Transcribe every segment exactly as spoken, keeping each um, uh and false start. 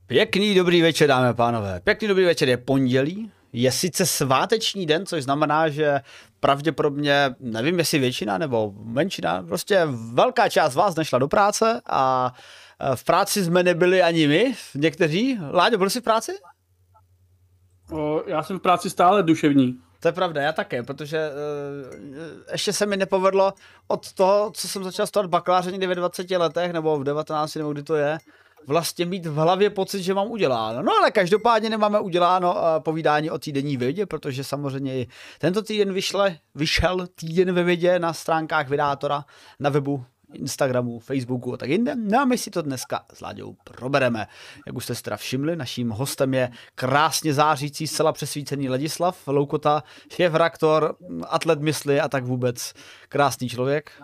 Pěkný dobrý večer, dámy a pánové. Pěkný dobrý večer, je pondělí, je sice sváteční den, což znamená, že pravděpodobně, nevím jestli většina nebo menšina, prostě velká část vás nešla do práce a v práci jsme nebyli ani my, někteří. Láďo, byl jsi v práci? O, já jsem v práci stále duševní. To je pravda, já také, protože uh, ještě se mi nepovedlo od toho, co jsem začal studovat bakaláře někdy ve dvaceti letech, nebo v devatenácti, nebo kdy to je, vlastně mít v hlavě pocit, že mám uděláno. No ale každopádně nemáme uděláno uh, povídání o týdenní vědě, protože samozřejmě i tento týden vyšle, vyšel týden ve vědě na stránkách Vydátora, na webu, Instagramu, Facebooku a tak jinde. No a my si to dneska s Láďou probereme. Jak už jste si teda všimli, naším hostem je krásně zářící, zcela přesvícený Ladislav Loukota, šéf-redaktor, atlet mysli a tak vůbec krásný člověk.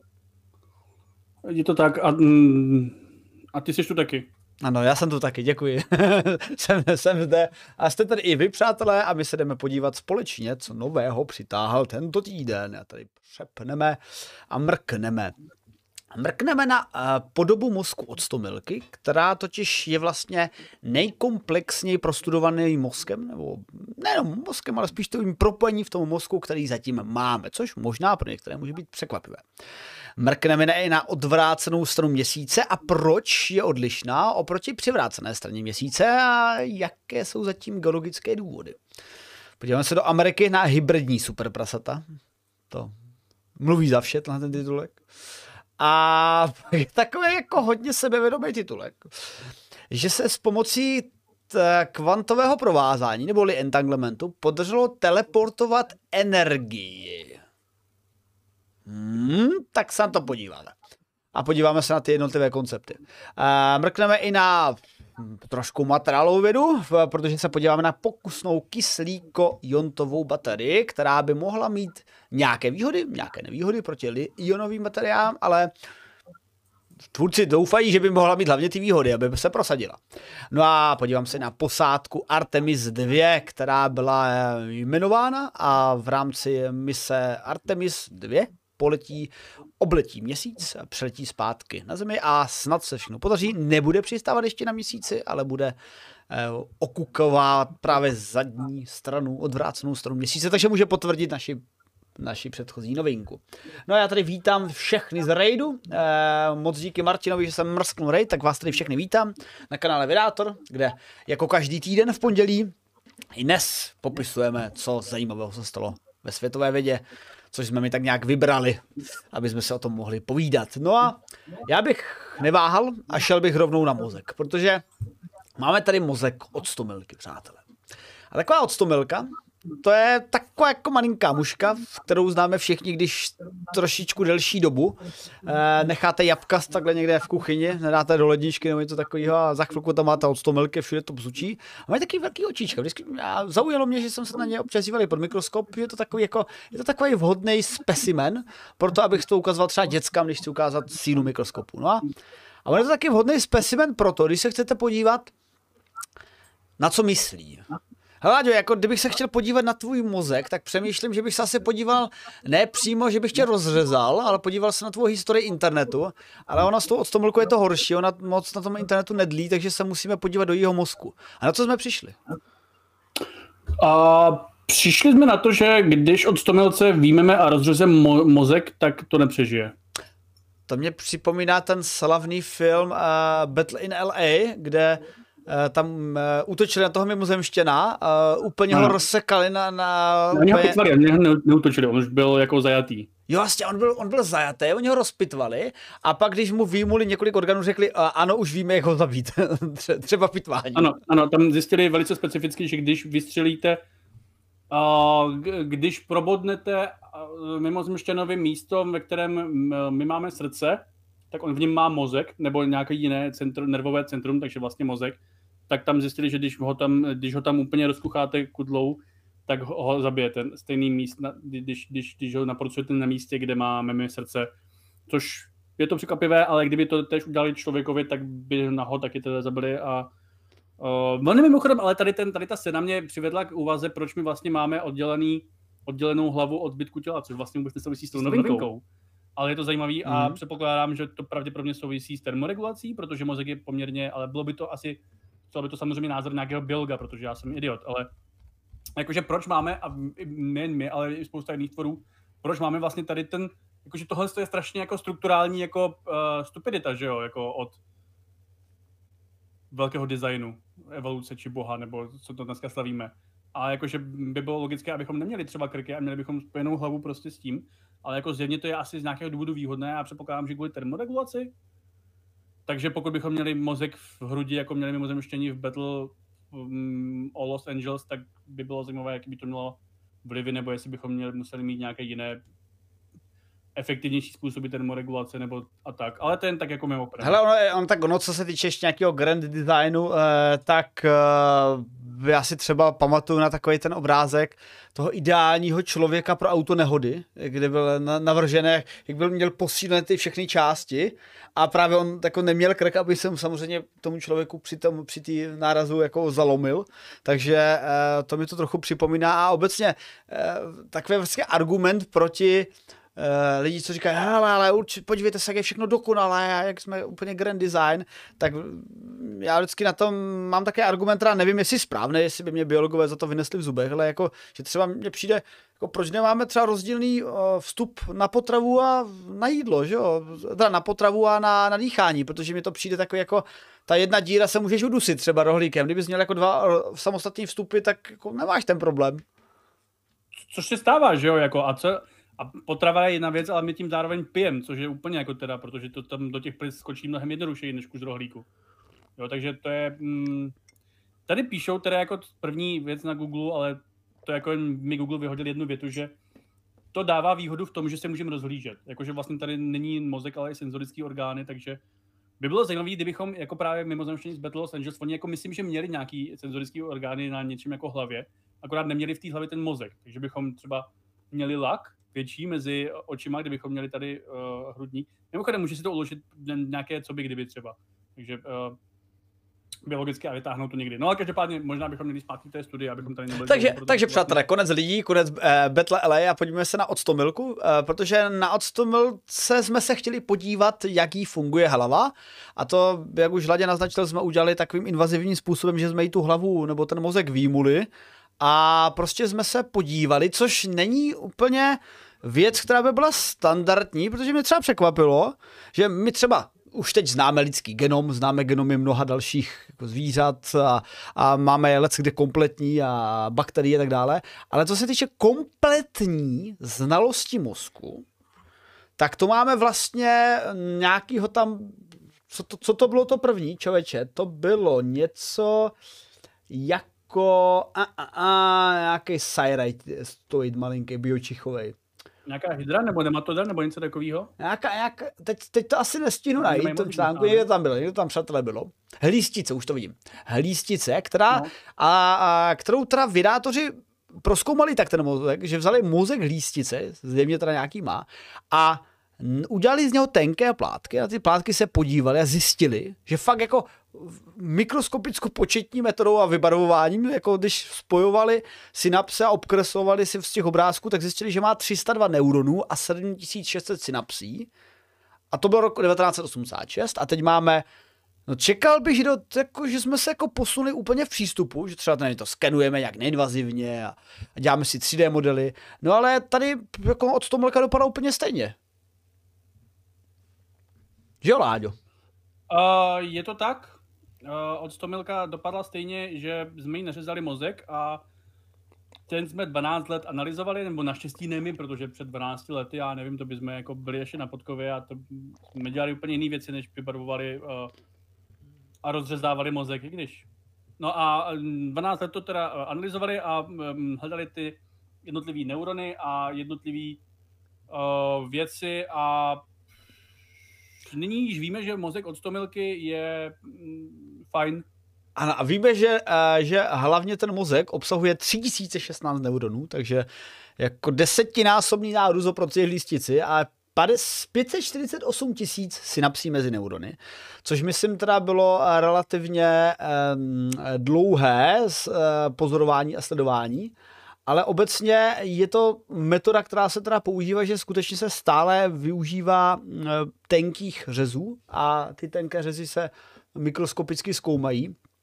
Je to tak a, a ty jsi tu taky. Ano, já jsem tu taky, děkuji. jsem, jsem zde a jste tady i vy, přátelé, a my se jdeme podívat společně, co nového přitáhl tento týden. A tady přepneme a mrkneme. Mrkneme na uh, podobu mozku octomilky, která totiž je vlastně nejkomplexněji prostudovaný mozkem, nebo nejenom mozkem, ale spíš tím propojení v tom mozku, který zatím máme, což možná pro některé může být překvapivé. Mrkneme i na odvrácenou stranu měsíce a proč je odlišná oproti přivrácené straně měsíce a jaké jsou zatím geologické důvody. Podíváme se do Ameriky na hybridní superprasata. To mluví za vše, tenhle ten titulek. A je takový jako hodně sebevědomý titulek, že se s pomocí t- kvantového provázání neboli entanglementu podařilo teleportovat energii. Hmm, tak se na to podíváme. A podíváme se na ty jednotlivé koncepty. A mrkneme i na trošku materiálovou vědu, protože se podíváme na pokusnou kyslíko-iontovou baterii, která by mohla mít nějaké výhody, nějaké nevýhody proti ionovým bateriám, ale tvůrci doufají, že by mohla mít hlavně ty výhody, aby se prosadila. No a podívám se na posádku Artemis dva, která byla jmenována a v rámci mise Artemis dva poletí, obletí měsíc, přeletí zpátky na Zemi a snad se všechno podaří. Nebude přistávat ještě na měsíci, ale bude eh, okukovat právě zadní stranu, odvrácenou stranu měsíce, takže může potvrdit naši, naši předchozí novinku. No a já tady vítám všechny z raidu. Eh, moc díky Martinovi, že jsem mrsknul raid, tak vás tady všechny vítám na kanále Vydátor, kde jako každý týden v pondělí i dnes popisujeme, co zajímavého se stalo ve světové vědě, což jsme mi tak nějak vybrali, aby jsme se o tom mohli povídat. No a já bych neváhal a šel bych rovnou na mozek, protože máme tady mozek octomilky, přátelé. A taková octomilka, to je taková jako malinká muška, kterou známe všichni, když trošičku delší dobu eh, necháte jabka takhle někde v kuchyni, nedáte do ledničky nebo něco takového a za chvilku tam máte octomilky, všude to bzučí. A mají taky velký očička. Vždycky a zaujalo mě, že jsem se na ně občas díval pod mikroskop, je to takový jako, je to takový vhodný specimen, proto abych to ukazoval třeba dětskám, když chci ukázat sínu mikroskopu. No a, a on je to taky vhodný specimen proto, když se chcete podívat, na co myslí. Hele, jako kdybych se chtěl podívat na tvůj mozek, tak přemýšlím, že bych se asi podíval ne přímo, že bych tě rozřezal, ale podíval se na tvou historii internetu, ale ona s tou octomilkou je to horší, ona moc na tom internetu nedlí, takže se musíme podívat do jejího mozku. A na co jsme přišli? A přišli jsme na to, že když octomilce výjmeme a rozřezeme mo- mozek, tak to nepřežije. To mě připomíná ten slavný film uh, Battle in L A, kde Uh, tam uh, útočili na toho mimozemštěna, uh, úplně no. ho rozsekali na... na Oni ho pitvali, oni ho neútočili, on už byl jako zajatý. Jo, vlastně, on byl, on byl zajatý, oni ho rozpitvali a pak, když mu výjimuli několik orgánů, řekli, uh, ano, už víme, jak ho zabít, třeba pitvání. Ano, ano, tam zjistili velice specificky, že když vystřelíte, uh, když probodnete uh, mimozemštěnovi místo, ve kterém uh, my máme srdce, tak on v něm má mozek, nebo nějaké jiné centrum, nervové centrum, takže vlastně mozek, tak tam zjistili, že když ho tam, když ho tam úplně rozkucháte kudlou, tak ho, ho zabijete. Stejný míst, když, když, když ho napracujete na místě, kde má mimo srdce. Což je to překvapivé, ale kdyby to tež udělali člověkovi, tak by na ho taky teda zabili. A uh, velmi mimochodem, ale tady, ten, tady ta scéna mě přivedla k úvaze, proč my vlastně máme oddělený, oddělenou hlavu od zbytku těla, což vlastně vůbec nesouvisí s tou novinkou. Ale je to zajímavý mm. a předpokládám, že to pravděpodobně souvisí s termoregulací, protože mozek je poměrně, ale bylo by to asi co by to samozřejmě názor nějakého biologa, protože já jsem idiot, ale jakože proč máme, a nejen my, ale i spousta jiných tvorů, proč máme vlastně tady ten, jakože tohle je strašně jako strukturální jako uh, stupidita, že jo, jako od velkého designu, evoluce či boha, nebo co to dneska slavíme. A jakože by bylo logické, abychom neměli třeba krky a měli bychom spojenou hlavu prostě s tím, ale jako zjevně to je asi z nějakého důvodu výhodné a předpokládám, že kvůli termoregulaci. Takže pokud bychom měli mozek v hrudi, jako měli mimozemštění v Battle um, o Los Angeles, tak by bylo zajímavé, jaký by to mělo vlivy, nebo jestli bychom měli, museli mít nějaké jiné efektivnější způsoby termoregulace nebo a tak. Ale to jen tak jako mimo. Hele, ono, on tak ono, co se týče ještě nějakého grand designu, eh, tak eh, já si třeba pamatuju na takový ten obrázek toho ideálního člověka pro autonehody, kde byl navržené, jak byl měl posílené ty všechny části a právě on jako neměl krk, aby jsem samozřejmě tomu člověku při tom při té nárazu jako zalomil, takže eh, to mi to trochu připomíná a obecně eh, takový vlastně argument proti Uh, lidi, co říkají, hele, ale určitě, podívejte se, jak je všechno dokonalé a jak jsme úplně grand design, tak já vždycky na tom mám také argument, teda nevím, jestli správné, jestli by mě biologové za to vynesli v zubech, ale jako, že třeba mně přijde, jako proč nemáme třeba rozdílný uh, vstup na potravu a na jídlo, že jo, teda na potravu a na, na dýchání, protože mi to přijde takový jako, ta jedna díra se můžeš udusit třeba rohlíkem, kdybys měl jako dva samostatné vstupy, tak jako nemáš ten problém. Což se stává, že jo, jako a co... A potrava je jedna věc, ale my tím zároveň pijem, což je úplně jako teda, protože to tam do těch plic skočí mnohem jednodušeji než kus rohlíku. Jo, takže to je... Mm, tady píšou teda jako první věc na Google, ale to jako mi Google vyhodil jednu větu, že to dává výhodu v tom, že se můžeme rozhlížet. Jakože vlastně tady není mozek, ale i senzorický orgány, takže by bylo zajímavé, kdybychom jako právě mimozemštění z Battle Los Angeles, oni jako myslím, že měli nějaký senzorický orgány na něčem jako hlavě, akorát neměli v té hlavě ten mozek, takže bychom třeba měli lak větší mezi očima, kdybychom měli tady uh, hrudník. Mimochodem, může si to uložit nějaké co by kdyby třeba. Takže uh, biologicky a vytáhnout to někdy. No ale každopádně možná bychom měli zpátky té studie, abychom tady nebyli... Takže, takže přátelé, konec lidí, konec uh, Battle L A a podívejme se na octomilku, uh, protože na octomilce jsme se chtěli podívat, jak jí funguje hlava a to, jak už Hladě naznačil, jsme udělali takovým invazivním způsobem, že jsme jí tu hlavu nebo ten mozek výjimuli a prostě jsme se podívali, což není úplně věc, která by byla standardní, protože mě třeba překvapilo, že my třeba už teď známe lidský genom, známe genomy mnoha dalších jako zvířat a, a máme je leckde kompletní a bakterie a tak dále, ale co se týče kompletní znalosti mozku, tak to máme vlastně nějakýho tam, co to, co to bylo to první, člověče, to bylo něco jako a, a, a, nějaký sajrajtoid malinký, biočichovej. Nějaká hydra nebo nematoda nebo něco takového? Nějaká, nějaká, teď, teď to asi nestihnu najít, to článku, někde tam bylo, někde tam přátelé bylo. Hlístice, už to vidím. Hlístice, která, no. a, a, kterou teda vydátoři prozkoumali tak ten mozek, že vzali mozek hlístice, zřejmě teda nějaký má, a udělali z něho tenké plátky a ty plátky se podívali a zjistili, že fakt jako mikroskopickou početní metodou a vybarvováním, jako když spojovali synapse a obkreslovali si z těch obrázků, tak zjistili, že má tři sta dva neuronů a sedm tisíc šest set synapsí. A to bylo rok devatenáct set osmdesát šest a teď máme, no čekal bych, že, do, jako, že jsme se jako posunuli úplně v přístupu, že třeba tady to skenujeme nějak neinvazivně a, a děláme si tři dé modely, no ale tady jako od toho mleka dopadá úplně stejně. Že jo, Láďo? Uh, je to tak. Uh, od stomilka dopadla stejně, že jsme jí neřezali mozek a ten jsme dvanáct let analyzovali, nebo naštěstí ne my, protože před dvanácti lety, já nevím, to by jsme jako byli ještě na podkově a to jsme dělali úplně jiné věci, než vybarvovali uh, a rozřezávali mozek, i když. No a dvanáct let to teda analyzovali a um, hledali ty jednotlivý neurony a jednotlivý uh, věci a nyní již víme, že mozek od stomilky je mm, fajn. Ano, a víme, že, že hlavně ten mozek obsahuje tři tisíce šestnáct neuronů, takže jako desetinásobný nárůst oproti hlístici a pět set čtyřicet osm tisíc synapsí mezi neurony, což myslím teda bylo relativně um, dlouhé z, uh, pozorování a sledování. Ale obecně je to metoda, která se teda používá, že skutečně se stále využívá tenkých řezů a ty tenké řezy se mikroskopicky zkoumají.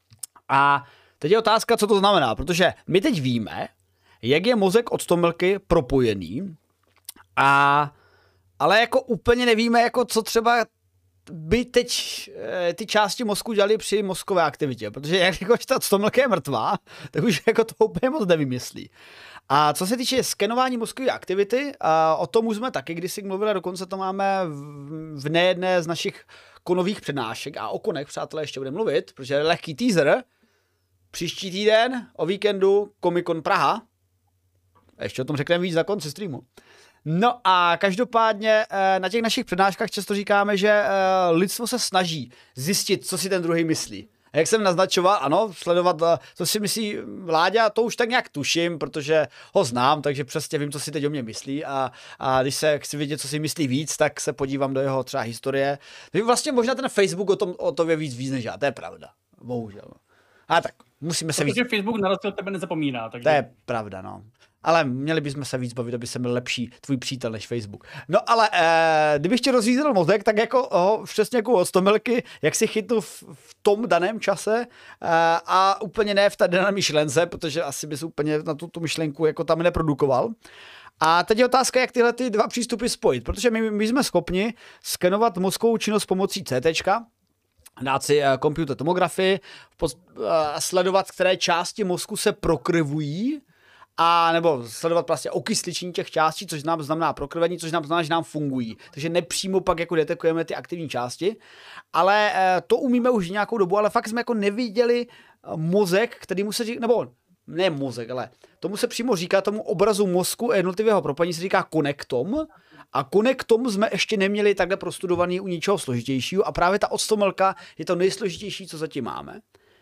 A teď je otázka, co to znamená, protože my teď víme, jak je mozek od stomilky propojený, a, ale jako úplně nevíme, jako co třeba by teď e, ty části mozku dělali při mozkové aktivitě, protože jak jakož ta stomilka je mrtvá, tak už jako to úplně moc nevymyslí. A co se týče skenování mozkové aktivity, a o tom už jsme taky kdysi mluvili, dokonce to máme v, v nejedné z našich konových přednášek a o konech, přátelé, ještě budeme mluvit, protože je lehký teaser. Příští týden o víkendu Comic Con Praha. Ještě o tom řekneme víc na konci streamu. No a každopádně na těch našich přednáškách často říkáme, že lidstvo se snaží zjistit, co si ten druhý myslí. A jak jsem naznačoval, ano, sledovat, co si myslí Vláďa, to už tak nějak tuším, protože ho znám, takže přesně vím, co si teď o mě myslí, a, a když se chci vidět, co si myslí víc, tak se podívám do jeho třeba historie. Takže vlastně možná ten Facebook o tom o to ví víc víc než já, to je pravda, bohužel. A tak, musíme se víc... Protože Facebook na rozdíl tebe nezapomíná, takže... To je pravda, no. Ale měli bychom se víc bavit, aby se byl lepší tvůj přítel než Facebook. No ale eh, kdybych tě rozřízel mozek, tak jako oh, přesně jako od stomilky, jak si chytnu v, v tom daném čase eh, a úplně ne v té dané myšlence, protože asi bys úplně na tu, tu myšlenku jako tam neprodukoval. A teď je otázka, jak tyhle ty dva přístupy spojit, protože my, my jsme schopni skenovat mozkovou činnost pomocí C T čka, dát si uh, computer tomografii, uh, sledovat, které části mozku se prokrvují, a nebo sledovat vlastně okysličení těch částí, což nám znamená prokrvení, což nám znamená, že nám fungují. Takže nepřímo pak jako detekujeme ty aktivní části, ale uh, to umíme už nějakou dobu, ale fakt jsme jako neviděli mozek, který mu se říká, nebo ne mozek, ale tomu se přímo říká, tomu obrazu mozku jednotlivého propojení se říká konektom, a konektom jsme ještě neměli takhle prostudovaný u ničeho složitějšího, a právě ta odstomilka je to nejsložitější, co zatím máme.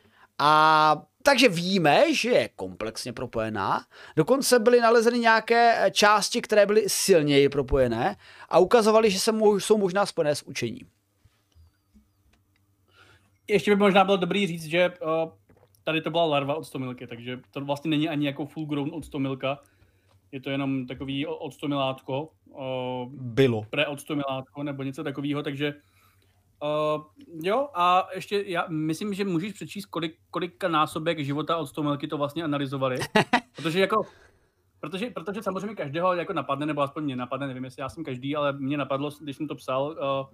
A takže víme, že je komplexně propojená, dokonce byly nalezeny nějaké části, které byly silněji propojené a ukazovaly, že se mo- jsou možná spojené s učením. Ještě by možná bylo dobrý říct, že uh, tady to byla larva odstomilky, takže to vlastně není ani jako full grown odstomilka, je to jenom takový odstomilátko. Uh, Bylo. Pre-odstomilátko nebo něco takového, takže uh, jo, a ještě já myslím, že můžeš přečíst, kolik, kolika násobek života odstomilky to vlastně analyzovali, protože jako Protože, protože samozřejmě každého jako napadne, nebo aspoň mě napadne, nevím, jestli já jsem každý, ale mě napadlo, když jsem to psal, uh,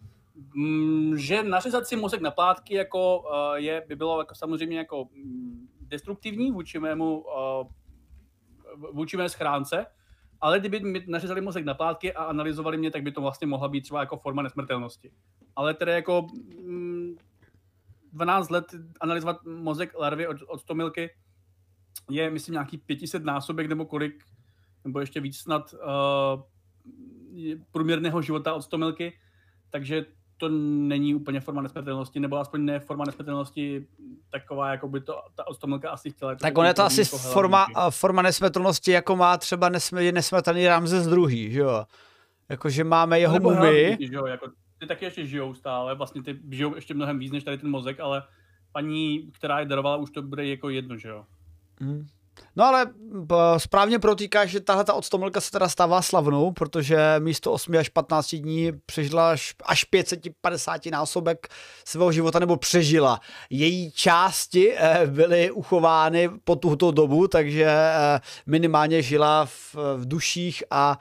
m, že nařezat si mozek na plátky jako, uh, je, by bylo jako samozřejmě jako m, destruktivní vůči mému uh, vůči mé schránce, ale kdyby mi nařezali mozek na plátky a analyzovali mě, tak by to vlastně mohla být třeba jako forma nesmrtelnosti. Ale tedy jako m, dvanáct let analyzovat mozek larvy od, od stomilky je, myslím, nějaký pět set násobek nebo kolik, nebo ještě víc snad uh, průměrného života od stomilky, takže to není úplně forma nesmrtelnosti, nebo aspoň ne forma nesmrtelnosti taková, jako by to ta odstomilka asi chtěla. Tak on je to asi jako forma, forma nesmrtelnosti, jako má třeba nesmr, nesmrtelný Ramzes druhý, že jo? Jakože máme jeho mumii. Jako, ty taky ještě žijou stále, vlastně ty žijou ještě mnohem víc než tady ten mozek, ale paní, která je darovala, už to bude jako jedno, že jo? Hmm. No ale správně protýkáš, že tahle ta odstomilka se teda stává slavnou, protože místo osmi až patnácti dní přežila až, až pět set padesát násobek svého života, nebo přežila. Její části byly uchovány po tuto dobu, takže minimálně žila v, v duších a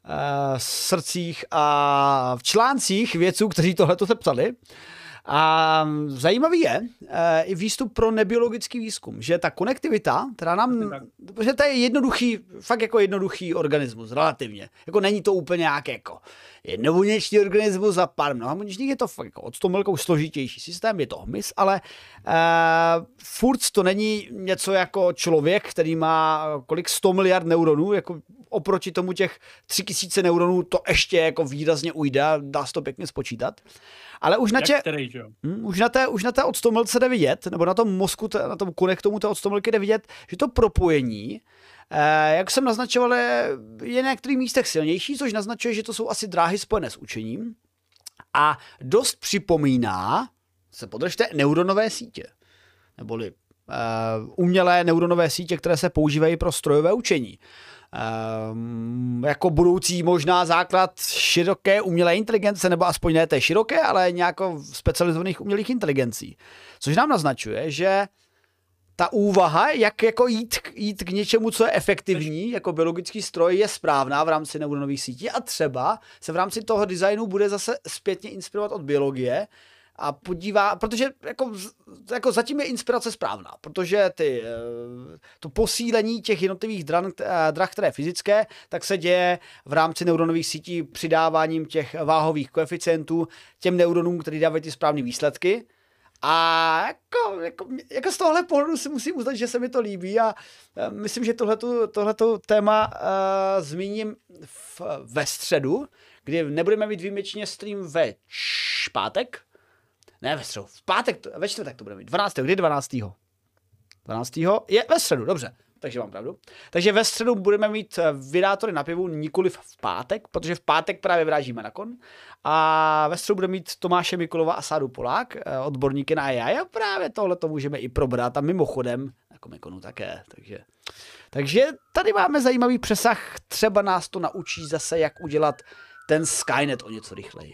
srdcích a v článcích vědců, kteří tohleto se psali. A zajímavý je e, i výstup pro nebiologický výzkum, že ta konektivita, která nám, že to je jednoduchý, fakt jako jednoduchý organismus, relativně. Jako není to úplně nějaký jako jednobuněčný organismus a pár mnohabuněčných, je to fakt jako odstomilkou složitější systém, je to hmyz, ale e, furt to není něco jako člověk, který má kolik sto miliard neuronů, jako oproti tomu těch tři tisíce neuronů to ještě jako výrazně ujde, dá se to pěkně spočítat. Ale už na, tě, který, hm, už, na té, už na té odstomilce jde vidět, nebo na tom mozku, na tom konektomu té odstomilky jde vidět, že to propojení, eh, jak jsem naznačoval, je, je na některých místech silnější, což naznačuje, že to jsou asi dráhy spojené s učením. A dost připomíná, se podržte, neuronové sítě. Neboli eh, umělé neuronové sítě, které se používají pro strojové učení. Um, jako budoucí možná základ široké umělé inteligence, nebo aspoň ne té široké, ale nějako specializovaných umělých inteligencí. Což nám naznačuje, že ta úvaha, jak jako jít, jít k něčemu, co je efektivní, jako biologický stroj, je správná v rámci neuronových sítí a třeba se v rámci toho designu bude zase zpětně inspirovat od biologie a podívá, protože jako, jako zatím je inspirace správná, protože ty, to posílení těch jednotlivých drah, drah, které je fyzické, tak se děje v rámci neuronových sítí přidáváním těch váhových koeficientů těm neuronům, který dávají ty správné výsledky. A jako, jako, jako z tohle pohledu si musím uznat, že se mi to líbí a myslím, že tohleto, tohleto téma uh, zmíním v, ve středu, kdy nebudeme mít výjimečně stream ve pátek. Ne ve středu, v pátek, ve čtvrtek to bude mít. dvanáctého Kdy dvanáctého dvanáctého je ve středu, dobře. Takže mám pravdu. Takže ve středu budeme mít vydátory na pivu, nikoliv v pátek, protože v pátek právě vyrážíme na kon. A ve středu budeme mít Tomáše Mikulova a Sádu Polák, odborníky na A I, a právě tohle to můžeme i probrat. A mimochodem, na Komikonu také. Takže, takže tady máme zajímavý přesah. Třeba nás to naučí zase, jak udělat ten Skynet o něco rychleji.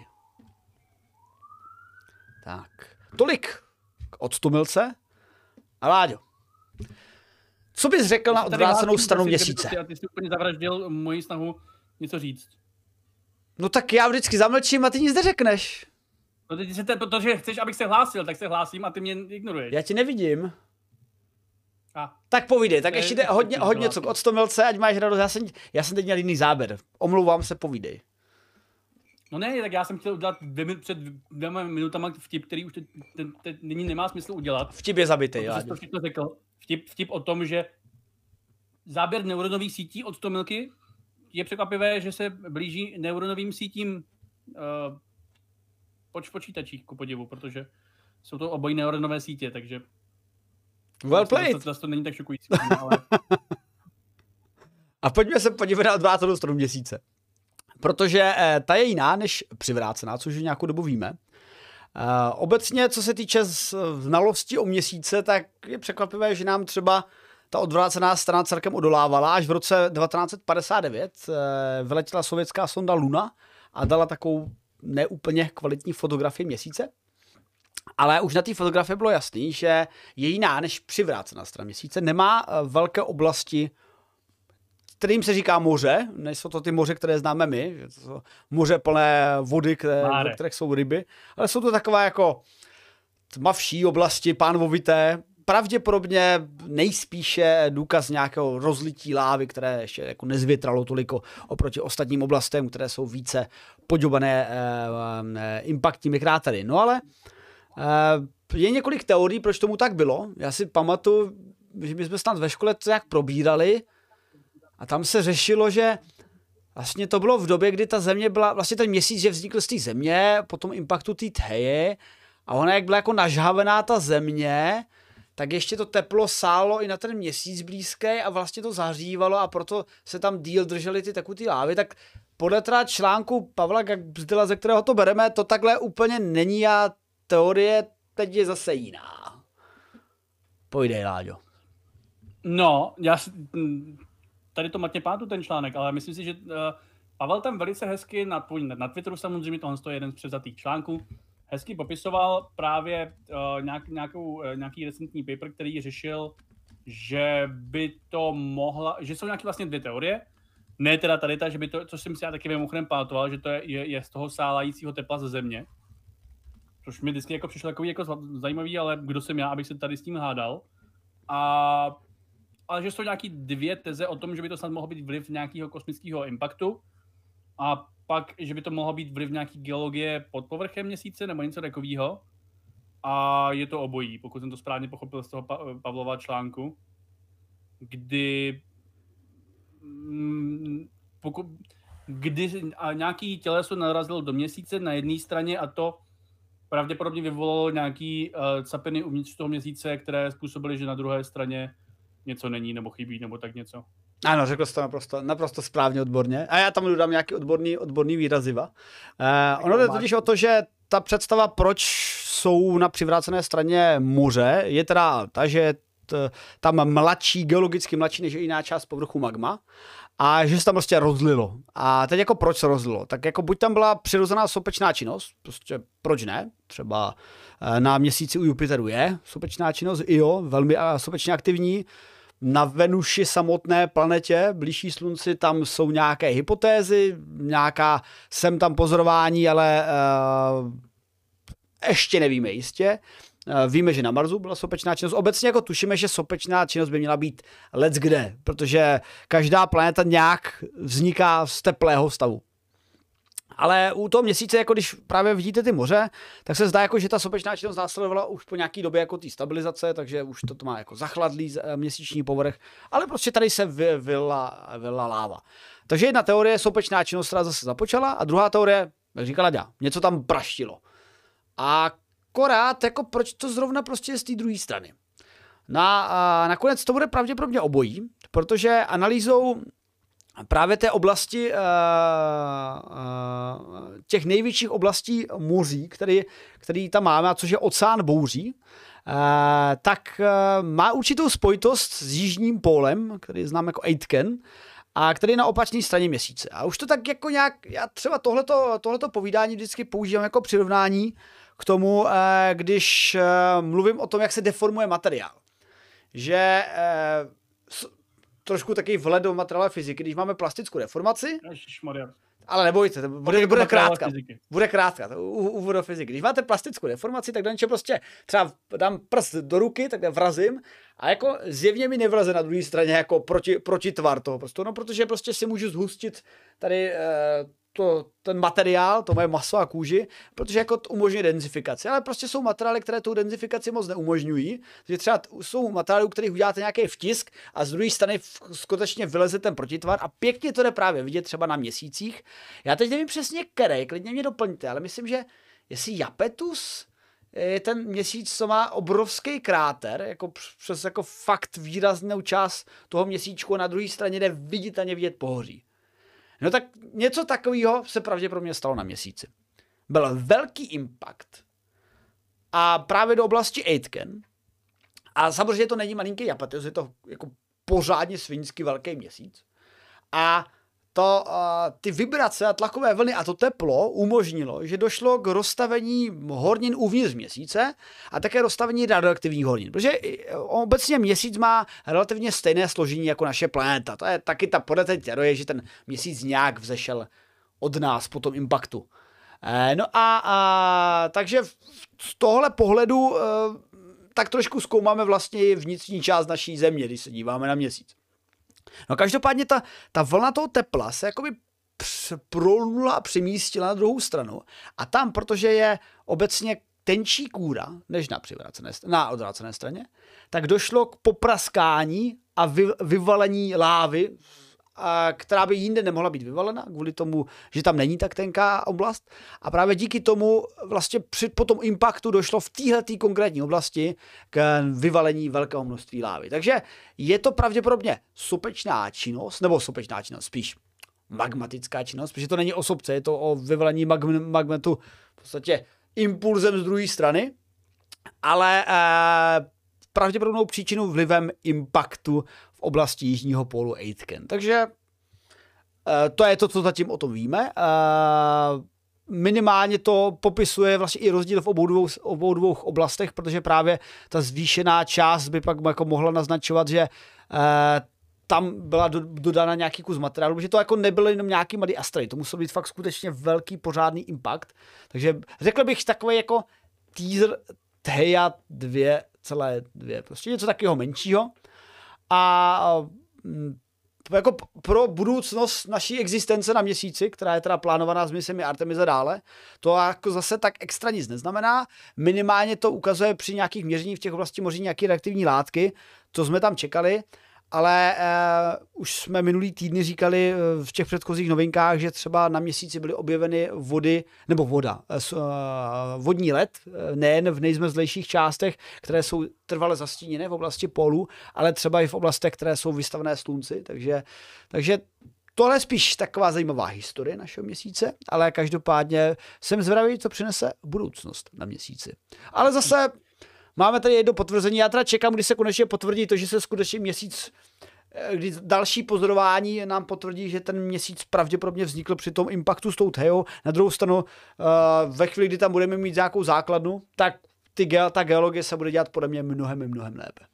Tak, tolik k Odstumilce. A Láďo, co bys řekl na odvrácenou stranu měsíce? Ty jsi úplně zavraždil moji snahu něco říct. No tak já vždycky zamlčím a ty nic neřekneš. No ty se te, protože chceš, abych se hlásil, tak se hlásím a ty mě ignoruješ. Já ti nevidím. A. Tak povídej, tak ještě jde hodně, hodně co k Odstumilce, ať máš radost. Já jsem, já jsem teď měl jiný záběr. Omlouvám se, povídej. No ne, tak já jsem chtěl udělat dvě minut, před dvěma minutama vtip, který už teď, teď, teď nyní nemá smysl udělat. Vtip je zabitý, já. To všechno řekl. Vtip, vtip o tom, že záběr neuronových sítí od Tomilky je překvapivé, že se blíží neuronovým sítím uh, poč počítačích, ku podivu, protože jsou to obojí neuronové sítě, takže well played. To, to, to není tak šokující. Ale... A pojďme se podívat na odvrácenou stranu měsíce. Protože eh, ta je jiná než přivrácená, což už nějakou dobu víme. Eh, obecně, co se týče znalosti o měsíce, tak je překvapivé, že nám třeba ta odvrácená strana celkem odolávala. Až v roce devatenáct padesát devět eh, vyletěla sovětská sonda Luna a dala takovou neúplně kvalitní fotografii měsíce. Ale už na té fotografii bylo jasný, že je jiná než přivrácená strana měsíce. Nemá eh, velké oblasti, kterým se říká moře, nejsou to ty moře, které známe my, že to jsou moře plné vody, které, ve kterých jsou ryby, ale jsou to takové jako tmavší oblasti, pánvovité, pravděpodobně nejspíše důkaz nějakého rozlití lávy, které ještě jako nezvětralo toliko oproti ostatním oblastem, které jsou více podobané eh, eh, impaktními krátery. No ale eh, je několik teorií, proč tomu tak bylo. Já si pamatuju, že my jsme snad ve škole to jak probírali, a tam se řešilo, že vlastně to bylo v době, kdy ta země byla, vlastně ten měsíc, že vznikl z té země, po tom impaktu té Theie, a ona jak byla jako nažhavená ta země, tak ještě to teplo sálo i na ten měsíc blízký a vlastně to zahřívalo a proto se tam díl držely ty takové lávy, tak podle teda článku Pavla Gazdila, ze kterého to bereme, to takhle úplně není a teorie teď je zase jiná. Pojdej, Láďo. No, já si... Tady to matně pátu ten článek, ale myslím si, že uh, Pavel tam velice hezky na, na Twitteru samozřejmě, tohle je jeden z převzatých článků, hezky popisoval právě uh, nějak, nějakou, uh, nějaký recentní paper, který řešil, že by to mohla, že jsou nějaké vlastně dvě teorie, ne teda tady ta, že by to, což jsem si já taky mimochodem pátoval, že to je, je, je z toho sálajícího tepla ze země, což mi vždycky jako přišlo takový jako zajímavý, ale kdo jsem já, abych se tady s tím hádal. A ale že jsou nějaký dvě teze o tom, že by to snad mohlo být vliv nějakého kosmického impaktu a pak, že by to mohlo být vliv nějaký geologie pod povrchem měsíce nebo něco takového. A je to obojí, pokud jsem to správně pochopil z toho pa- Pavlova článku, kdy mm, pokud, kdy a nějaký těleso narazilo do měsíce na jedné straně a to pravděpodobně vyvolalo nějaký uh, capiny uvnitř toho měsíce, které způsobily, že na druhé straně něco není, nebo chybí, nebo tak něco. Ano, řekl jsi to naprosto, naprosto správně, odborně. A já tam dodám nějaký odborný, odborný výraziva. Eh, ono jde totiž o to, že ta představa, proč jsou na přivrácené straně moře, je teda ta, že t, tam mladší, geologicky mladší než jiná část povrchu magma. a že se tam prostě rozlilo. A teď jako proč se rozlilo? Tak jako buď tam byla přirozená sopečná činnost, prostě proč ne? Třeba na měsíci u Jupiteru je sopečná činnost, jo, velmi sopečně aktivní. Na Venuši samotné planetě, blížší Slunci, tam jsou nějaké hypotézy, nějaká sem tam pozorování, ale uh, ještě nevíme jistě. Uh, víme, že na Marsu byla sopečná činnost. Obecně jako tušíme, že sopečná činnost by měla být leckde, protože každá planeta nějak vzniká z teplého stavu. Ale u toho měsíce, jako když právě vidíte ty moře, tak se zdá, jako, že ta sopečná činnost následovala už po nějaký době jako té stabilizace, takže už to má jako zachladlý měsíční povrch, ale prostě tady se vy, vyla, vyla láva. Takže jedna teorie sopečná činnost, která zase započala, a druhá teorie, jak říkala Naďa, něco tam praštilo. A akorát, jako proč to zrovna prostě je z té druhé strany. Na, a nakonec to bude pravděpodobně obojí, protože analýzou právě té oblasti, uh, uh, těch největších oblastí moří, který, který tam máme, což je oceán bouří, uh, tak uh, má určitou spojitost s jižním pólem, který znám jako Aitken, a který je na opačné straně měsíce. A už to tak jako nějak, já třeba tohleto, tohleto povídání vždycky používám jako přirovnání k tomu, uh, když uh, mluvím o tom, jak se deformuje materiál. Že uh, trošku taky vhled do materiálové fyziky, když máme plastickou deformaci, Ježišmarja. ale nebojte, to bude, bude krátka, bude krátka, to úvod do fyziky. Když máte plastickou deformaci, tak do něčeho prostě třeba dám prst do ruky, tak vrazím a jako zjevně mi nevraze na druhé straně jako proti, proti tvar toho prostoru, no protože prostě si můžu zhustit tady eh, to, ten materiál, to moje maso a kůži, protože jako to umožňuje denzifikaci, ale prostě jsou materiály, které tu denzifikaci moc neumožňují, takže třeba jsou materiály, u kterých uděláte nějaký vtisk a z druhé strany skutečně vyleze ten protitvar a pěkně to jde právě vidět třeba na měsících. Já teď nevím přesně který, klidně mě doplňte, ale myslím, že jestli Japetus je ten měsíc, co má obrovský kráter, jako přes jako fakt výraznou část toho měsíčku, na druhé straně jde viditelně vidět pohoří. No tak něco takového se pravděpodobně stalo na měsíci. Byl velký impact a právě do oblasti Aitken. A samozřejmě to není malinký Japetus, je to jako pořádně sviňský velký měsíc. A to, uh, ty vibrace a tlakové vlny a to teplo umožnilo, že došlo k rozstavení hornin uvnitř měsíce a také rozstavení radioaktivních hornin. Protože obecně měsíc má relativně stejné složení jako naše planeta. To je taky ta podle teorie, že ten měsíc nějak vzešel od nás po tom impaktu. E, no a, a takže z tohle pohledu e, tak trošku zkoumáme vlastně vnitřní část naší země, když se díváme na měsíc. No každopádně ta, ta vlna toho tepla se jakoby prolnula a přemístila na druhou stranu a tam, protože je obecně tenčí kůra, než na, na odvrácené straně, tak došlo k popraskání a vy, vyvalení lávy, a, která by jinde nemohla být vyvalena, kvůli tomu, že tam není tak tenká oblast. A právě díky tomu vlastně při, po tom impaktu došlo v téhletý konkrétní oblasti k vyvalení velkého množství lávy. Takže je to pravděpodobně sopečná činnost, nebo sopečná činnost, spíš magmatická činnost, protože to není o sopce, je to o vyvalení magm, magmatu v podstatě impulzem z druhé strany, ale eh, pravděpodobnou příčinou vlivem impaktu v oblasti jižního pólu Aitken. Takže uh, to je to, co zatím o tom víme. Uh, minimálně to popisuje vlastně i rozdíl v obou dvou, obou dvou oblastech, protože právě ta zvýšená část by pak jako mohla naznačovat, že uh, tam byla do, dodána nějaký kus materiálu, protože to jako nebyl jenom nějaký malý asteroid, to musel být fakt skutečně velký pořádný impact. Takže řekl bych takový jako teaser Theia dva celé dvě, prostě něco takového menšího. A jako pro budoucnost naší existence na měsíci, která je teda plánovaná s misemi Artemis a dále, to jako zase tak extra nic neznamená. Minimálně to ukazuje při nějakých měřeních v těch oblasti moří nějaké reaktivní látky, co jsme tam čekali, ale uh, už jsme minulý týdny říkali uh, v těch předchozích novinkách, že třeba na měsíci byly objeveny vody, nebo voda, uh, vodní led, uh, nejen v nejzmrzlejších částech, které jsou trvale zastíněné v oblasti polů, ale třeba i v oblastech, které jsou vystavené slunci, takže, takže tohle je spíš taková zajímavá historie našeho měsíce, ale každopádně jsem zvědavý, co přinese budoucnost na měsíci. Ale zase máme tady jedno potvrzení, já teda čekám, kdy se konečně potvrdí to, že se skutečně měsíc kdy další pozorování nám potvrdí, že ten měsíc pravděpodobně vznikl při tom impaktu s tou Theou. Na druhou stranu, uh, ve chvíli, kdy tam budeme mít nějakou základnu, tak ty ge- ta geologie se bude dělat podle mě mnohem, mnohem lépe.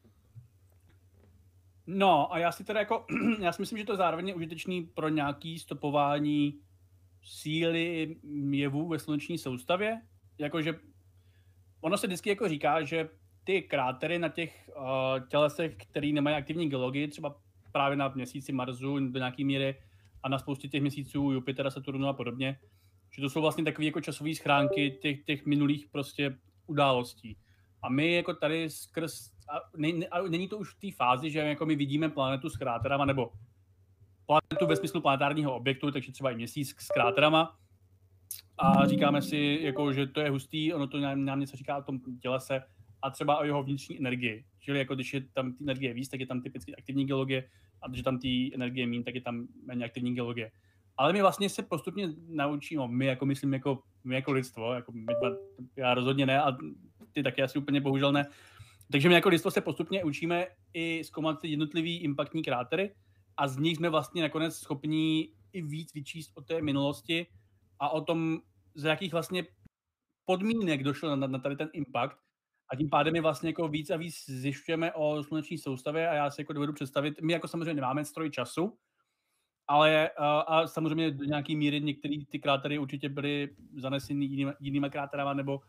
No a já si teda jako, já si myslím, že to zároveň je užitečný pro nějaký stopování síly jevů ve sluneční soustavě, jakože ono se vždycky jako říká, že ty krátery na těch uh, tělesech, který nemají aktivní geologii, třeba právě na měsíci Marsu do nějaký míry a na spoustě těch měsíců Jupitera, Saturnu a podobně, že to jsou vlastně takové jako časové schránky těch, těch minulých prostě událostí. A my jako tady skrz, a, ne, a není to už v té fázi, že jako my vidíme planetu s kráterama, nebo planetu ve smyslu planetárního objektu, takže třeba i měsíc s kráterama, a říkáme si, jako, že to je hustý, ono to nám, nám něco říká o tom tělese a třeba o jeho vnitřní energii. Čili jako když je tam ty energie víc, tak je tam typicky aktivní geologie, a když je tam ty energie míň, tak je tam méně aktivní geologie. Ale my vlastně se postupně naučíme, my jako myslím, jako, my jako lidstvo, jako my dva, já rozhodně ne, a ty taky asi úplně bohužel ne. Takže my jako lidstvo se postupně učíme i zkoumat ty jednotlivý impaktní krátery a z nich jsme vlastně nakonec schopní i víc vyčíst o té minulosti a o tom, z jakých vlastně podmínek došlo na, na tady ten impact. A tím pádem my vlastně jako víc a víc zjišťujeme o sluneční soustavě a já si jako dovedu představit, my jako samozřejmě nemáme stroj času, ale a, a samozřejmě do nějaký míry některé ty krátery určitě byly zaneseny jinýma, jinýma kráterama nebo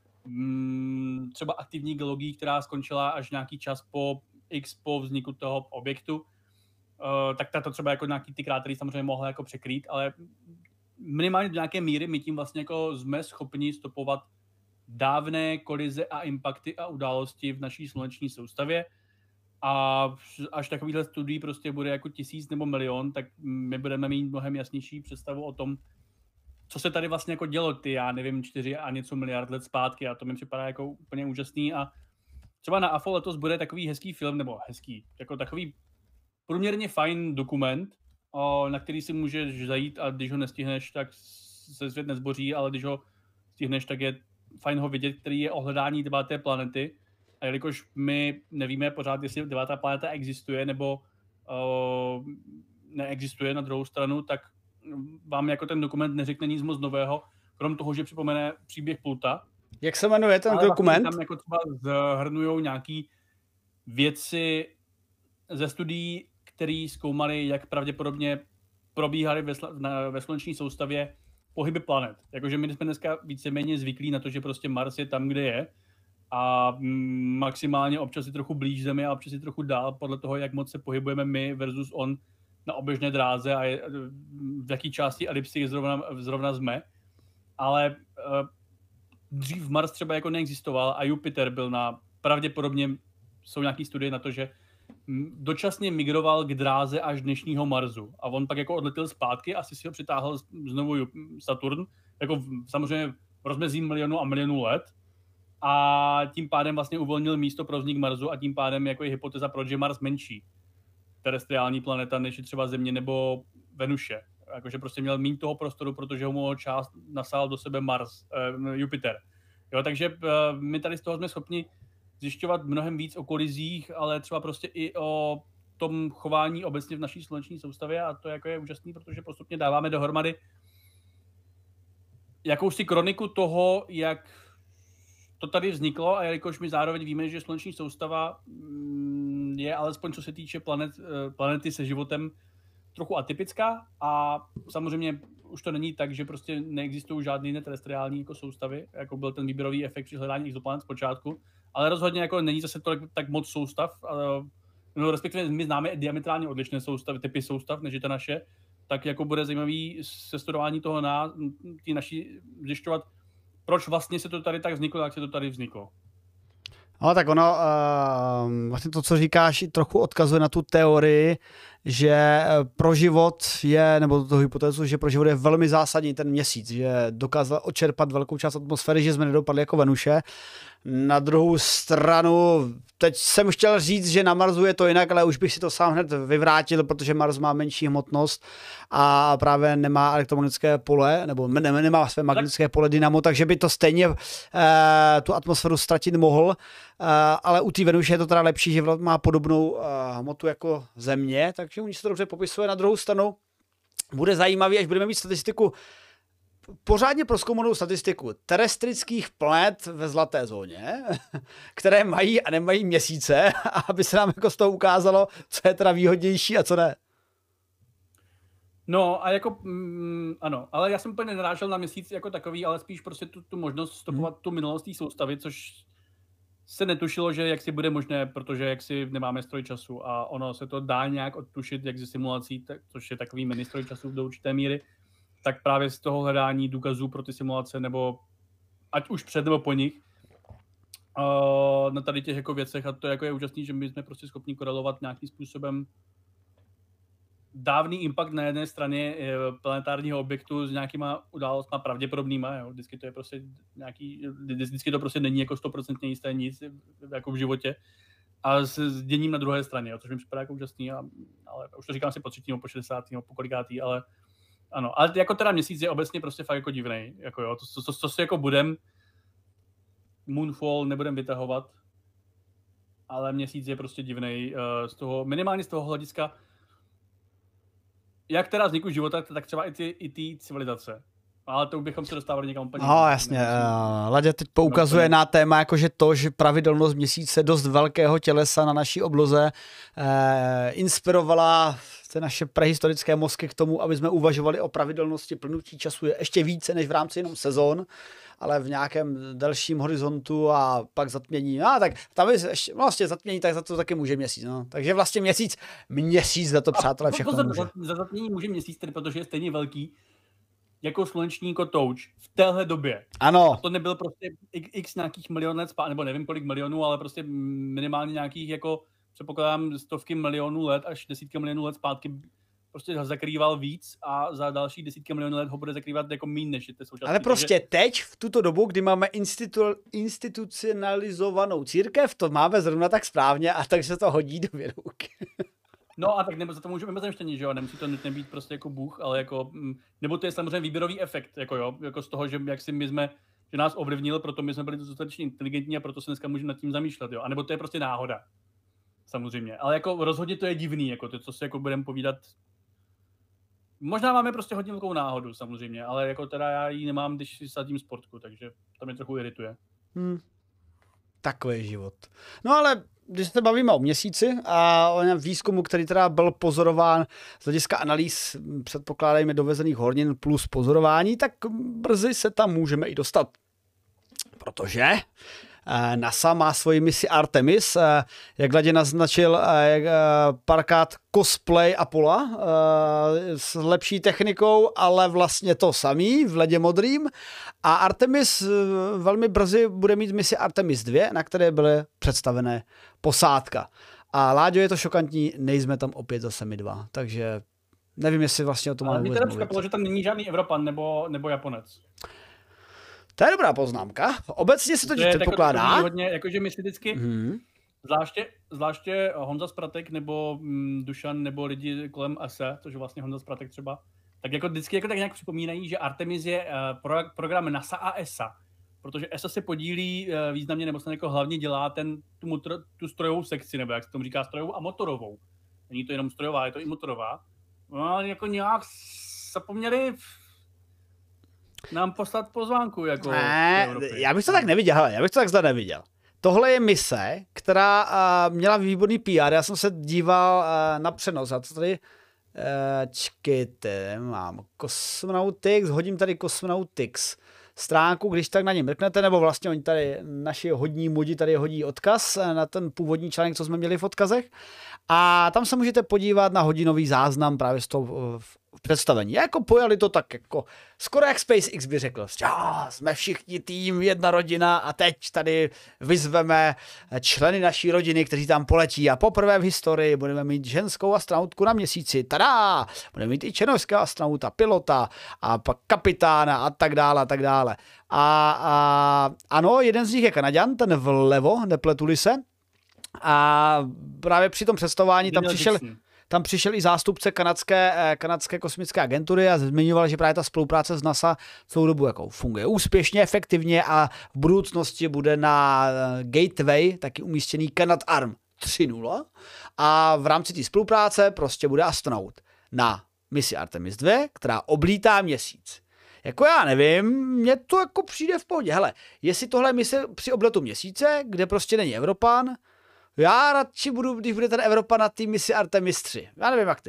mm, třeba aktivní geologií, která skončila až nějaký čas po X po vzniku toho objektu. Uh, tak tato třeba jako nějaký ty krátery samozřejmě mohla jako překrýt, ale minimálně do nějaké míry my tím vlastně jako jsme schopni stopovat dávné kolize a impakty a události v naší sluneční soustavě a až takovýhle studií prostě bude jako tisíc nebo milion, tak my budeme mít mnohem jasnější představu o tom, co se tady vlastně jako dělo ty, já nevím, čtyři a něco miliard let zpátky a to mi připadá jako úplně úžasný a třeba na A F O letos bude takový hezký film, nebo hezký, jako takový průměrně fajn dokument, na který si můžeš zajít a když ho nestihneš, tak se svět nezboří, ale když ho stihneš, tak je fajn ho vidět, který je o hledání deváté planety. A jelikož my nevíme pořád, jestli devátá planeta existuje nebo uh, neexistuje na druhou stranu, tak vám jako ten dokument neřekne nic moc nového, krom toho, že připomene příběh Pluta. Jak se jmenuje ten ale dokument? Tam jako třeba zhrnujou nějaký věci ze studií, který zkoumali, jak pravděpodobně probíhaly ve, na, ve sluneční soustavě pohyby planet. Jakože my jsme dneska víceméně zvyklí na to, že prostě Mars je tam, kde je a maximálně občas je trochu blíž Zemi a občas je trochu dál podle toho, jak moc se pohybujeme my versus on na oběžné dráze a je, v jaký části elipsy zrovna, zrovna jsme. Ale uh, dřív Mars třeba jako neexistoval a Jupiter byl na, pravděpodobně jsou nějaké studie na to, že dočasně migroval k dráze až dnešního Marsu. A on pak jako odletěl zpátky, asi si ho přitáhl znovu Saturn, jako v, samozřejmě v rozmezí milionu a milionu let. A tím pádem vlastně uvolnil místo pro vznik Marsu a tím pádem jako je hypotéza, proč je Mars menší terestriální planeta, než je třeba Země nebo Venuše. Jakože prostě měl méně toho prostoru, protože ho mohl část nasál do sebe Mars, eh, Jupiter. Jo, takže eh, my tady z toho jsme schopni zjišťovat mnohem víc o kolizích, ale třeba prostě i o tom chování obecně v naší sluneční soustavě a to jako je úžasný, protože postupně dáváme dohromady jakousi kroniku toho, jak to tady vzniklo a jelikož my zároveň víme, že sluneční soustava je alespoň co se týče planet, planety se životem trochu atypická a samozřejmě už to není tak, že prostě neexistují žádné jiné terestriální jako soustavy, jako byl ten výběrový efekt při hledání exoplanet z počátku, ale rozhodně jako není zase tolik, tak moc soustav, no, respektive my známe diametrálně odlišné soustavy, typy soustav, než je ta naše, tak jako bude zajímavý se studování toho na ty naší zjišťovat, proč vlastně se to tady tak vzniklo, jak se to tady vzniklo. No tak ono, uh, vlastně to, co říkáš, trochu odkazuje na tu teorii, že pro život je, nebo to hypotézu, že pro život je velmi zásadní ten měsíc, že dokázal odčerpat velkou část atmosféry, že jsme nedopadli jako Venuše. Na druhou stranu, teď jsem chtěl říct, že na Marsu je to jinak, ale už bych si to sám hned vyvrátil, protože Mars má menší hmotnost a právě nemá elektromagnetické pole, nebo nemá své magnetické pole dynamo, takže by to stejně uh, tu atmosféru ztratit mohl, uh, ale u té Venuše je to teda lepší, že má podobnou uh, hmotu jako Země, takže u ní se to dobře popisuje. Na druhou stranu bude zajímavý, až budeme mít statistiku, pořádně prozkoumanou statistiku terestrických planet ve zlaté zóně, které mají a nemají měsíce, aby se nám jako z toho ukázalo, co je teda výhodnější a co ne. No a jako, mm, ano, ale já jsem úplně nenarážel na měsíc jako takový, ale spíš prostě tu, tu možnost stopovat hmm. tu minulost té soustavy, což se netušilo, že jak si bude možné, protože jak si nemáme stroj času a ono se to dá nějak odtušit, jak ze simulací, tak, což je takový mini stroj času do určité míry, tak právě z toho hledání důkazů pro ty simulace, nebo ať už před nebo po nich, uh, na tady těch jako věcech, a to jako je úžasný, že my jsme prostě schopni korelovat nějakým způsobem dávný impact na jedné straně planetárního objektu s nějakýma událostma pravděpodobnýma, jo. Vždycky to je prostě nějaký, vždycky to prostě není jako stoprocentně jisté nic, jako v životě, a s děním na druhé straně, jo, což mi připadá jako úžasný, a, ale už to říkám si po třetí, po šedesátý, po kolikátý, ale ano, ale jako teda měsíc je obecně prostě fakt jako divnej, jako jo, to, to, to, to si jako budem, Moonfall nebudem vytahovat, ale měsíc je prostě divnej, uh, z toho, minimálně z toho hlediska, jak teda vzniku života, tak třeba i ty, i ty civilizace. Ale to bychom se dostávali někam úplně. No jasně, uh, Ladě teď poukazuje no, na téma, jakože to, že pravidelnost měsíce dost velkého tělesa na naší obloze eh, inspirovala ty naše prehistorické mozky k tomu, aby jsme uvažovali o pravidelnosti plnutí času ještě více než v rámci jenom sezon, ale v nějakém delším horizontu a pak zatmění. No tak tam je ještě, vlastně zatmění, tak za to taky může měsíc. No. Takže vlastně měsíc, měsíc za to, přátelé, všechno pozor, může. Za, za zatmění může měsíc, tedy, protože je stejně velký jako sluneční kotouč v téhle době. Ano. A to nebyl prostě x nějakých milionů let zpátky, nebo nevím kolik milionů, ale prostě minimálně nějakých jako, předpokládám, stovky milionů let až desítky milionů let zpátky prostě zakrýval víc a za další desítky milionů let ho bude zakrývat jako míň než je to současný. Ale prostě takže teď, v tuto dobu, kdy máme institu, institucionalizovanou církev, to máme zrovna tak správně a takže se to hodí do věrouky. No a tak nebo za to můžeme mimozemštění, že jo, nemusí to nutně být prostě jako Bůh, ale jako, nebo to je samozřejmě výběrový efekt, jako jo, jako z toho, že jak si my jsme, že nás ovlivnil, proto my jsme byli dostatečně inteligentní a proto se dneska můžeme nad tím zamýšlet, jo, a nebo to je prostě náhoda, samozřejmě, ale jako rozhodně to je divný, jako to, co si jako budeme povídat. Možná máme prostě hodně velkou náhodu, samozřejmě, ale jako teda já ji nemám, když si sadím sportku, takže to mě trochu irituje. Hmm. Takový život. No ale když se bavíme o měsíci a o výzkumu, který teda byl pozorován z hlediska analýz, předpokládejme dovezených hornin plus pozorování, tak brzy se tam můžeme i dostat. Protože NASA má svoji misi Artemis, jak Ladě naznačil, párkrát cosplay Apollo s lepší technikou, ale vlastně to samý v ledě modrým. A Artemis velmi brzy bude mít misi Artemis dva, na které byly představené posádka. A Láďo, je to šokantní, nejsme tam opět zase my dva, takže nevím, jestli vlastně o tom máme vůbec mluvit. Ale že tam není žádný Evropan nebo, nebo Japonec. To je dobrá poznámka. Obecně se to předpokládá. Hodně, jakože my si vždycky, mm-hmm. zvláště, zvláště Honza Spratek nebo mm, Dušan nebo lidi kolem E S A, což je vlastně Honza Spratek třeba, tak jako vždycky jako tak nějak připomínají, že Artemis je uh, pro, program NASA a E S A, protože E S A se podílí uh, významně, nebo se jako hlavně dělá ten, tu, motor, tu strojovou sekci, nebo jak se tomu říká, strojovou a motorovou. Není to jenom strojová, je to i motorová. No ale jako nějak zapomněli nám poslat pozvánku, jako ne, já bych to tak neviděl, hele, já bych to tak zda neviděl. Tohle je mise, která uh, měla výborný P R, já jsem se díval uh, na přenos, a to tady, uh, čekejte, mám Cosmonautics, hodím tady Cosmonautics stránku, když tak na ně mrknete, nebo vlastně oni tady, naši hodní mudi tady hodí odkaz na ten původní článek, co jsme měli v odkazech. A tam se můžete podívat na hodinový záznam právě z toho představení. Jako pojali to tak jako, skoro jak SpaceX by řekl, jsme všichni tým, jedna rodina a teď tady vyzveme členy naší rodiny, kteří tam poletí a poprvé v historii budeme mít ženskou astronautku na měsíci, tada, budeme mít i černošského astronauta, pilota a pak kapitána a tak dále a tak dále. A, a ano, jeden z nich je Kanaďan, ten vlevo, nepletuli se. A právě při tom představování tam přišel, tam přišel i zástupce kanadské, kanadské kosmické agentury a zmiňoval, že právě ta spolupráce s NASA celou dobu jako funguje úspěšně, efektivně a v budoucnosti bude na Gateway taky umístěný Canadarm tři nula a v rámci té spolupráce prostě bude astronaut na misi Artemis dva, která oblítá měsíc. Jako já nevím, mně to jako přijde v pohodě. Hele, jestli tohle mise při obletu měsíce, kde prostě není Evropan, já radši budu, když bude ten Evropa na té misi Artemis tři. Já nevím, jak ty.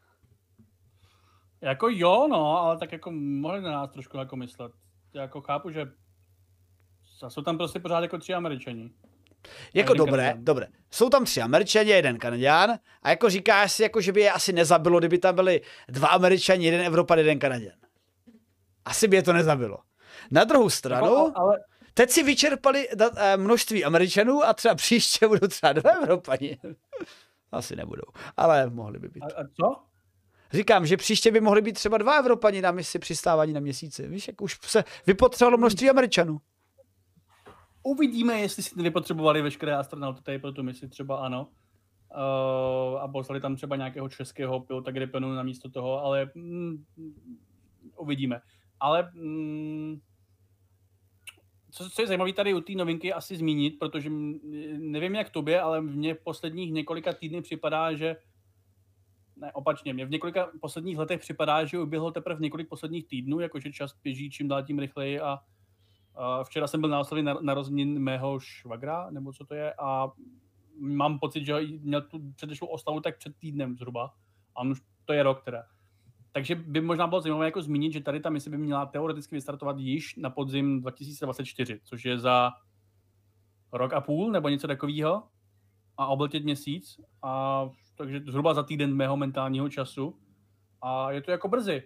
Jako jo, no, ale tak jako mohli na nás trošku jako myslet. Já jako chápu, že jsou tam prostě pořád jako tři Američani. Jako dobré, Kanaďan. dobré. Jsou tam tři Američani, jeden Kanaďan a jako říkáš si, jako, že by je asi nezabilo, kdyby tam byli dva Američani, jeden Evropan, jeden Kanaďan. Asi by je to nezabilo. Na druhou stranu... No, ale... Teď si vyčerpali množství Američanů a třeba příště budou třeba dva Evropani. Asi nebudou, ale mohli by být. A, a co? Říkám, že příště by mohli být třeba dva Evropani na misi přistávání na měsíci. Víš, jak už se vypotřebovalo množství Američanů. Uvidíme, jestli si vypotřebovali veškeré astronauty tady pro tu misi, třeba ano. Uh, a poslali tam třeba nějakého českého pilota Gripenu na místo toho, ale mm, uvidíme. Ale... Mm, Co, co je zajímavé tady u té novinky asi zmínit, protože nevím jak tobě, ale mně v posledních několika týdnech připadá, že ne, opačně, mně v několika posledních letech připadá, že uběhlo teprve několik posledních týdnů, jakože čas běží čím dál tím rychleji a, a včera jsem byl na oslavě na, narozenin mého švagra, nebo co to je, a mám pocit, že měl tu předešlou oslavu tak před týdnem zhruba, a už to je rok teda. Takže by možná bylo zajímavé jako zmínit, že tady ta mise by měla teoreticky vystartovat již na podzim dva tisíce dvacet čtyři, což je za rok a půl nebo něco takového a obletět měsíc, a takže zhruba za týden mého mentálního času a je to jako brzy.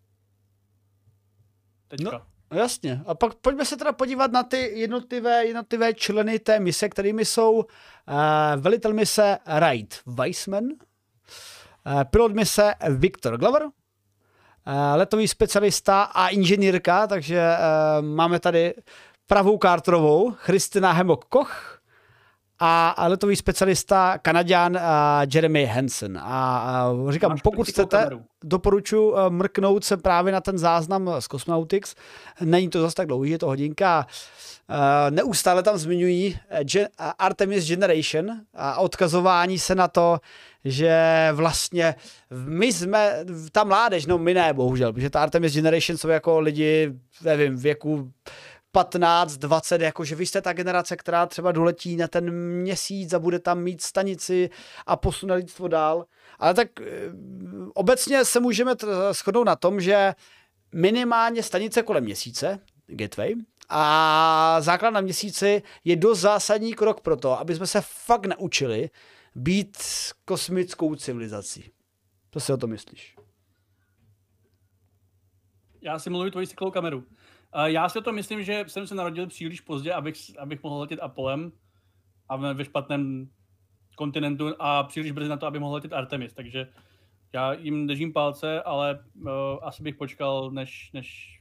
Teďka. No, jasně. A pak pojďme se teda podívat na ty jednotlivé, jednotlivé členy té mise, kterými jsou uh, velitel mise Wright Weissman, uh, pilot mise Victor Glover, letový specialista a inženýrka, takže uh, máme tady pravou Carterovou, Christina Hemok Koch a, a letový specialista Kanaďan uh, Jeremy Hansen. A uh, říkám, Máš pokud chcete, doporučuji uh, mrknout se právě na ten záznam z Cosmonautics. Není to zase tak dlouhý, je to hodinka. Uh, neustále tam zmiňují gen, uh, Artemis Generation a odkazování se na to, že vlastně my jsme, ta mládež, no my ne, bohužel, protože ta Artemis Generation jsou jako lidi, nevím, věku patnáct, dvacet, jakože vy jste ta generace, která třeba doletí na ten měsíc a bude tam mít stanici a posune lidstvo dál. Ale tak obecně se můžeme shodnout na tom, že minimálně stanice kolem měsíce, Gateway, a základ na měsíci je dost zásadní krok pro to, aby jsme se fakt naučili být kosmickou civilizací. Co si o to myslíš? Já si mluvím tvoji cyklou kameru. Já si o to myslím, že jsem se narodil příliš pozdě, abych, abych mohl letět Apollem a ve špatném kontinentu a příliš brzy na to, abych mohl letět Artemis. Takže já jim držím palce, ale uh, asi bych počkal, než, než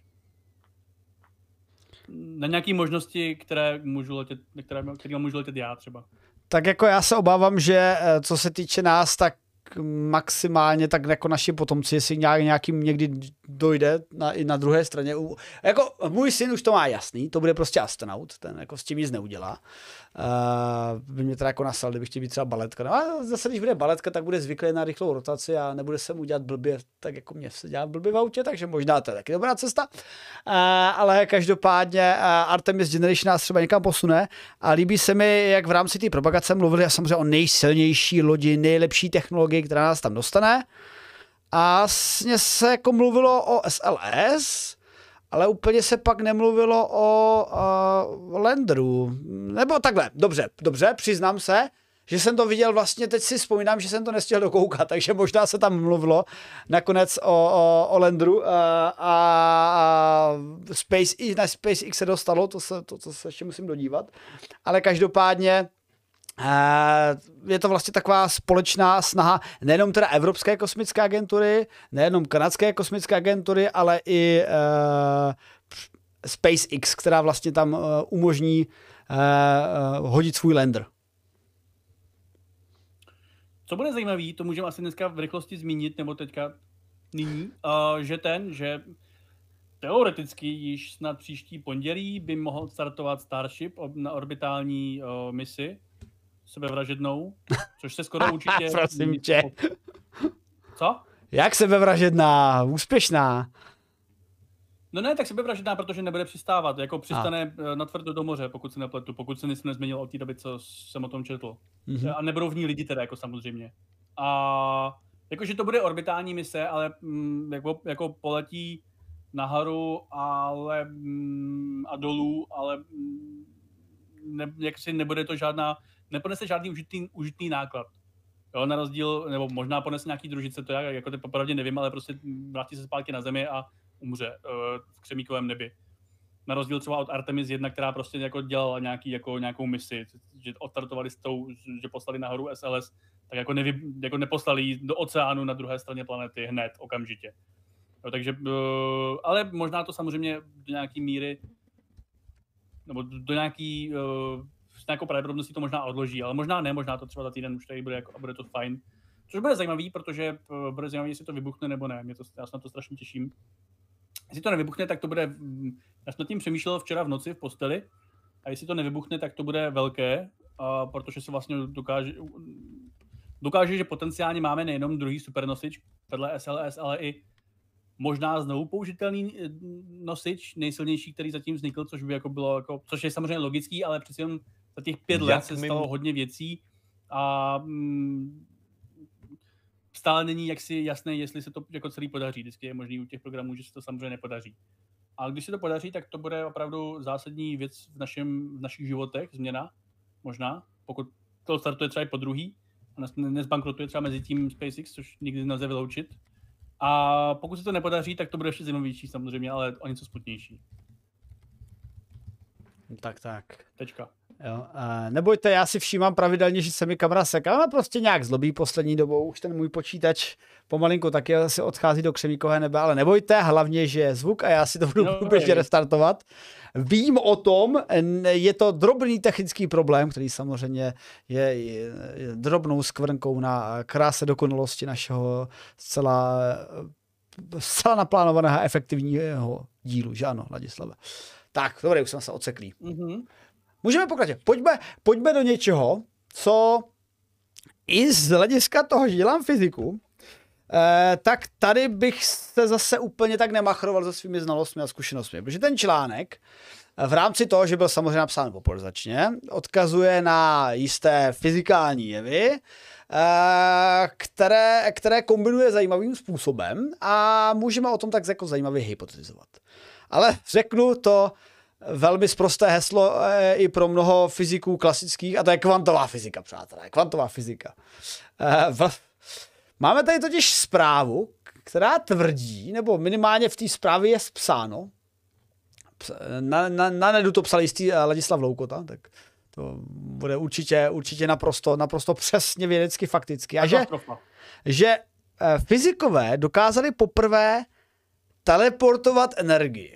na nějaké možnosti, které můžu letět, které, které můžu letět já třeba. Tak jako já se obávám, že co se týče nás, tak maximálně tak jako naši potomci, jestli nějak, nějakým někdy dojde na, i na druhé straně. Jako můj syn už to má jasný, to bude prostě astronaut, ten jako s tím nic neudělá. Uh, by mě teda jako nasal, kdybych chtěl být třeba baletka. No a zase, když bude baletka, tak bude zvyklý na rychlou rotaci a nebude se mu dělat blbě, tak jako mě se dělá blbě v autě, takže možná to je taky dobrá cesta. Uh, ale každopádně uh, Artemis Generation nás třeba někam posune a líbí se mi, jak v rámci té propagace mluvili samozřejmě o nejsilnější lodi, nejlepší technologii, která nás tam dostane. A vlastně se jako mluvilo o S L S, ale úplně se pak nemluvilo o uh, Landeru. Nebo takhle, dobře, dobře, přiznám se, že jsem to viděl vlastně, teď si vzpomínám, že jsem to nestihl dokoukat, takže možná se tam mluvilo nakonec o, o, o Landeru a, a, a Space, i na SpaceX se dostalo, to se, to, to se ještě musím dodívat, ale každopádně je to vlastně taková společná snaha nejenom teda Evropské kosmické agentury, nejenom kanadské kosmické agentury, ale i uh, SpaceX, která vlastně tam uh, umožní uh, hodit svůj lander. Co bude zajímavé, to můžeme asi dneska v rychlosti zmínit, nebo teďka nyní, uh, že ten, že teoreticky již snad příští pondělí by mohl startovat Starship na orbitální uh, misi sebevražednou, což se skoro určitě... Prosím tě. Co? Jak sebevražedná, úspěšná? No ne, tak sebevražedná, protože nebude přistávat, jako přistane a. natvrdo do moře, pokud se nepletu, pokud se nic nezměnilo od té doby, co jsem o tom četl. Mm-hmm. A nebudou v ní lidi teda, jako samozřejmě. A jakože to bude orbitální mise, ale mm, jako, jako poletí nahoru, ale mm, a dolů, ale mm, ne, jaksi nebude to žádná, neponese žádný užitný, užitný náklad. Jo, na rozdíl, nebo možná ponese nějaký družice, to já jako to popravdě nevím, ale prostě vrátí se zpátky na zemi a umře uh, v křemíkovém nebi. Na rozdíl třeba od Artemis jedna, která prostě jako dělala nějaký, jako, nějakou misi, že odstartovali s tou, že poslali nahoru S L S, tak jako, nevy, jako neposlali ji do oceánu na druhé straně planety hned, okamžitě. Jo, takže, uh, ale možná to samozřejmě do nějaký míry, nebo do, do nějaký, uh, s nějakou pravděpodobností to možná odloží, ale možná ne, možná to třeba za týden už tady bude, jako, a bude to fajn. Což bude zajímavý, protože uh, bude zajímavý, jestli to vybuchne nebo ne, mě to, já se na to strašně těším. Jestli to nevybuchne, tak to bude, já jsem nad tím přemýšlel včera v noci v posteli, a jestli to nevybuchne, tak to bude velké, a protože se vlastně dokáže, dokáže, že potenciálně máme nejenom druhý supernosič vedle S L S, ale i možná znovu použitelný nosič, nejsilnější, který zatím vznikl, což by jako bylo, jako, což je samozřejmě logický, ale přeci jen za těch pět let se stalo hodně věcí a mm, stále není jaksi jasné, jestli se to jako celý podaří. Vždycky je možný u těch programů, že se to samozřejmě nepodaří. A když se to podaří, tak to bude opravdu zásadní věc v, našem, v našich životech, změna, možná, pokud to startuje třeba i po druhý a nezbankrotuje třeba mezi tím SpaceX, což nikdy nelze vyloučit. A pokud se to nepodaří, tak to bude ještě zajímavější samozřejmě, ale o něco smutnější. Tak, tak. Tečka. Jo, a nebojte, já si všímám pravidelně, že se mi kamera seká, ale prostě nějak zlobí poslední dobou. Už ten můj počítač pomalinku taky asi odchází do křemíkové nebe, ale nebojte, hlavně, že je zvuk a já si to budu no, průběžně restartovat. Vím o tom, je to drobný technický problém, který samozřejmě je, je, je drobnou skvrnkou na kráse dokonalosti našeho zcela, zcela naplánovaného a efektivního dílu, že ano, Ladislave. Tak, dobré, už jsme se odseklí. Mm-hmm. Můžeme pokračovat. Pojďme, pojďme do něčeho, co i z hlediska toho, že dělám fyziku, eh, tak tady bych se zase úplně tak nemachroval se svými znalostmi a zkušenostmi, protože ten článek v rámci toho, že byl samozřejmě napsán popularizačně, odkazuje na jisté fyzikální jevy, eh, které, které kombinuje zajímavým způsobem a můžeme o tom tak jako zajímavě hypotetizovat. Ale řeknu to velmi sprosté heslo e, i pro mnoho fyziků klasických, a to je kvantová fyzika, přátelé, kvantová fyzika. E, v, máme tady totiž zprávu, která tvrdí, nebo minimálně v té zprávě je psáno, na, na, na nedu to psal jistý Ladislav Loukota, tak to bude určitě, určitě naprosto, naprosto přesně vědecky fakticky. A že, že fyzikové dokázali poprvé teleportovat energii.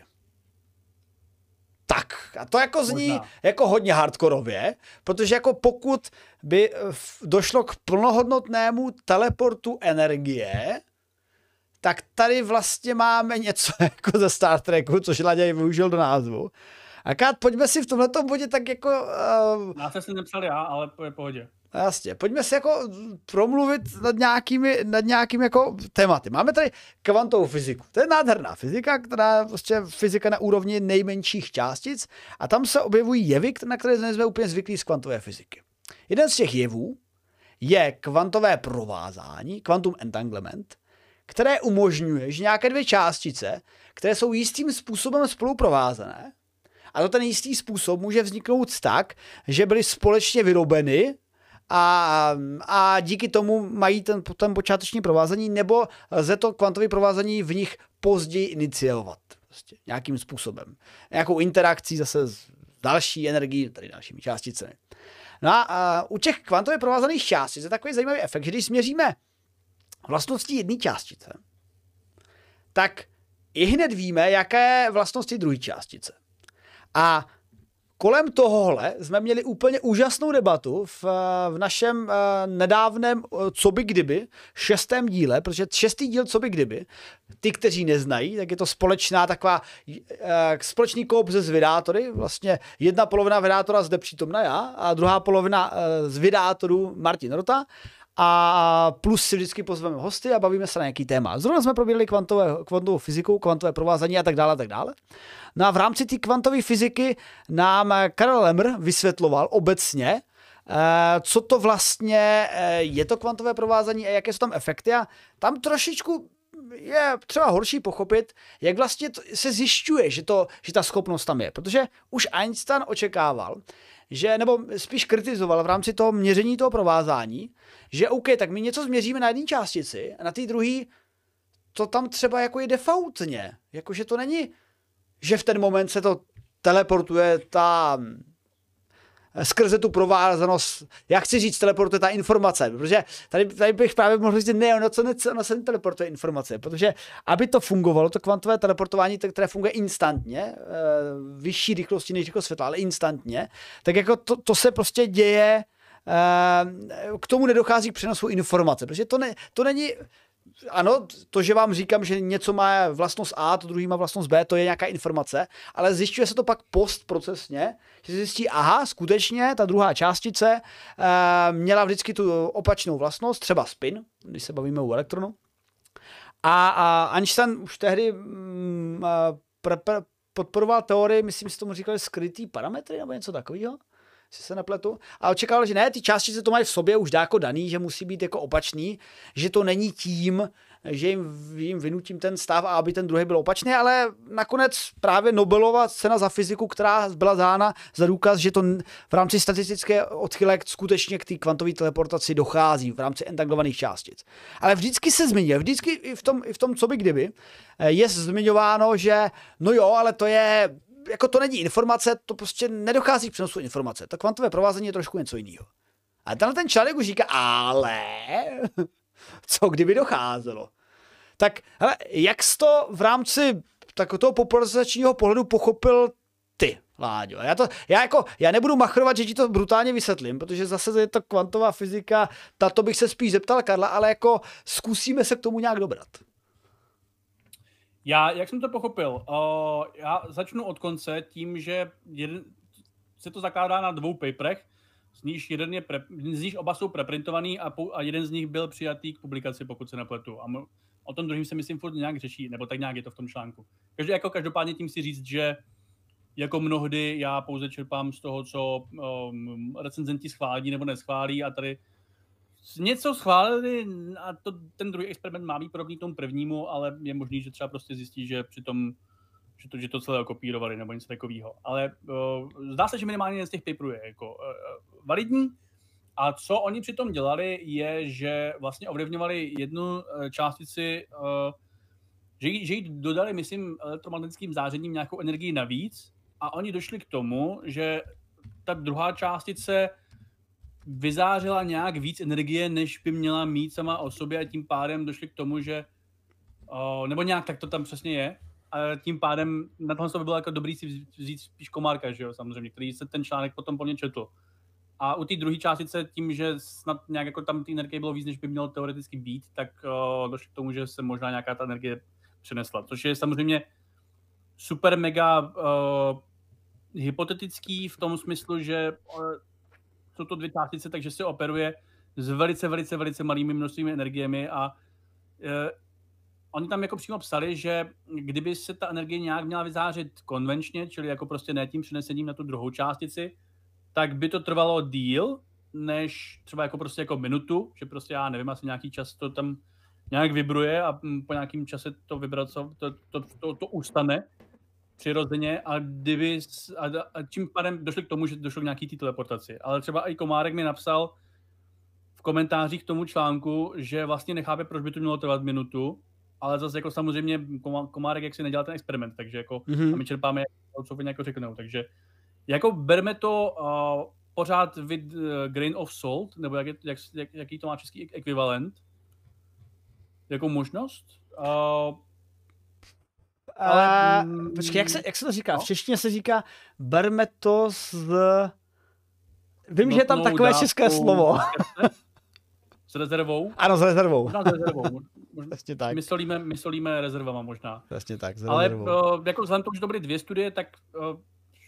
Tak, a to jako zní Možná. jako hodně hardkorově, protože jako pokud by došlo k plnohodnotnému teleportu energie, tak tady vlastně máme něco jako ze Star Treku, což Laděj využil do názvu. A Kát, pojďme si v tomhletom bodě tak jako... Uh, já jsem si nepsal já, ale je pohodě. Jasně, pojďme si jako promluvit nad nějakými, nad nějakými jako tématy. Máme tady kvantovou fyziku. To je nádherná fyzika, která prostě fyzika na úrovni nejmenších částic a tam se objevují jevy, na které nejsme úplně zvyklí z kvantové fyziky. Jeden z těch jevů je kvantové provázání, quantum entanglement, které umožňuje, že nějaké dvě částice, které jsou jistým způsobem spoluprovázané, a to ten jistý způsob může vzniknout tak, že byly společně vyrobeny a, a díky tomu mají ten, ten počáteční provázení, nebo lze to kvantové provázení v nich později iniciovat. Prostě nějakým způsobem. Nějakou interakcí zase s další energií, tady dalšími částicemi. No a, a u těch kvantově provázaných částic je takový zajímavý efekt, že když směříme vlastnosti jedné částice, tak i hned víme, jaké vlastnosti druhé částice. A kolem tohohle jsme měli úplně úžasnou debatu v, v našem uh, nedávném uh, Co by kdyby, šestém díle, protože šestý díl Co by kdyby, ty, kteří neznají, tak je to společná taková uh, společný koup ze zvědátory, vlastně jedna polovina vydátora zde přítomna já a druhá polovina uh, z vydátorů Martin Rota. A plus si vždycky pozveme hosty a bavíme se na nějaký téma. Zrovna jsme probírali kvantové, kvantovou fyziku, kvantové provázání a tak dále, a tak dále. No a v rámci té kvantové fyziky nám Karel Lemmer vysvětloval obecně, co to vlastně je to kvantové provázání a jaké jsou tam efekty. A tam trošičku je třeba horší pochopit, jak vlastně se zjišťuje, že, to, že ta schopnost tam je. Protože už Einstein očekával, že, nebo spíš kritizoval v rámci toho měření toho provázání, že OK, tak my něco změříme na jedné částici a na té druhé to tam třeba jako je defaultně. Jakože to není, že v ten moment se to teleportuje ta skrze tu provázanost, jak chci říct, teleportuje ta informace, protože tady, tady bych právě mohl říct, ne, ono, co ne, ono se neteleportuje informace, protože aby to fungovalo, to kvantové teleportování, které funguje instantně, vyšší rychlosti než rychlost světla, ale instantně, tak jako to, to se prostě děje, k tomu nedochází k přenosu informace, protože to, ne, to není, ano, to, že vám říkám, že něco má vlastnost A, to druhý má vlastnost B, to je nějaká informace, ale zjišťuje se to pak postprocesně, že se zjistí, aha, skutečně ta druhá částice e, měla vždycky tu opačnou vlastnost, třeba spin, když se bavíme o elektronu. A, a Einstein už tehdy mm, pre, pre, podporoval teorii, myslím, že tomu říkali skrytý parametry nebo něco takového, si se nepletu, a očekával, že ne, ty částice to mají v sobě už dáko daný, že musí být jako opačný, že to není tím, že jim, jim vynutím ten stav a aby ten druhý byl opačný, ale nakonec právě Nobelova cena za fyziku, která byla dána za důkaz, že to v rámci statistické odchylek skutečně k té kvantové teleportaci dochází v rámci entaglovaných částic. Ale vždycky se zmiňuje, vždycky i v tom, i v tom Co by kdyby, je zmiňováno, že no jo, ale to je jako to není informace, to prostě nedochází k přenosu informace. To kvantové provázení je trošku něco jiného. A tenhle ten člověk už říká, ale co kdyby docházelo? Tak hele, jak jsi to v rámci tak toho popularizačního pohledu pochopil ty, Láďo? Já, to, já, jako, já nebudu machrovat, že ti to brutálně vysvětlím, protože zase je to kvantová fyzika, tato bych se spíš zeptal Karla, ale jako zkusíme se k tomu nějak dobrat. Já, jak jsem to pochopil, uh, já začnu od konce tím, že jeden, se to zakládá na dvou paperech, z níž, jeden je pre, z níž oba jsou preprintovaný a, a jeden z nich byl přijatý k publikaci, pokud se nepletu. A m, o tom druhým se myslím furt nějak řeší, nebo tak nějak je to v tom článku. Každý, jako každopádně tím si říct, že jako mnohdy já pouze čerpám z toho, co um, recenzenti schválí nebo neschválí a tady něco schválili a to, ten druhý experiment má být podobný tomu prvnímu, ale je možný, že třeba prostě zjistí, že přitom, že to, že to celé kopírovali nebo něco takového. Ale uh, zdá se, že minimálně jeden z těch paperů je jako uh, validní. A co oni přitom dělali, je, že vlastně ovlivňovali jednu částici, uh, že, jí, že jí dodali, myslím, elektromagnetickým zářením nějakou energii navíc a oni došli k tomu, že ta druhá částice vyzářila nějak víc energie, než by měla mít sama o sobě a tím pádem došli k tomu, že uh, nebo nějak tak to tam přesně je a tím pádem na tohle by bylo jako dobrý si vzít spíš Komárka, že jo, samozřejmě, který se ten článek potom plně četl. A u té druhé částice tím, že snad nějak jako tam ty energie bylo víc, než by mělo teoreticky být, tak uh, došli k tomu, že se možná nějaká ta energie přenesla, což je samozřejmě super mega uh, hypotetický v tom smyslu, že uh, jsou to dvě částice, takže se operuje s velice, velice, velice malými množstvími energiemi a e, oni tam jako přímo psali, že kdyby se ta energie nějak měla vyzářit konvenčně, čili jako prostě ne tím přenesením na tu druhou částici, tak by to trvalo díl, než třeba jako prostě jako minutu, že prostě já nevím, asi nějaký čas to tam nějak vibruje a po nějakým čase to vibraco, to, to, to, to ustane přirozeně a, kdyby, a, a čím pádem došli k tomu, že došlo k nějaký té teleportaci. Ale třeba i Komárek mi napsal, komentářích k tomu článku, že vlastně nechápe, proč by to mělo trvat minutu, ale zase jako samozřejmě Komárek jak si nedělal ten experiment, takže jako mm-hmm. a my čerpáme, co oni jako řeknou, takže jako berme to uh, pořád with uh, grain of salt, nebo jak je, jak, jak, jaký to má český ekvivalent, jako možnost. Uh, ale, uh, počkej, jak se, jak se to říká? No? V češtině se říká berme to z... Vím, že je tam takové české slovo. S rezervou? Ano, s rezervou. Možná s rezervou. Vlastně tak. Myslíme, myslíme rezervama možná. Vlastně tak, s rezervou. Ale uh, jako vzhledem tomu, že to byly dvě studie, tak uh,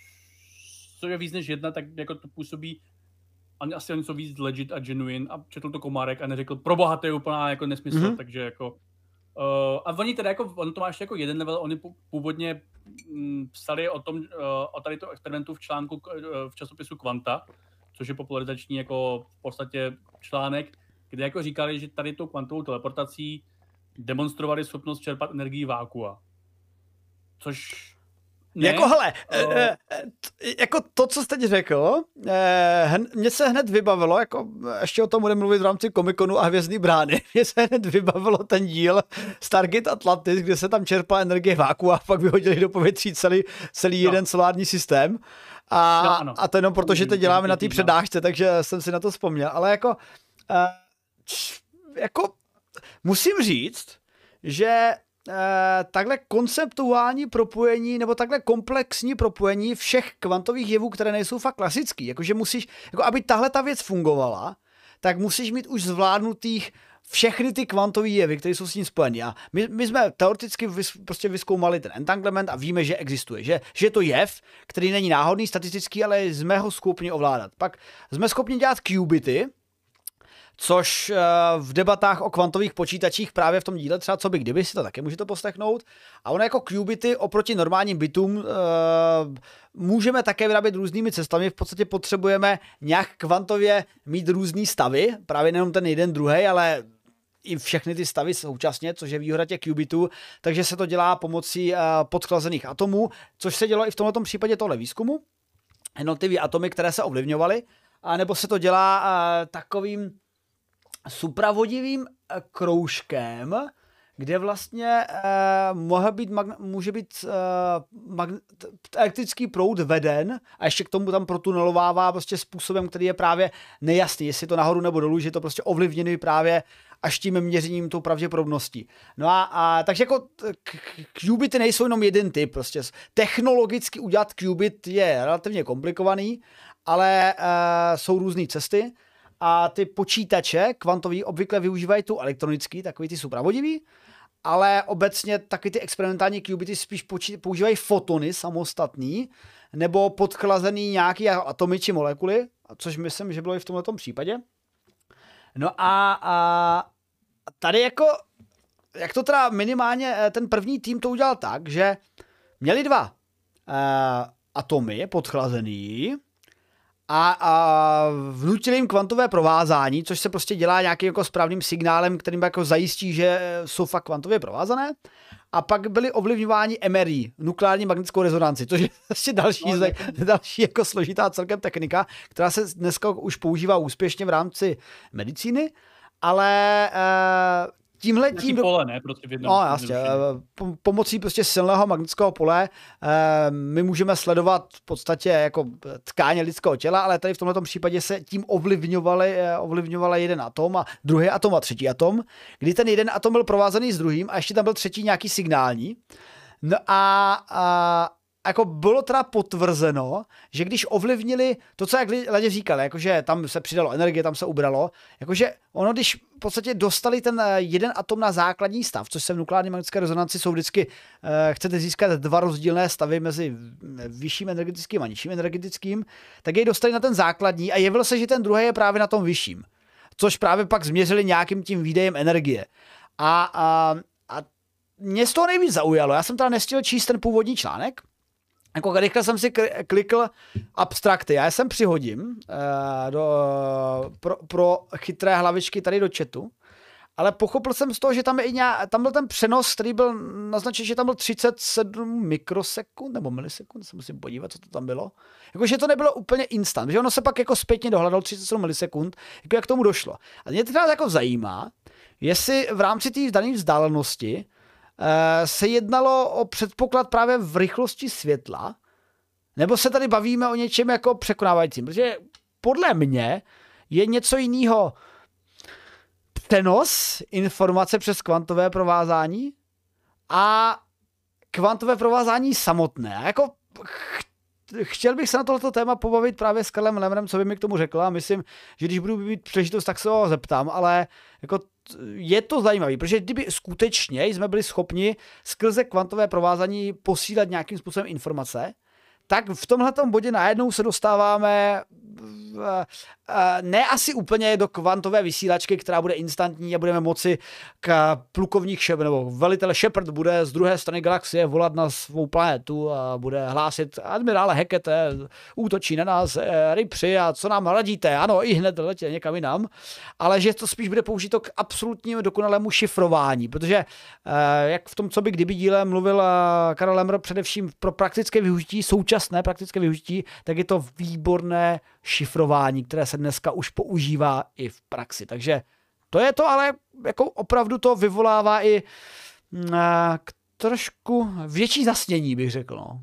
co je víc než jedna, tak jako to působí asi něco víc legit a genuine a četl to Komárek a neřekl, proboha, to je úplná jako nesmysl, mm-hmm. takže jako uh, a oni teda jako, on to má ještě jako jeden level, oni původně m, psali o tom, uh, o tady to experimentu v článku uh, v časopisu Quanta, což je popularizační jako v podstatě článek, kde jako říkali, že tady tou kvantovou teleportací demonstrovali schopnost čerpat energii vákua. Což ne. Jako hele, uh, e, e, jako to, co jste řekl, e, mně se hned vybavilo, jako ještě o tom budeme mluvit v rámci Comic-Conu a Hvězdný brány, mně se hned vybavilo ten díl Stargate Atlantis, kde se tam čerpá energie vákua a pak vyhodili do povětří celý, celý no. jeden solární systém. A, no, ano. a to jenom proto, že to děláme na té přednášce, takže jsem si na to vzpomněl. Ale jako, uh, č, jako musím říct, že uh, takhle konceptuální propojení nebo takhle komplexní propojení všech kvantových jevů, které nejsou fakt klasický, jakože musíš, jako aby tahle ta věc fungovala, tak musíš mít už zvládnutých všechny ty kvantové jevy, které jsou s tím spojené. A my, my jsme teoreticky vys, prostě vyzkoumali ten entanglement a víme, že existuje, že, že je to jev, který není náhodný, statistický, ale jsme ho schopni ovládat. Pak jsme schopni dělat qubity, což uh, v debatách o kvantových počítačích právě v tom díle třeba co by kdyby si to také můžete poslechnout. A ono jako qubity oproti normálním bitům uh, můžeme také vyrábět různými cestami. V podstatě potřebujeme nějak kvantově mít různý stavy, právě nejenom ten jeden druhý, ale i všechny ty stavy současně, což je výhoda těch qubitů, takže se to dělá pomocí uh, podchlazených atomů, což se dělo i v tomto případě tohle výzkumu. Jednotlivé atomy, které se ovlivňovaly, a nebo se to dělá uh, takovým supravodivým kroužkem, kde vlastně uh, může být, magn- může být uh, magn- elektrický proud veden a ještě k tomu tam protunelovává prostě způsobem, který je právě nejasný, jestli je to nahoru nebo dolů, že je to prostě ovlivněný právě až tím měřením tou pravděpodobností. No a, a takže jako qubity nejsou jenom jeden typ, prostě technologicky udělat qubit je relativně komplikovaný, ale uh, jsou různé cesty. A ty počítače kvantový obvykle využívají tu elektronický, takový ty supravodivý, ale obecně taky ty experimentální qubity spíš počí- používají fotony samostatný, nebo podchlazený nějaký atomy či molekuly, což myslím, že bylo i v tomto případě. No a, a tady jako, jak to teda minimálně ten první tým to udělal tak, že měli dva uh, atomy podchlazený, A, a vnutili jim kvantové provázání, což se prostě dělá nějakým jako správným signálem, kterým jako zajistí, že jsou fakt kvantově provázané. A pak byli ovlivňováni M R I, nukleární magnetickou rezonanci, což je vlastně další, no, další jako složitá celkem technika, která se dneska už používá úspěšně v rámci medicíny, ale uh, tímhle tím... pole, ne? Prostě v jednom, no jasně, po, pomocí prostě silného magnetického pole eh, my můžeme sledovat v podstatě jako tkáně lidského těla, ale tady v tomto případě se tím ovlivňovali, eh, ovlivňovala jeden atom a druhý atom a třetí atom, kdy ten jeden atom byl provázaný s druhým a ještě tam byl třetí nějaký signální. No a, a jako bylo teda potvrzeno, že když ovlivnili to, co jak lidi říkali, jakože tam se přidalo energie, tam se ubralo, jakože ono, když v podstatě dostali ten jeden atom na základní stav, což se v nukleární magnetické rezonanci jsou vždycky, eh, chcete získat dva rozdílné stavy mezi vyšším energetickým a nižším energetickým, tak jej dostali na ten základní a jevilo se, že ten druhý je právě na tom vyšším, což právě pak změřili nějakým tím výdejem energie. A, a, a mě z toho nejvíc zaujalo, já jsem teda nestihl číst ten původní článek, jako rychle jsem si klikl abstrakty. Já jsem přihodím uh, do, pro, pro chytré hlavičky tady do chatu. ale pochopil jsem z toho, že tam, je i nějak, tam byl ten přenos, který byl naznačen, že tam byl třicet sedm mikrosekund nebo milisekund, se musím podívat, co to tam bylo. Jakože to nebylo úplně instant, že ono se pak jako zpětně dohledalo třicet sedm milisekund, jako jak tomu došlo. A mě teda jako zajímá, jestli v rámci té dané vzdálenosti uh, se jednalo o předpoklad právě v rychlosti světla, nebo se tady bavíme o něčem jako překonávajícím, protože podle mě je něco jiného přenos informace přes kvantové provázání a kvantové provázání samotné. A jako ch- chtěl bych se na tohleto téma pobavit právě s Karlem Lemrem, co by mi k tomu řekl, a myslím, že když budu mít příležitost, tak se ho zeptám, ale jako je to zajímavé, protože kdyby skutečně jsme byli schopni skrze kvantové provázání posílat nějakým způsobem informace, tak v tomhletom bodě najednou se dostáváme ne asi úplně do kvantové vysílačky, která bude instantní a budeme moci k plukovník Shepard, nebo velitel Shepard bude z druhé strany galaxie volat na svou planetu a bude hlásit: admirále Hackete, útočí na nás Ripři a co nám radíte? Ano, i hned letě někam jinam. Ale že to spíš bude použito k absolutnímu dokonalému šifrování, protože jak v tom, co by kdyby díle mluvil Karel Lemmer, především pro praktické využití, současné praktické využití, tak je to výborné šifrování, které se dneska už používá i v praxi. Takže to je to, ale jako opravdu to vyvolává i uh, trošku větší zasnění, bych řekl. No,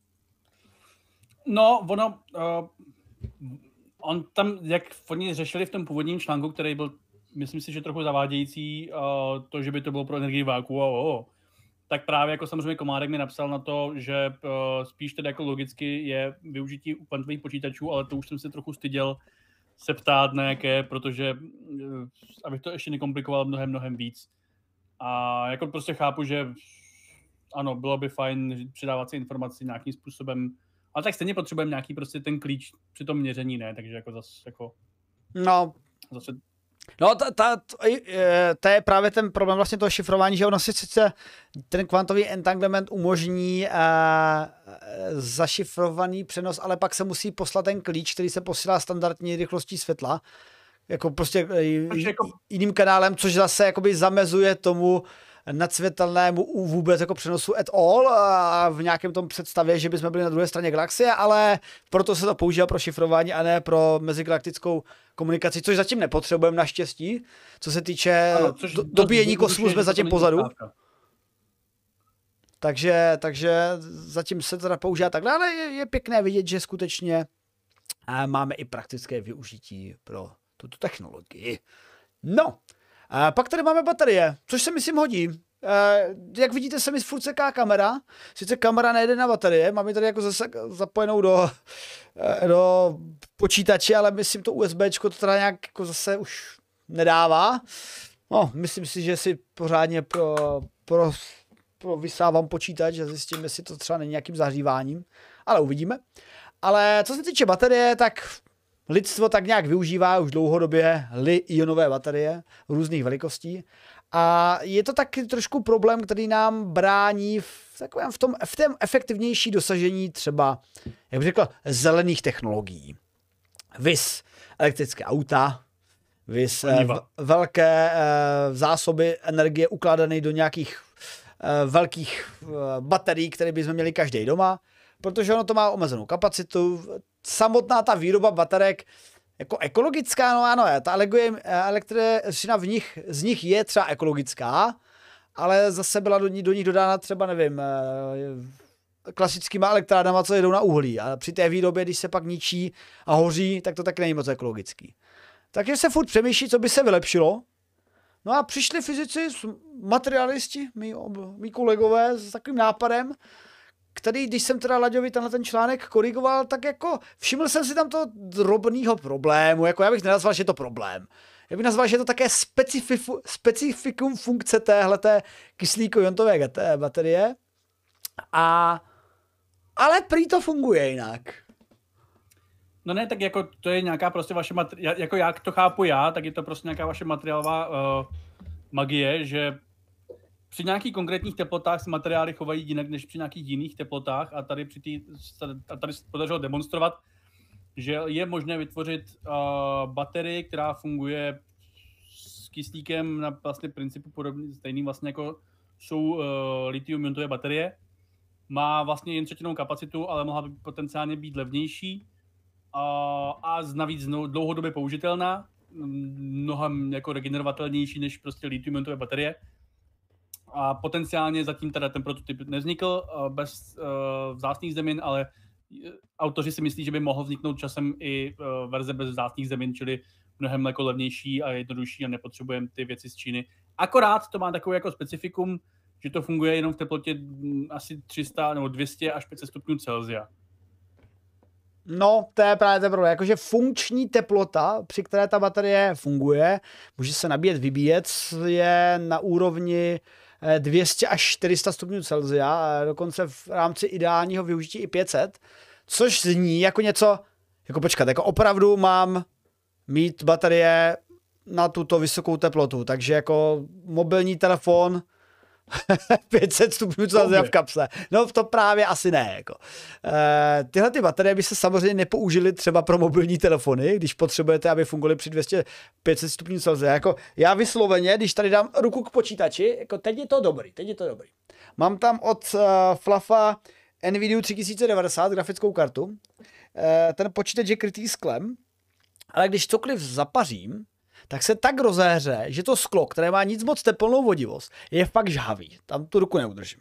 no ono, uh, on tam, jak oni řešili v tom původním článku, který byl, myslím si, že trochu zavádějící, uh, to, že by to bylo pro energii váku, oh, oh, tak právě jako samozřejmě Komárek mi napsal na to, že uh, spíš tedy jako logicky je využití u kvantových počítačů, ale to už jsem se trochu styděl se ptát na jaké, protože uh, abych to ještě nekomplikoval mnohem, mnohem víc. A jako prostě chápu, že ano, bylo by fajn předávat si informaci nějakým způsobem, ale tak stejně potřebujeme nějaký prostě ten klíč při tom měření, ne? Takže jako zase jako... No, zase... No, ta, ta, to, to je právě ten problém vlastně toho šifrování, že ono si sice ten kvantový entanglement umožní uh, zašifrovaný přenos, ale pak se musí poslat ten klíč, který se posílá standardní rychlostí světla, jako prostě jako... jiným kanálem, což zase jakoby zamezuje tomu nadsvětelnému vůbec jako přenosu at all a v nějakém tom představě, že bychom byli na druhé straně galaxie, ale proto se to používá pro šifrování a ne pro mezigalaktickou komunikaci, což zatím nepotřebujeme naštěstí. Co se týče ano, do, dobíjení kosmu, jsme zatím pozadu. Takže, takže zatím se teda používá takhle, ale je, je pěkné vidět, že skutečně máme i praktické využití pro tuto technologii. No, a pak tady máme baterie, což se myslím hodí. E, jak vidíte, se mi furt seká kamera. Sice kamera nejde na baterie, mám ji tady jako zase zapojenou do, do počítače, ale myslím to USBčko to teda nějak jako zase už nedává. No, myslím si, že si pořádně pro, pro, pro vysávám počítač a zjistím, jestli to třeba není nějakým zahříváním, ale uvidíme. Ale co se týče baterie, tak lidstvo tak nějak využívá už dlouhodobě li-ionové baterie různých velikostí a je to taky trošku problém, který nám brání v takovém v tom v tom efektivnější dosažení třeba, jak bych řekl, zelených technologií. Vys elektrické auta, vys eh, velké eh, zásoby energie ukládané do nějakých eh, velkých eh, baterií, které bychom měli každý doma, protože ono to má omezenou kapacitu. Samotná ta výroba baterek jako ekologická, no ano, ta elektřina v nich, z nich je třeba ekologická, ale zase byla do, ní, do nich dodána třeba, nevím, klasickýma elektrárnama, co jedou na uhlí. A při té výrobě, když se pak ničí a hoří, tak to taky není moc ekologický. Takže se furt přemýšlí, co by se vylepšilo. No a přišli fyzici, materialisti, mý, mý kolegové s takovým nápadem, který, když jsem teda Laďovi tenhle ten článek korigoval, tak jako všiml jsem si tam to drobného problému, jako já bych nenazval, že je to problém. Já bych nazval, že je to také specififu, specifikum funkce téhleté kyslíko-iontové baterie. A, ale prý to funguje jinak. No ne, tak jako to je nějaká prostě vaše, materi- jako jak to chápu já, tak je to prostě nějaká vaše materiálová uh, magie, že při nějakých konkrétních teplotách se materiály chovají jinak než při nějakých jiných teplotách a tady při tý, a tady se podařilo demonstrovat, že je možné vytvořit uh, baterii, která funguje kyslíkem na vlastně principu podobný, stejný vlastně jako jsou uh, litium-ionové baterie. Má vlastně jen třetinou kapacitu, ale mohla by potenciálně být levnější a, a navíc dlouhodobě použitelná, mnohem jako regenerovatelnější než prostě litium-ionové baterie. A potenciálně zatím teda ten prototyp nevznikl bez uh, vzácných zemin, ale autoři si myslí, že by mohl vzniknout časem i uh, verze bez vzácných zemin, čili mnohem jako levnější a jednodušší a nepotřebujeme ty věci z Číny. Akorát to má takové jako specifikum, že to funguje jenom v teplotě asi tři sta nebo dvě stě až pět set stupňů Celsia. No, to je právě to problém. Jakože funkční teplota, při které ta baterie funguje, může se nabíjet, vybíjet, je na úrovni dvě stě až čtyři sta stupňů Celsia, dokonce v rámci ideálního využití i pět set, což zní jako něco, jako počkat, jako opravdu mám mít baterie na tuto vysokou teplotu, takže jako mobilní telefon pět set stupňů Celsia v kapse. No to právě asi ne. Jako. E, tyhle ty baterie by se samozřejmě nepoužily třeba pro mobilní telefony, když potřebujete, aby fungovaly při dvě stě pět set stupňů Celsia. Jako já vysloveně, když tady dám ruku k počítači, jako teď je to dobrý, teď je to dobrý. Mám tam od uh, Flafa NVIDIA tři tisíce devadesát grafickou kartu. E, ten počítač je krytý sklem, ale když cokoliv zapařím, tak se tak rozehře, že to sklo, které má nic moc teplnou vodivost, je fakt žhavý. Tam tu ruku neudržím.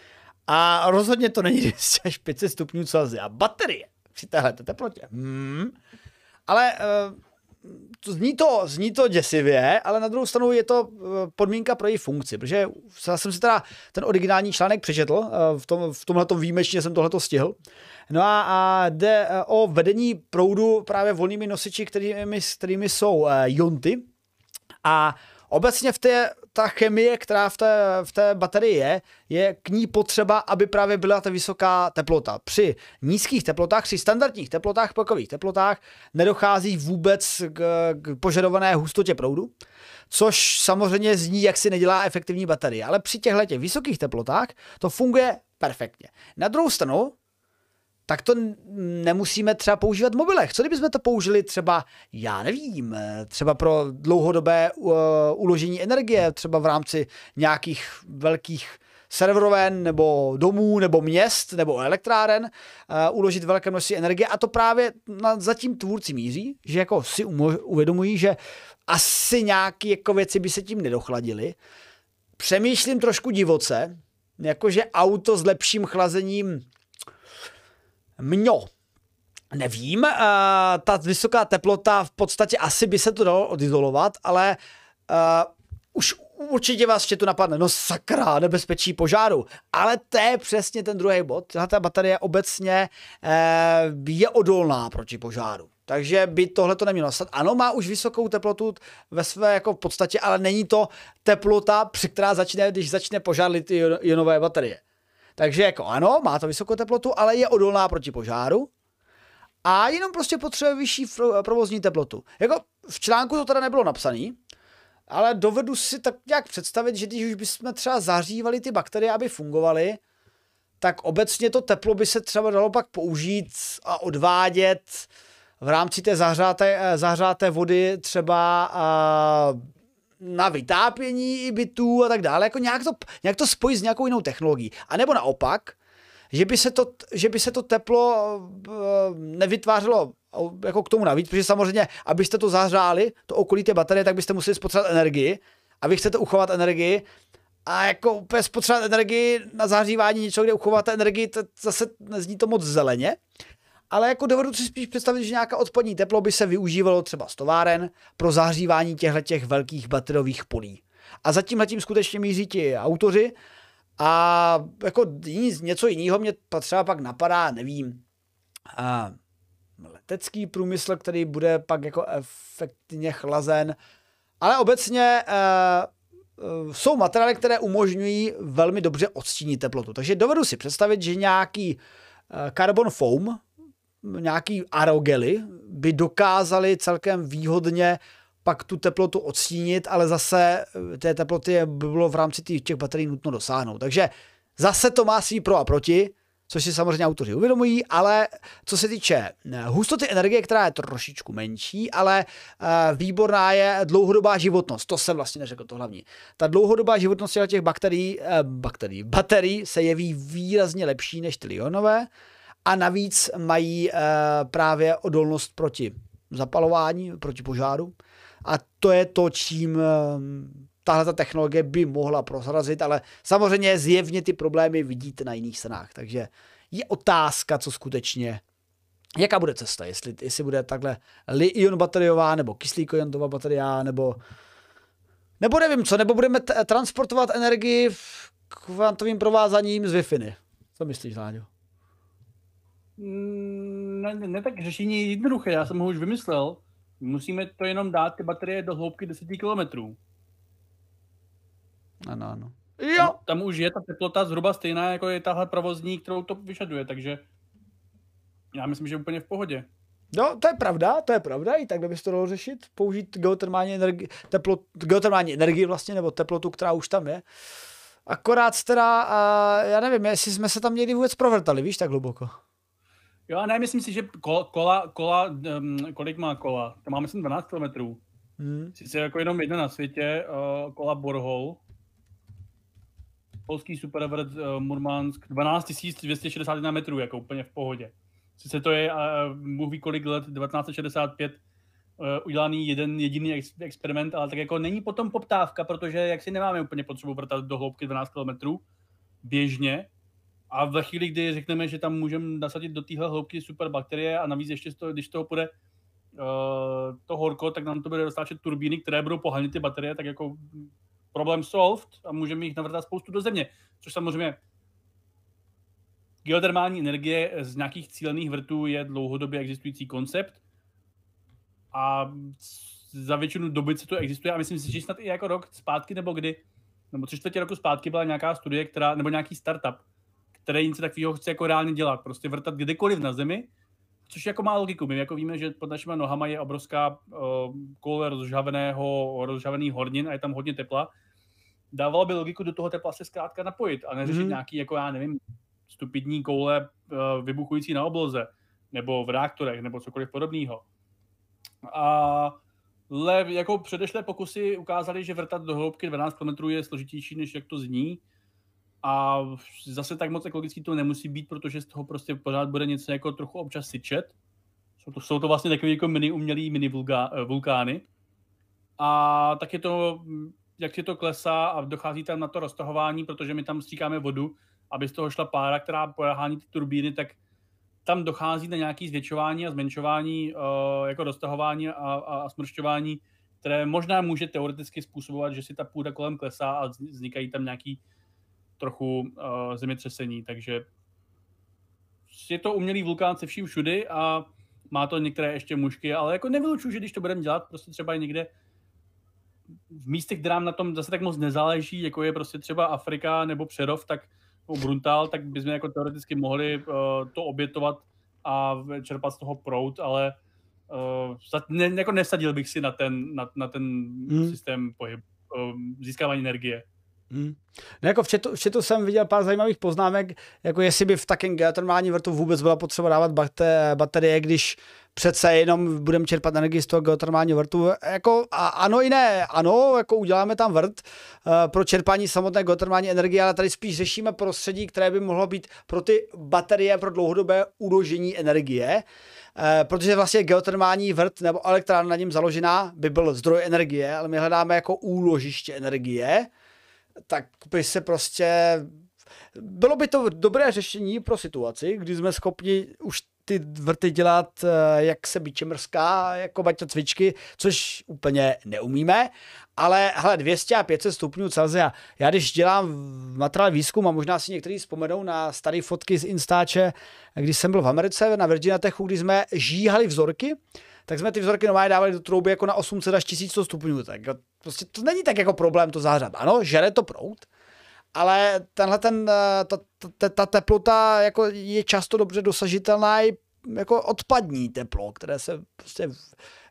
A rozhodně to není dvě stě až pět set stupňů Celsia. Baterie při téhle teplotě. Hmm. Ale uh, to zní, to, zní to děsivě, ale na druhou stranu je to podmínka pro její funkci, protože já jsem si teda ten originální článek přečetl, uh, v, tom, v tomhletom výjimečně jsem tohleto stihl. No a, a jde o vedení proudu právě volnými nosiči, kterými, kterými jsou uh, ionty. A obecně v té, ta chemie, která v té, v té baterii je, je k ní potřeba, aby právě byla ta vysoká teplota. Při nízkých teplotách, při standardních teplotách, pokojových teplotách nedochází vůbec k, k požadované hustotě proudu, což samozřejmě zní, jak si nedělá efektivní baterie. Ale při těchto vysokých teplotách to funguje perfektně. Na druhou stranu, tak to nemusíme třeba používat v mobilech. Co kdybychom to použili třeba, já nevím, třeba pro dlouhodobé uh, uložení energie, třeba v rámci nějakých velkých serveroven, nebo domů, nebo měst, nebo elektráren, uh, uložit velké množství energie a to právě na, zatím tvůrci míří, že jako si umo- uvědomují, že asi nějaké jako věci by se tím nedochladily. Přemýšlím trošku divoce, jakože auto s lepším chlazením Mňo, nevím, uh, ta vysoká teplota v podstatě asi by se to dalo odizolovat, ale uh, už určitě vás tu napadne, no sakra, nebezpečí požáru, ale to je přesně ten druhý bod, ta baterie obecně uh, je odolná proti požáru. Takže by tohle to nemělo nastat. Ano, má už vysokou teplotu ve své jako v podstatě, ale není to teplota, při která začne, když začne požár litio-ionové baterie. Takže jako ano, má to vysokou teplotu, ale je odolná proti požáru a jenom prostě potřebuje vyšší provozní teplotu. Jako v článku to teda nebylo napsaný, ale dovedu si tak nějak představit, že když už bychom třeba zahřívali ty bakterie, aby fungovaly, tak obecně to teplo by se třeba dalo pak použít a odvádět v rámci té zahřáté, zahřáté vody třeba a na vytápění i bytů a tak dále, jako nějak to, nějak to spojit s nějakou jinou technologií. A nebo naopak, že by se to, že by se to teplo nevytvářelo jako k tomu navíc, protože samozřejmě, abyste to zahřáli, to okolí té baterie, tak byste museli spotřebovat energii a vy chcete uchovat energii a jako úplně spotřebovat energii na zahřívání něčeho, kde uchováte energii, to zase nezní to moc zeleně. Ale jako dovedu si spíš představit, že nějaká odpadní teplo by se využívalo třeba z továren pro zahřívání těchto velkých bateriových polí. A za tímhletím skutečně míří ti autoři a jako něco jiného mě třeba pak napadá, nevím, a letecký průmysl, který bude pak jako efektivně chlazen, ale obecně uh, jsou materiály, které umožňují velmi dobře odstínit teplotu. Takže dovedu si představit, že nějaký uh, carbon foam, nějaký aerogely by dokázaly celkem výhodně pak tu teplotu odstínit, ale zase té teploty by bylo v rámci těch baterií nutno dosáhnout. Takže zase to má svý pro a proti. což si samozřejmě autoři uvědomují, ale co se týče hustoty energie, která je trošičku menší, ale výborná je dlouhodobá životnost. To jsem vlastně neřekl, to hlavní. Ta dlouhodobá životnost těch bakterií, bakterií, baterií se jeví výrazně lepší než ty lionové a navíc mají právě odolnost proti zapalování, proti požáru. A to je to, čím tahle ta technologie by mohla prozrazit, ale samozřejmě zjevně ty problémy vidíte na jiných stranách. Takže je otázka, co skutečně, jaká bude cesta, jestli, jestli bude takhle li-ion bateriová, nebo kyslíkoionová bateria, nebo, nebo nevím co, nebo budeme t- transportovat energii v kvantovým provázaním z Wi-Fi. Co myslíš, Láďo? Ne, ne, tak řešení je jednoduché, já jsem ho už vymyslel. Musíme to jenom dát ty baterie do hloubky deset kilometrů. Ano, ano. Jo. Tam, tam už je ta teplota zhruba stejná, jako je tahle provozní, kterou to vyžaduje, takže já myslím, že je úplně v pohodě. No, to je pravda, to je pravda, i takhle bys to dalo řešit, použít geotermální energii, teplot, geotermální energii vlastně, nebo teplotu, která už tam je. Akorát teda, uh, já nevím, jestli jsme se tam někdy vůbec provrtali, víš, tak hluboko. Jo, a ne, myslím si, že kola, kola, kola um, kolik má kola? To má myslím dvanáct kilometrů. Hmm. Sice jako jenom jedna na světě, uh, kola Borhol. Polský supervrt uh, Murmansk, dvanáct tisíc dvě stě šedesát jedna metrů, jako úplně v pohodě. Sice to je, uh, Bůh ví kolik let, devatenáct set šedesát pět, uh, udělaný jeden jediný ex- experiment, ale tak jako není potom poptávka, protože jak si nemáme úplně potřebu vrtat do hloubky dvanáct kilometrů běžně. A ve chvíli, kdy řekneme, že tam můžeme nasadit do téhle hloubky super bakterie a navíc ještě, to, když toho půjde uh, to horko, tak nám to bude dostáčet turbíny, které budou pohánět ty baterie, tak jako problém solved a můžeme jich navrtat spoustu do země. Což samozřejmě geotermální energie z nějakých cílených vrtů je dlouhodobě existující koncept a za většinu doby se to existuje a myslím si, že snad i jako rok zpátky nebo kdy, nebo tři čtvrtě roku zpátky byla nějaká studie, která, nebo nějaký startup, který něco takového chce jako reálně dělat, prostě vrtat kdekoliv na zemi, což jako má logiku. My jako víme, že pod našimi nohama je obrovská uh, koule rozžhaveného, rozžhavený hornin a je tam hodně tepla. Dávalo by logiku do toho tepla se zkrátka napojit a neřešit mm. nějaký, jako já nevím, stupidní koule uh, vybuchující na obloze, nebo v reaktorech, nebo cokoliv podobného. A le, jako předešlé pokusy ukázaly, že vrtat do hloubky dvanáct kilometrů je složitější, než jak to zní. A zase tak moc ekologický to nemusí být, protože z toho prostě pořád bude něco jako trochu občas syčet. Jsou to, jsou to vlastně takové jako mini umělý mini vulga, vulkány. A tak je to, jak je to klesá a dochází tam na to roztahování, protože my tam stříkáme vodu, aby z toho šla pára, která pohání ty turbíny, tak tam dochází na nějaké zvětšování a zmenšování, uh, jako roztahování a, a, a smršťování, které možná může teoreticky způsobovat, že si ta půda kolem klesá a vznikají tam nějaký trochu uh, zemětřesení, takže je to umělý vulkán se vším všudy a má to některé ještě mušky, ale jako nevylučuju, že když to budeme dělat, prostě třeba někde v místech, kde nám na tom zase tak moc nezáleží, jako je prostě třeba Afrika nebo Přerov, tak nebo Bruntál, tak bychom jako teoreticky mohli uh, to obětovat a čerpat z toho proud, ale uh, ne, jako nesadil bych si na ten, na, na ten hmm. systém pohybu, uh, získávání energie. Hmm. No jako v chatu, v chatu jsem viděl pár zajímavých poznámek, jako jestli by v takém geotermálním vrtu vůbec byla potřeba dávat baterie, když přece jenom budeme čerpat energii z toho geotermálního vrtu. Jako, a ano i ne, ano, jako uděláme tam vrt uh, pro čerpání samotné geotermální energie, ale tady spíš řešíme prostředí, které by mohlo být pro ty baterie pro dlouhodobé uložení energie. Uh, protože vlastně geotermální vrt nebo elektrárna na něm založená by byl zdroj energie, ale my hledáme jako úložiště energie. Tak by se prostě... Bylo by to dobré řešení pro situaci, kdy jsme schopni už ty vrty dělat, jak se bičemrská, jako baťa cvičky, což úplně neumíme, ale hele, dvě stě a pět set stupňů Celsia. Já když dělám materiál výzkum, a možná si někteří vzpomenou na staré fotky z Instače, když jsem byl v Americe, na Virginia Techu, kdy jsme žíhali vzorky, tak jsme ty vzorky normálně dávali do trouby jako na osm set až tisíc sto stupňů. Tak prostě to není tak jako problém to zahřát. Ano, žere to proud, ale tenhle ten, ta, ta, ta teplota jako je často dobře dosažitelná i jako odpadní teplo, které se prostě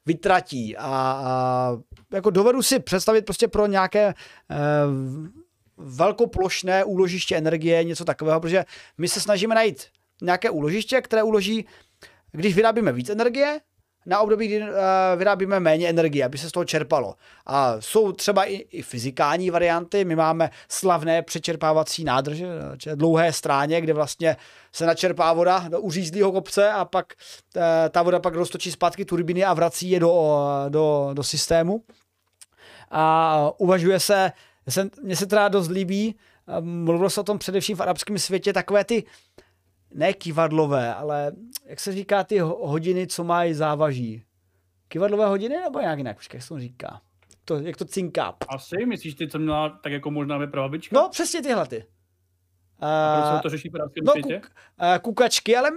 vytratí. A, a jako dovedu si představit prostě pro nějaké eh, velkoplošné úložiště energie, něco takového, protože my se snažíme najít nějaké úložiště, které uloží, když vyrábíme víc energie, na období, kdy uh, vyrábíme méně energie, aby se z toho čerpalo. A jsou třeba i, i fyzikální varianty. My máme slavné přečerpávací nádrže, dlouhé stráně, kde vlastně se načerpá voda do uřízlého kopce a pak uh, ta voda pak roztočí zpátky turbíny a vrací je do, do, do systému. A uvažuje se, mně se teda dost líbí, mluvilo se o tom především v arabském světě, takové ty ne kivadlové, ale jak se říká ty hodiny, co mají závaží. Kivadlové hodiny nebo nějak jinak, jak se to říká? To, jak to cinká. Asi, myslíš ty, co měla tak jako možná ve prababička? No, přesně tyhle ty. A proč se to řeší v arabském no, světě? Kuk, uh, kukačky, ale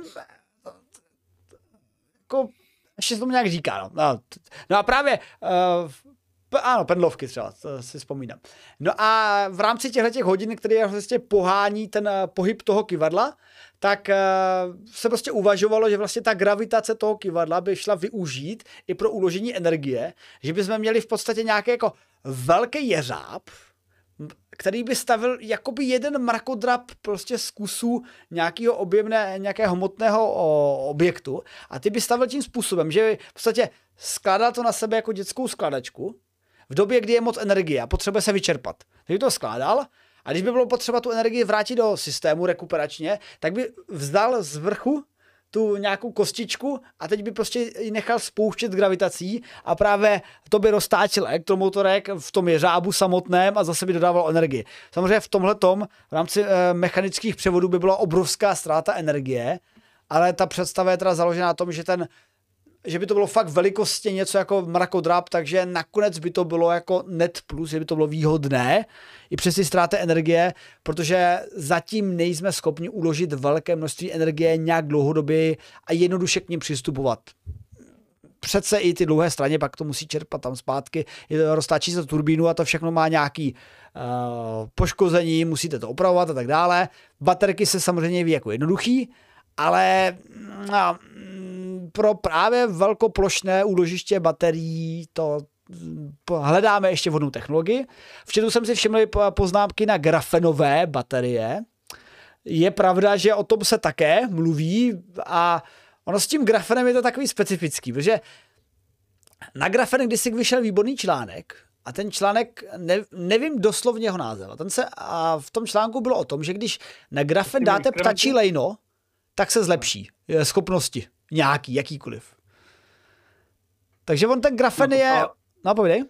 jako, ještě se tomu nějak říká. No, no, no a právě uh, ano, pendlovky třeba, to si vzpomínám. No a v rámci těchto hodin, které vlastně pohání ten uh, pohyb toho kivadla, tak uh, se prostě uvažovalo, že vlastně ta gravitace toho kivadla by šla využít i pro uložení energie, že bychom měli v podstatě nějaký jako velký jeřáb, který by stavil jakoby jeden mrakodrap prostě z kusů nějakého objemné, nějakého hmotného o, objektu a ty by stavil tím způsobem, že by v podstatě skládal to na sebe jako dětskou skladačku v době, kdy je moc energie a potřebuje se vyčerpat. Takže to skládal a když by bylo potřeba tu energii vrátit do systému rekuperačně, tak by vzdal z vrchu tu nějakou kostičku a teď by prostě ji nechal spouštět gravitací a právě to by roztáčel elektromotorek v tom jeřábu samotném a zase by dodával energii. Samozřejmě v tomhletom v rámci e, mechanických převodů by byla obrovská ztráta energie, ale ta představa je teda založená na tom, že ten že by to bylo fakt velikostně něco jako mrakodrap, takže nakonec by to bylo jako net plus, že by to bylo výhodné i přes ty ztráty energie, protože zatím nejsme schopni uložit velké množství energie nějak dlouhodobě a jednoduše k ním přistupovat. Přece i ty dlouhé straně pak to musí čerpat tam zpátky, roztáčí se turbínu a to všechno má nějaký uh, poškození, musíte to opravovat a tak dále. Baterky se samozřejmě ví jako jednoduchý, ale no, pro právě velkoplošné úložiště baterií to hledáme ještě vhodnou technologii. V chatu jsem si všiml poznámky na grafenové baterie. Je pravda, že o tom se také mluví a ono s tím grafenem je to takový specifický, protože na grafen kdysi vyšel výborný článek a ten článek, ne, nevím doslovně jeho název. Ten se, a v tom článku bylo o tom, že když na grafen dáte ptačí lejno, tak se zlepší schopnosti. Nějaký, jakýkoliv. Takže on ten grafen no, je... No, povídej.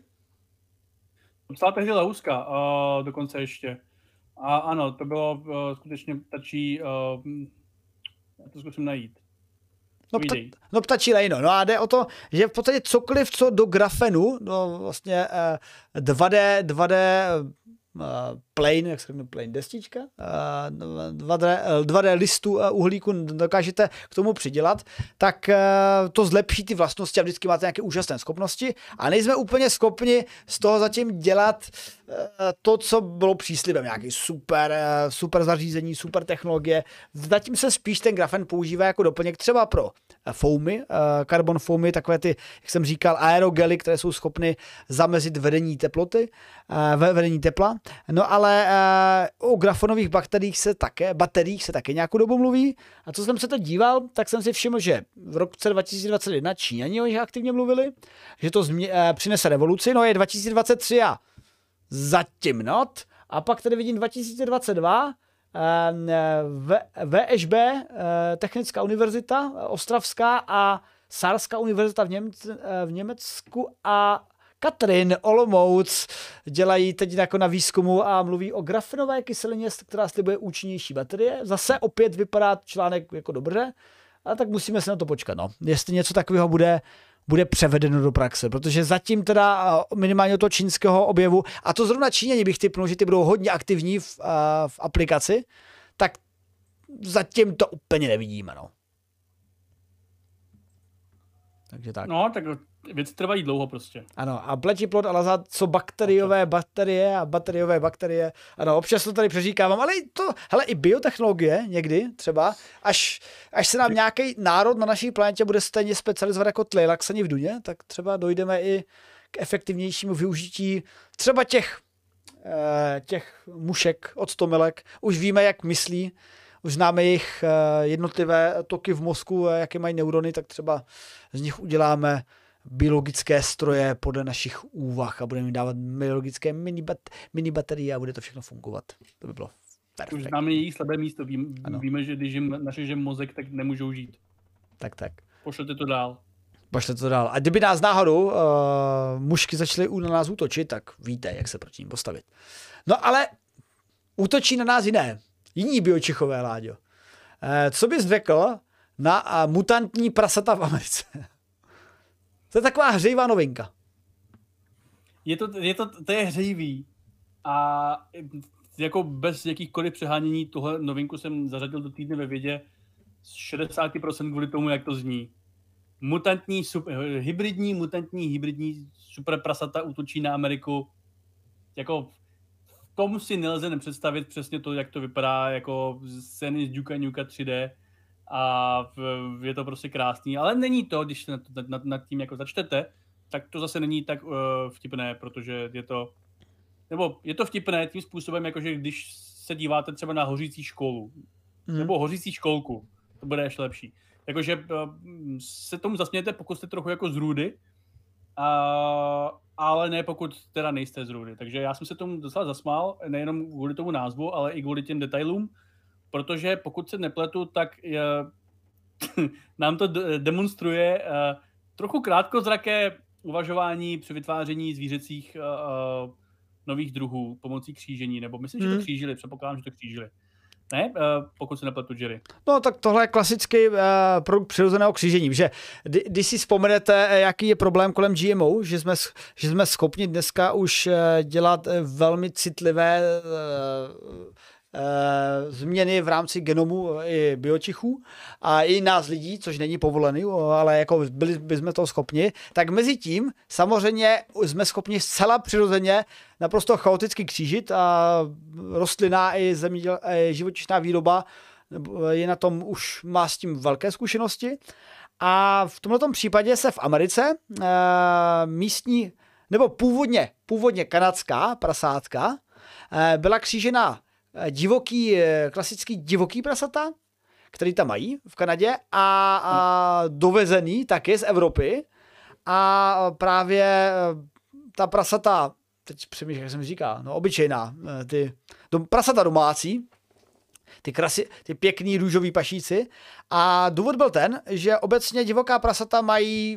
To psala tehdy Lauska, uh, dokonce ještě. A ano, to bylo uh, skutečně ptačí... Uh, já to zkusím najít. No, pta, no ptačí lejno. No a jde o to, že v podstatě cokoliv, co do grafenu, no vlastně uh, dva dé, dva dé uh, plane, jak se řekne, plane destička, uh, dva dé, dva dé listu uh, uhlíku dokážete k tomu přidělat, tak uh, to zlepší ty vlastnosti a vždycky máte nějaké úžasné schopnosti a nejsme úplně schopni z toho zatím dělat uh, to, co bylo příslibem, nějaký super, uh, super zařízení, super technologie. Zatím se spíš ten grafen používá jako doplněk třeba pro foamy, uh, carbon foamy, takové ty, jak jsem říkal, aerogely, které jsou schopny zamezit vedení teploty, uh, vedení tepla. No ale uh, o grafonových bateriích se také, bateriích se také nějakou dobu mluví. A co jsem se to díval, tak jsem si všiml, že v roce dva tisíce dvacet jedna Číňani o nich aktivně mluvili, že to změ, uh, přinese revoluci, no je dva tisíce dvacet tři a zatím not. A pak tady vidím dva tisíce dvacet dva, uh, v, VŠB, uh, Technická univerzita, Ostravská a Sárská univerzita v, Němc, uh, v Německu a Katrin, Olomouc dělají teď jako na výzkumu a mluví o grafenové kyselině, která slibuje účinnější baterie. Zase opět vypadá článek jako dobře, ale tak musíme se na to počkat. No. Jestli něco takového bude, bude převedeno do praxe, protože zatím teda minimálně toho čínského objevu, a to zrovna Číňani bych typnul, že ty budou hodně aktivní v, v aplikaci, tak zatím to úplně nevidíme. No. Takže tak. No, tak věci trvají dlouho prostě. Ano, a pletiplot, ale za co bakteriové baterie a bateriové bakterie. Ano, občas to tady přeříkávám, ale i to, hele, i biotechnologie někdy třeba, až, až se nám nějaký národ na naší planetě bude stejně specializovat jako tlejlaxani v Duně, tak třeba dojdeme i k efektivnějšímu využití třeba těch těch mušek od stomilek, už víme, jak myslí, už známe jejich jednotlivé toky v mozku, jaké mají neurony, tak třeba z nich uděláme biologické stroje podle našich úvah a budeme jim dávat biologické mini, bat, mini baterie a bude to všechno fungovat. To by bylo perfekt. Už známe její slabé místo. Vím, víme, že když jim naše mozek, tak nemůžou žít. Tak, tak. Pošlete to dál. Pošlete to dál. A kdyby nás náhodou uh, mužky začaly na nás útočit, tak víte, jak se proti ním postavit. No ale útočí na nás jiné. Jiní biočichové, Láďo. Uh, co bys řekl na uh, mutantní prasata v Americe? To je taková hřejivá novinka. Je to, je to, to je hřejivý. A jako bez jakýchkoliv přehánění tohle novinku jsem zařadil do týdne ve vědě z šedesát procent kvůli tomu, jak to zní. Mutantní, super, hybridní, mutantní, hybridní super prasata útočí na Ameriku. Jako v tom si nelze nepředstavit přesně to, jak to vypadá, jako scény z Duke Nukem tři dé. A je to prostě krásný, ale není to, když se nad, nad, nad tím jako začtete, tak to zase není tak uh, vtipné, protože je to, nebo je to vtipné tím způsobem, jakože když se díváte třeba na hořící školu, mm. nebo hořící školku, to bude ještě lepší. Jakože uh, se tomu zasmějete, pokud jste trochu jako z Rudy, uh, ale ne pokud teda nejste z Rudy. Takže já jsem se tomu docela zasmál, nejenom kvůli tomu názvu, ale i kvůli těm detailům, protože pokud se nepletu, tak je, nám to demonstruje uh, trochu krátkozraké uvažování při vytváření zvířecích uh, uh, nových druhů pomocí křížení, nebo myslím, hmm. že to křížili, předpokládám, že to křížili. Ne? Uh, pokud se nepletu, Jerry. No tak tohle je klasický uh, produkt přirozeného křížení, že kdy, když si vzpomenete, jaký je problém kolem G M O, že jsme, že jsme schopni dneska už uh, dělat uh, velmi citlivé uh, změny v rámci genomu i biočichů a i nás lidí, což není povolený, ale jako byli bychom toho schopni, tak mezi tím samozřejmě jsme schopni zcela přirozeně naprosto chaoticky křížit a rostlinná i, zeměděl, i živočišná výroba je na tom, už má s tím velké zkušenosti a v tomto případě se v Americe místní, nebo původně, původně kanadská prasátka byla křížena divoký, klasický divoký prasata, který tam mají v Kanadě a, a dovezený taky z Evropy a právě ta prasata, teď přemýšlím, jak jsem říká, no obyčejná, ty dom, prasata domácí, ty, krasi, ty pěkný růžový pašíci a důvod byl ten, že obecně divoká prasata mají,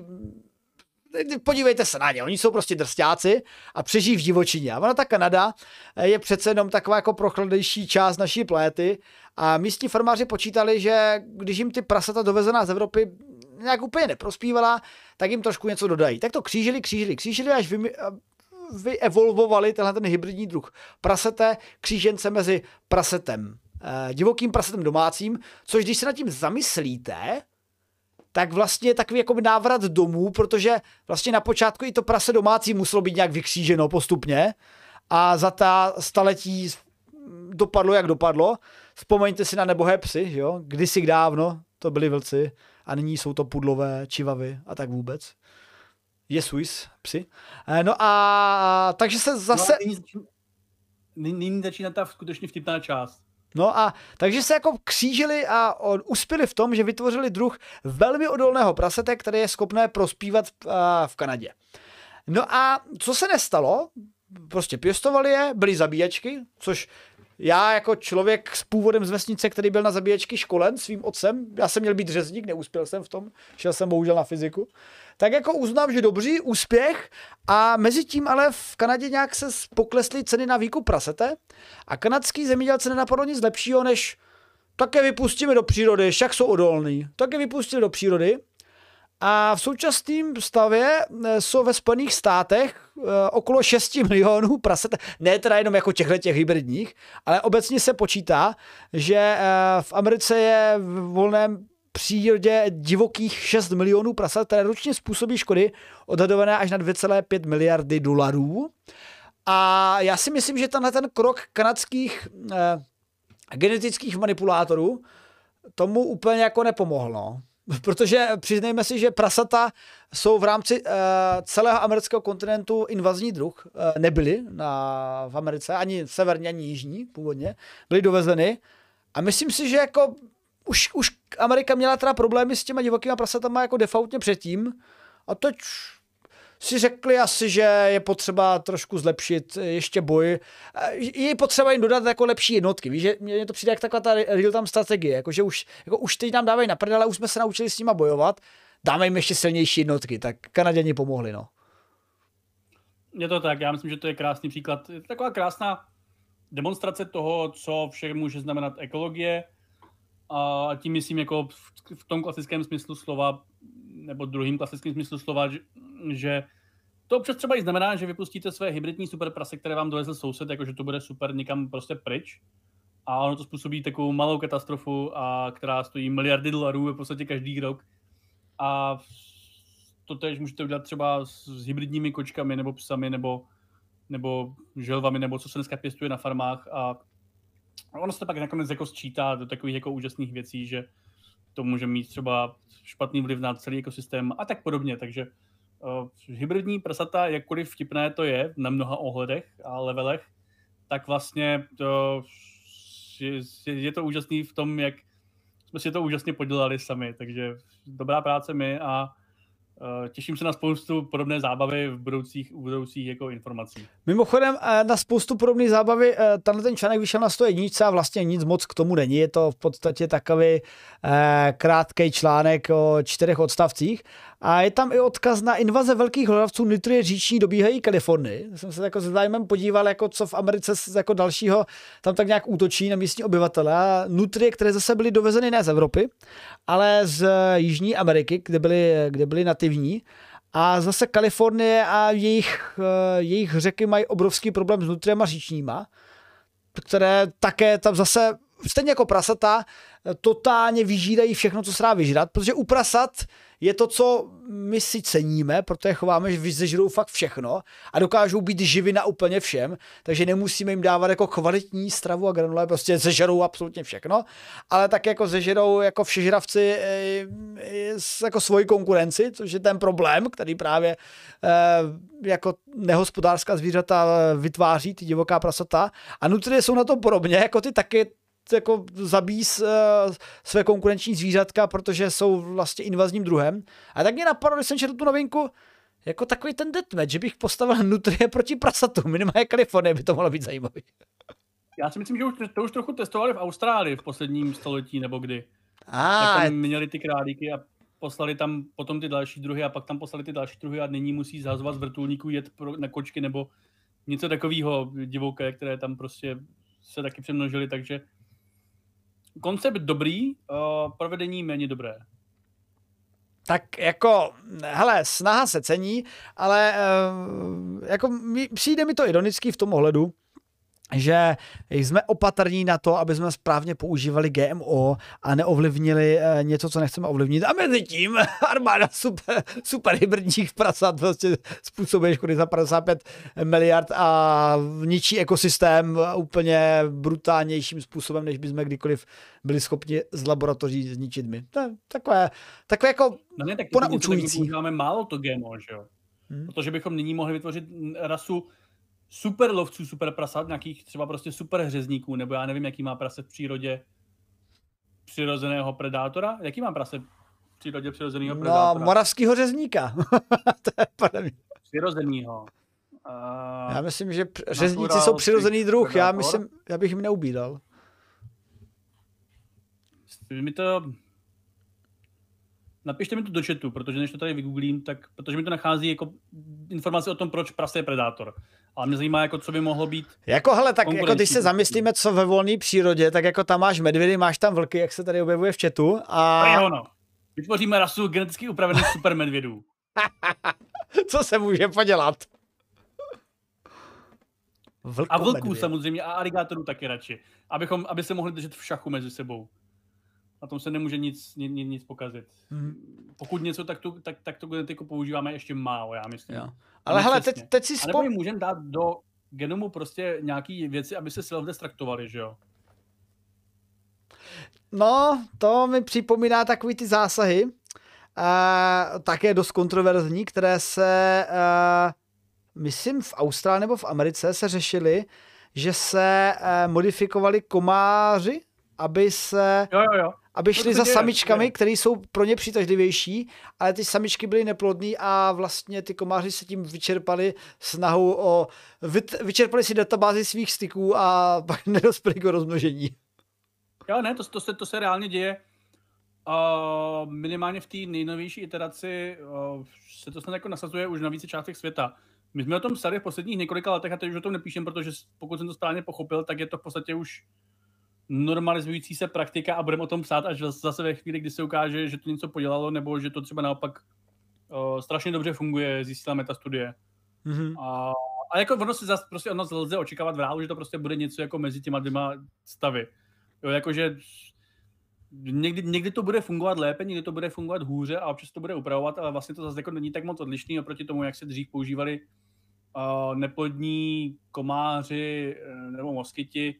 podívejte se na ně, oni jsou prostě drsťáci a přežijí v divočině. A ona ta Kanada je přece jenom taková jako prochladnější část naší planety a místní farmáři počítali, že když jim ty prasata dovezená z Evropy nějak úplně neprospívala, tak jim trošku něco dodají. Tak to křížili, křížili, křížili, až vy, vyevolvovali tenhle ten hybridní druh prasete, křížence mezi prasetem, divokým prasetem domácím, což když se nad tím zamyslíte, tak vlastně je takový jako návrat domů, protože vlastně na počátku i to prase domácí muselo být nějak vykříženo postupně a za ta staletí dopadlo, jak dopadlo. Vzpomeňte si na nebohé psy, jo? Kdysi dávno to byli vlci a nyní jsou to pudlové, čivavy a tak vůbec. Je Swiss psy. No a takže se zase... No, nyní, začíná, nyní začíná ta skutečně vtipná část. No a takže se jako křížili a uspěli v tom, že vytvořili druh velmi odolného prasete, které je schopné prospívat v Kanadě. No a co se nestalo? Prostě pěstovali je, byly zabíjačky, což já jako člověk s původem z vesnice, který byl na zabíjačky školen svým otcem, já jsem měl být řezník, neuspěl jsem v tom, šel jsem bohužel na fyziku, tak jako uznám, že dobrý úspěch a mezi tím ale v Kanadě nějak se poklesly ceny na výkup prasete a kanadský zemědělce nenapadlo nic lepšího, než také vypustíme do přírody, však jsou odolný, také vypustili do přírody a v současném stavě jsou ve Spojených státech okolo šest milionů prasete, ne teda jenom jako těchto těch hybridních, ale obecně se počítá, že v Americe je v volném přírodě divokých šest milionů prasat, které ročně způsobí škody odhadované až na dvě celé pět miliardy dolarů. A já si myslím, že tenhle ten krok kanadských eh, genetických manipulátorů tomu úplně jako nepomohl. No. Protože přiznejme si, že prasata jsou v rámci uh, celého amerického kontinentu invazní druh. Uh, nebyly na, v Americe, ani severní, ani jižní původně. Byly dovezeny. A myslím si, že jako už, už Amerika měla teda problémy s těma divokýma prasatama jako defaultně předtím. A teď si řekli asi, že je potřeba trošku zlepšit ještě boj. Je potřeba jim dodat jako lepší jednotky. Víš, že mně to přijde jak taková ta real-time strategie. Jako, že už, jako už teď nám dávají na prdele, už jsme se naučili s nima bojovat. Dáme jim ještě silnější jednotky. Tak Kanaděni pomohli, no. Je to tak, já myslím, že to je krásný příklad. Je to taková krásná demonstrace toho, co vše může znamenat ekologie. A tím myslím jako v tom klasickém smyslu slova, nebo druhým klasickým smyslu slova, že, že to občas třeba i znamená, že vypustíte své hybridní superprase, které vám dovezl soused, jakože to bude super někam prostě pryč. A ono to způsobí takovou malou katastrofu, a která stojí miliardy dolarů v podstatě každý rok. A to tež můžete udělat třeba s, s hybridními kočkami, nebo psami, nebo, nebo želvami, nebo co se dneska pěstuje na farmách. A ono se to pak nakonec jako sčítá do takových jako úžasných věcí, že to může mít třeba špatný vliv na celý ekosystém a tak podobně. Takže uh, hybridní prasata, jakkoliv vtipné to je na mnoha ohledech a levelech, tak vlastně to, je, je to úžasný v tom, jak jsme si to úžasně podělali sami. Takže dobrá práce my a Uh, těším se na spoustu podobné zábavy v budoucích, v budoucích jako informací. Mimochodem na spoustu podobné zábavy, tenhle ten článek vyšel na sto jedna a vlastně nic moc k tomu není. Je to v podstatě takový eh, krátký článek o čtyřech odstavcích a je tam i odkaz na invaze velkých hlodavců nutrie říční dobíhají Kalifornii. Jsem se jako s zájmem podíval, jako co v Americe jako dalšího tam tak nějak útočí na místní obyvatele. A nutrie, které zase byly dovezeny ne z Evropy, ale z Jižní Ameriky, kde byly, kde byly nativní. A zase Kalifornie a jejich, jejich řeky mají obrovský problém s nutriema říčníma, které také tam zase, stejně jako prasata, totálně vyžírají všechno, co se dá vyžrat, protože u prasat je to, co my si ceníme, protože chováme, že vyzežrou fakt všechno a dokážou být živi na úplně všem, takže nemusíme jim dávat jako kvalitní stravu a granule, prostě zežerou absolutně všechno, ale tak jako zežerou jako všežravci jako svoji konkurenci, což je ten problém, který právě jako nehospodářská zvířata vytváří, ty divoká prasata, a nutrie jsou na to podobně, jako ty taky jako zabíjí své konkurenční zvířatka, protože jsou vlastně invazním druhem. A tak mě napadlo, když jsem četl tu novinku, jako takový ten deathmatch, že bych postavil nutrie proti prasatu. Minimálně Kalifornie by to mohlo být zajímavý. Já si myslím, že už, to už trochu testovali v Austrálii v posledním století, nebo kdy. Ah, tam měli ty králíky a poslali tam potom ty další druhy a pak tam poslali ty další druhy a nyní musí zhazovat z vrtulníků jet pro, na kočky nebo něco takového divoké, které tam prostě se taky přemnožily, takže koncept dobrý, uh, provedení méně dobré. Tak jako, hele, snaha se cení, ale uh, jako mi, přijde mi to ironický v tom ohledu, že jsme opatrní na to, aby jsme správně používali G M O a neovlivnili uh, něco, co nechceme ovlivnit. A mezi tím armáda super, super hybridních prasat vlastně způsobuje škody za padesát pět miliard a ničí ekosystém úplně brutálnějším způsobem, než bychom kdykoliv byli schopni z laboratoří zničit my. To je takové, takové jako no ne, tak ponaučující. Používáme málo to G M O, že jo? Hmm. Protože bychom nyní mohli vytvořit rasu super lovců, super prasat, nějakých třeba prostě super hřezníků, nebo já nevím, jaký má prase v přírodě přirozeného predátora. Jaký má prase v přírodě přirozeného predátora? No, moravskýho řezníka. To je podle mě. Přirozenýho. Uh, já myslím, že řezníci jsou přirozený druh. Predátor. Já myslím, já bych jim neubídal. Mi to... Napište mi to do chatu, protože než to tady vygooglím, tak protože mi to nachází jako informace o tom, proč prase je predátor. Ale mě zajímá, jako co by mohlo být. Jako hele, tak jako když se zamyslíme, co ve volné přírodě, tak jako tam máš medvědy, máš tam vlky, jak se tady objevuje v chatu. A... To je ono. Vytvoříme rasu geneticky upravených super medvědů. Co se může podělat? Vlko a vlků medvěd. Samozřejmě a aligátorů taky radši. Abychom, aby se mohli držet v šachu mezi sebou. Na tom se nemůže nic, nic, nic pokazit. Hmm. Pokud něco, tak tu, tak, tak tu genetiku používáme ještě málo, já myslím. Jo. Ale hele, teď, teď si spom... A nebo můžeme dát do genomu prostě nějaký věci, aby se self-destraktovaly, že jo? No, to mi připomíná takový ty zásahy, uh, také dost kontroverzní, které se, uh, myslím v Austrálii nebo v Americe se řešily, že se uh, modifikovali komáři, aby se... Jo, jo, jo. Aby šli to za děje, samičkami, je. které jsou pro ně přitažlivější, ale ty samičky byly neplodný a vlastně ty komáři se tím vyčerpali snahou o... Vyčerpali si databázi svých styků a pak nedospěli k rozmnožení. Jo, ne, to, to, se, to se reálně děje. Uh, minimálně v té nejnovější iteraci uh, se to snad jako nasazuje už na více částech světa. My jsme o tom psali v posledních několika letech a teď už o tom nepíšem, protože pokud jsem to správně pochopil, tak je to v podstatě už normalizující se praktika a budeme o tom psát až zase ve chvíli, kdy se ukáže, že to něco podělalo, nebo že to třeba naopak uh, strašně dobře funguje, zjistila metastudie. Mm-hmm. A, a jako ono se zase prostě od nás lze očekávat v reálu, že to prostě bude něco jako mezi těma dvěma stavy. Jo, jakože někdy, někdy to bude fungovat lépe, někdy to bude fungovat hůře a občas to bude upravovat, ale vlastně to zase jako není tak moc odlišný oproti tomu, jak se dřív používali uh, neplodní komáři nebo moskyti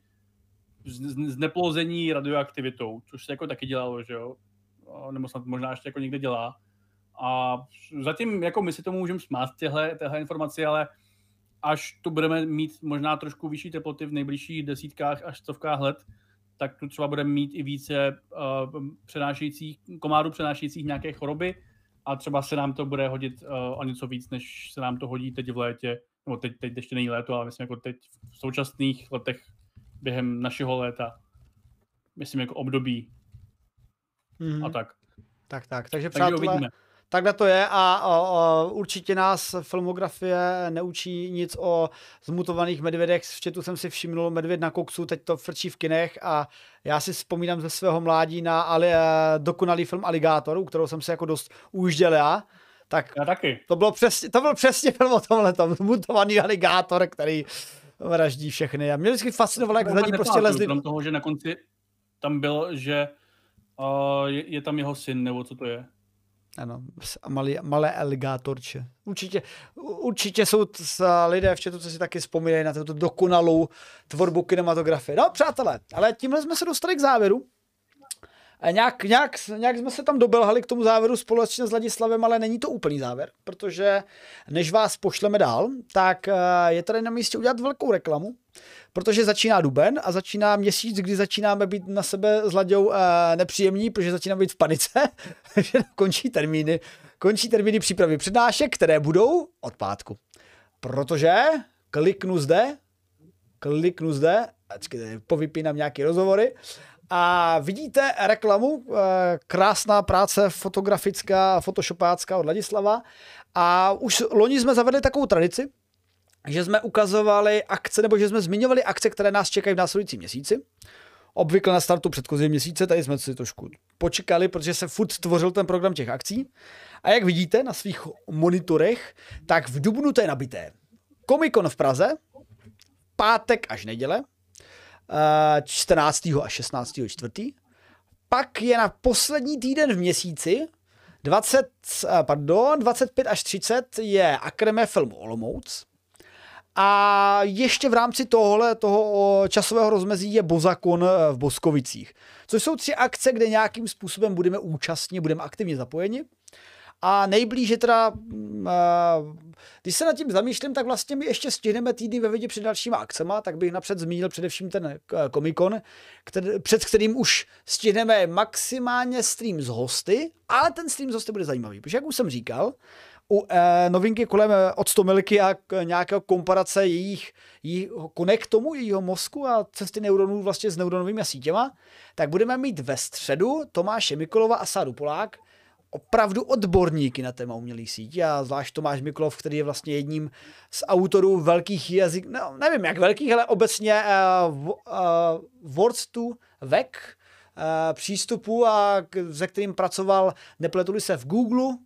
z, z neplození radioaktivitou, což se jako taky dělalo, že jo, nebo snad možná ještě jako někde dělá. A zatím jako my si tomu můžeme smát těhle, téhle informaci, ale až tu budeme mít možná trošku vyšší teploty v nejbližších desítkách až stovkách let, tak tu třeba budeme mít i více uh, přenášejících, komárů přenášejících nějaké choroby a třeba se nám to bude hodit uh, o něco víc, než se nám to hodí teď v létě, nebo teď, teď ještě není léto, ale myslím jako teď v současných letech během našeho léta. Myslím jako období. Mm. A tak. Tak, tak. Takže, Takže přátelé, uvidíme. Takhle to je a, a, a určitě nás filmografie neučí nic o zmutovaných medvědech. V chatu jsem si všimnul medvěd na koksu, teď to frčí v kinech a já si vzpomínám ze svého mládí na ali, dokonalý film Aligátor, u kterého jsem se jako dost ujížděl já. Tak já taky. To, bylo přesně, to byl přesně film o tomhletom, zmutovaný aligátor, který vraždí všechny. A mě vždycky fascinovalo, jak za ní prostě lezli. Krom toho, že na konci tam bylo, že uh, je, je tam jeho syn, nebo co to je? Ano, malé, malé aligátorče. Určitě, určitě jsou lidé v chatu, co si taky vzpomínají na tuto dokonalou tvorbu kinematografie. No, přátelé, ale tímhle jsme se dostali k závěru. Nějak, nějak, nějak jsme se tam dobelhali k tomu závěru společně s Ladislavem, ale není to úplný závěr, protože než vás pošleme dál, tak je tady na místě udělat velkou reklamu, protože začíná duben a začíná měsíc, kdy začínáme být na sebe s Laďou nepříjemní, protože začínáme být v panice, že končí termíny, končí termíny přípravy přednášek, které budou od pátku. Protože kliknu zde, kliknu zde, ačkej, povypínám nějaké rozhovory, a vidíte reklamu, krásná práce fotografická, photoshopácká od Ladislava a už loni jsme zavedli takovou tradici, že jsme ukazovali akce, nebo že jsme zmiňovali akce, které nás čekají v následujícím měsíci. Obvykle na startu předchozí měsíce, tady jsme si trošku počekali, protože se furt tvořil ten program těch akcí. A jak vidíte na svých monitorech, tak v dubnu to je nabité. Comic-Con v Praze, pátek až neděle, čtrnáctého a šestnáctého čtvrtého Pak je na poslední týden v měsíci dvacet, pardon, dvacet pět až třicet je Akademie filmu Olomouc. A ještě v rámci tohle, toho časového rozmezí je Bozakon v Boskovicích. Což jsou tři akce, kde nějakým způsobem budeme účastní, budeme aktivně zapojeni. A nejblíže teda, když se nad tím zamýšlím, tak vlastně my ještě stihneme týdny ve vědě před dalšíma akcema, tak bych napřed zmínil především ten Comic-Con, který, před kterým už stihneme maximálně stream z hosty, ale ten stream z hosty bude zajímavý, protože jak už jsem říkal, u eh, novinky kolem od sto milky a k, nějakého komparace jejich, jejich konektomu, jejího mozku a cesty neuronů vlastně s neuronovými sítěma, tak budeme mít ve středu Tomáše Mikolova a Sáru Polák, opravdu odborníky na téma umělých sítí a zvlášť Tomáš Mikolov, který je vlastně jedním z autorů velkých jazyk, no, nevím jak velkých, ale obecně uh, uh, Words to Vec uh, přístupu, a k, se kterým pracoval, nepletu se v Google, uh,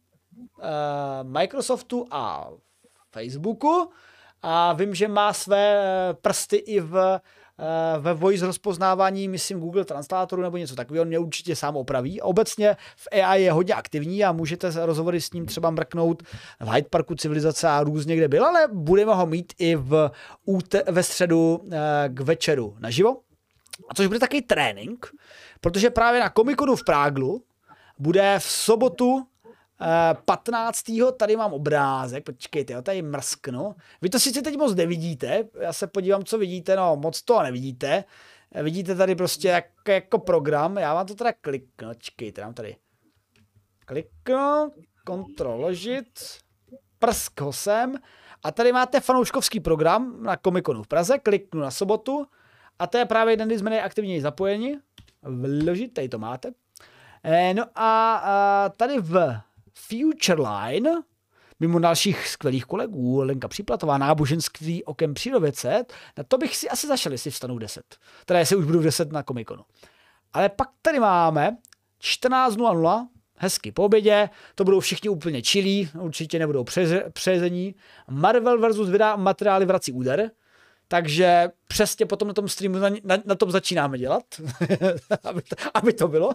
Microsoftu a Facebooku, a vím, že má své prsty i v ve voice rozpoznávání, myslím Google Translatoru nebo něco takového, on mě určitě sám opraví. Obecně v A I je hodně aktivní a můžete rozhovory s ním třeba mrknout v Hyde Parku civilizace a různě kde byl, ale budeme ho mít i v, ve středu k večeru naživo. A což bude takový trénink, protože právě na Comic-Conu v Práglu bude v sobotu patnáctého tady mám obrázek, počkejte, jo, tady mrsknu. Vy to sice teď moc nevidíte, já se podívám, co vidíte, no moc to nevidíte. Vidíte tady prostě jak, jako program, já vám to teda kliknu, počkejte, dám tady. Kliknu, kontroložit, prsk ho sem a tady máte fanouškovský program na Comic-Conu v Praze, kliknu na sobotu a to je právě jeden, kdy jsme nejaktivněji zapojeni. Vložit, tady to máte. E, no a, a tady v Future Line, mimo dalších skvělých kolegů, Lenka Příplatová, náboženství okem přírovědce, na to bych si asi zašel, jestli vstanu v deset. Teda jestli už budu v deset na Comic-Conu. Ale pak tady máme čtrnáct nula nula, hezky po obědě, to budou všichni úplně chilí, určitě nebudou přejezení. Marvel versus vydá materiály vrací úder, takže přesně potom na tom streamu na, na, na tom začínáme dělat, aby, to, aby to bylo.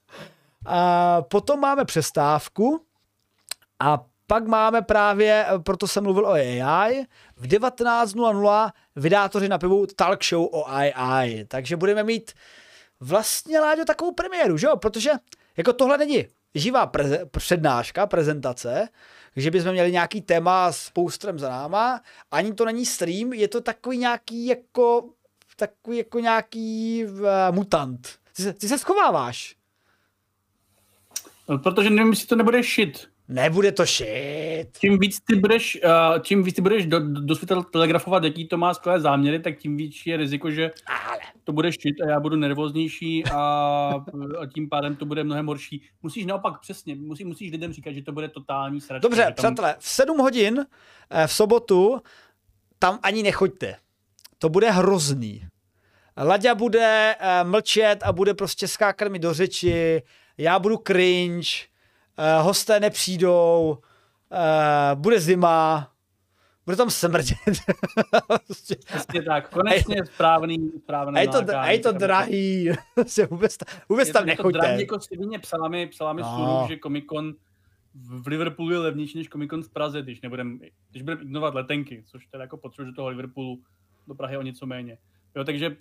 A potom máme přestávku a pak máme právě, proto jsem mluvil o A I, v devatenáct nula nula vydátoři na pivu talk show o A I, takže budeme mít vlastně, Láďo, takovou premiéru, že jo, protože jako tohle není živá preze- přednáška, prezentace, že bychom měli nějaký téma s poustrem za náma, ani to není stream, je to takový nějaký jako, takový jako nějaký uh, mutant. Ty se, ty se schováváš. No, protože nevím, jestli to nebude shit. Nebude to shit. Čím víc ty budeš, uh, čím víc ty budeš do, do světa telegrafovat, jaký to má skvělé záměry, tak tím víc je riziko, že Ale. to bude shit a já budu nervóznější a, a tím pádem to bude mnohem horší. Musíš naopak přesně, musí, musíš lidem říkat, že to bude totální sračka. Dobře, tam... přátelé, v sedm hodin v sobotu tam ani nechoďte. To bude hrozný. Laďa bude mlčet a bude prostě skákat mi do řeči, já budu cringe, hosté nepřijdou, bude zima, bude tam smrdět. Přesně tak, konečně je správný, správný a je to, a je to drahý, vůbec, vůbec tam nechoďte. Je to drahý jako svině, psala mi, psala mi no. Sunu, že Comic-Con v Liverpoolu je levnější než Comic-Con v Praze, když nebudem, když budeme ignorovat letenky, což teda jako potřebuji do toho Liverpoolu do Prahy o něco méně. Jo, takže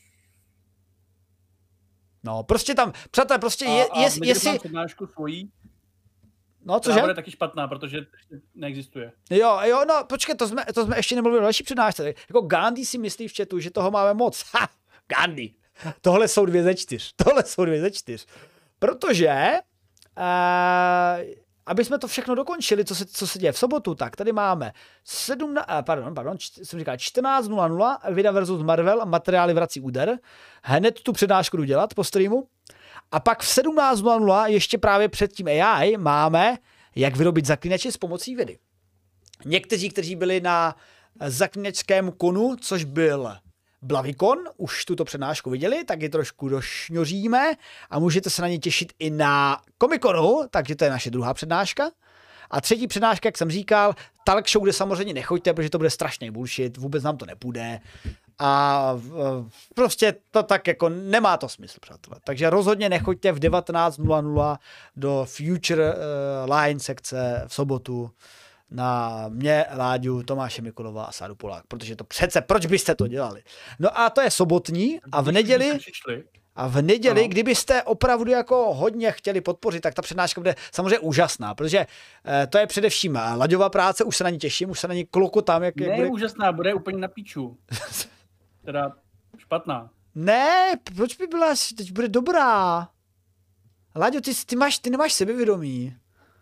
no, prostě tam, přátelé, prostě je, a, je, a jestli... mám přednášku svojí, no, cože? bude taky špatná, protože neexistuje. Jo, jo, no, počkej, to jsme, to jsme ještě nemluvili o další přednášce. Jako Gandhi si myslí v chatu, že toho máme moc. Ha, Gandhi. Tohle jsou dvě ze čtyř. Tohle jsou dvě ze čtyř. Protože, uh, aby jsme to všechno dokončili, co se, co se děje v sobotu, tak tady máme sedm, pardon, pardon, jsem říkal čtrnáct nula nula, Vida versus Marvel, materiály vrací úder. Hned tu přednášku jdu dělat po streamu. A pak v sedmnáct nula nula ještě právě před tím A I máme, jak vyrobit zaklínače s pomocí vědy. Někteří, kteří byli na zaklínačském konu, což byl Blavikon, už tuto přednášku viděli, tak ji trošku došňoříme a můžete se na ně těšit i na Comic-Conu, takže to je naše druhá přednáška. A třetí přednáška, jak jsem říkal, talk show, kde samozřejmě nechoďte, protože to bude strašný bullshit, vůbec nám to nepůjde. A prostě to tak jako nemá to smysl, přátelé. Takže rozhodně nechoďte v devatenáct nula nula do Future Line sekce v sobotu na mě, Láďu, Tomáše Mikulova a Sáru Polák, protože to přece, proč byste to dělali? No a to je sobotní a v neděli, a v neděli, ano. Kdybyste opravdu jako hodně chtěli podpořit, tak ta přednáška bude samozřejmě úžasná, protože to je především Laďová práce, už se na ní těším, už se na ní klokotám. Jak, ne, jak bude... úžasná, bude úplně na píču. Teda špatná. Ne, proč by byla, teď bude dobrá. Láďo, ty, ty, máš, ty nemáš sebevědomí.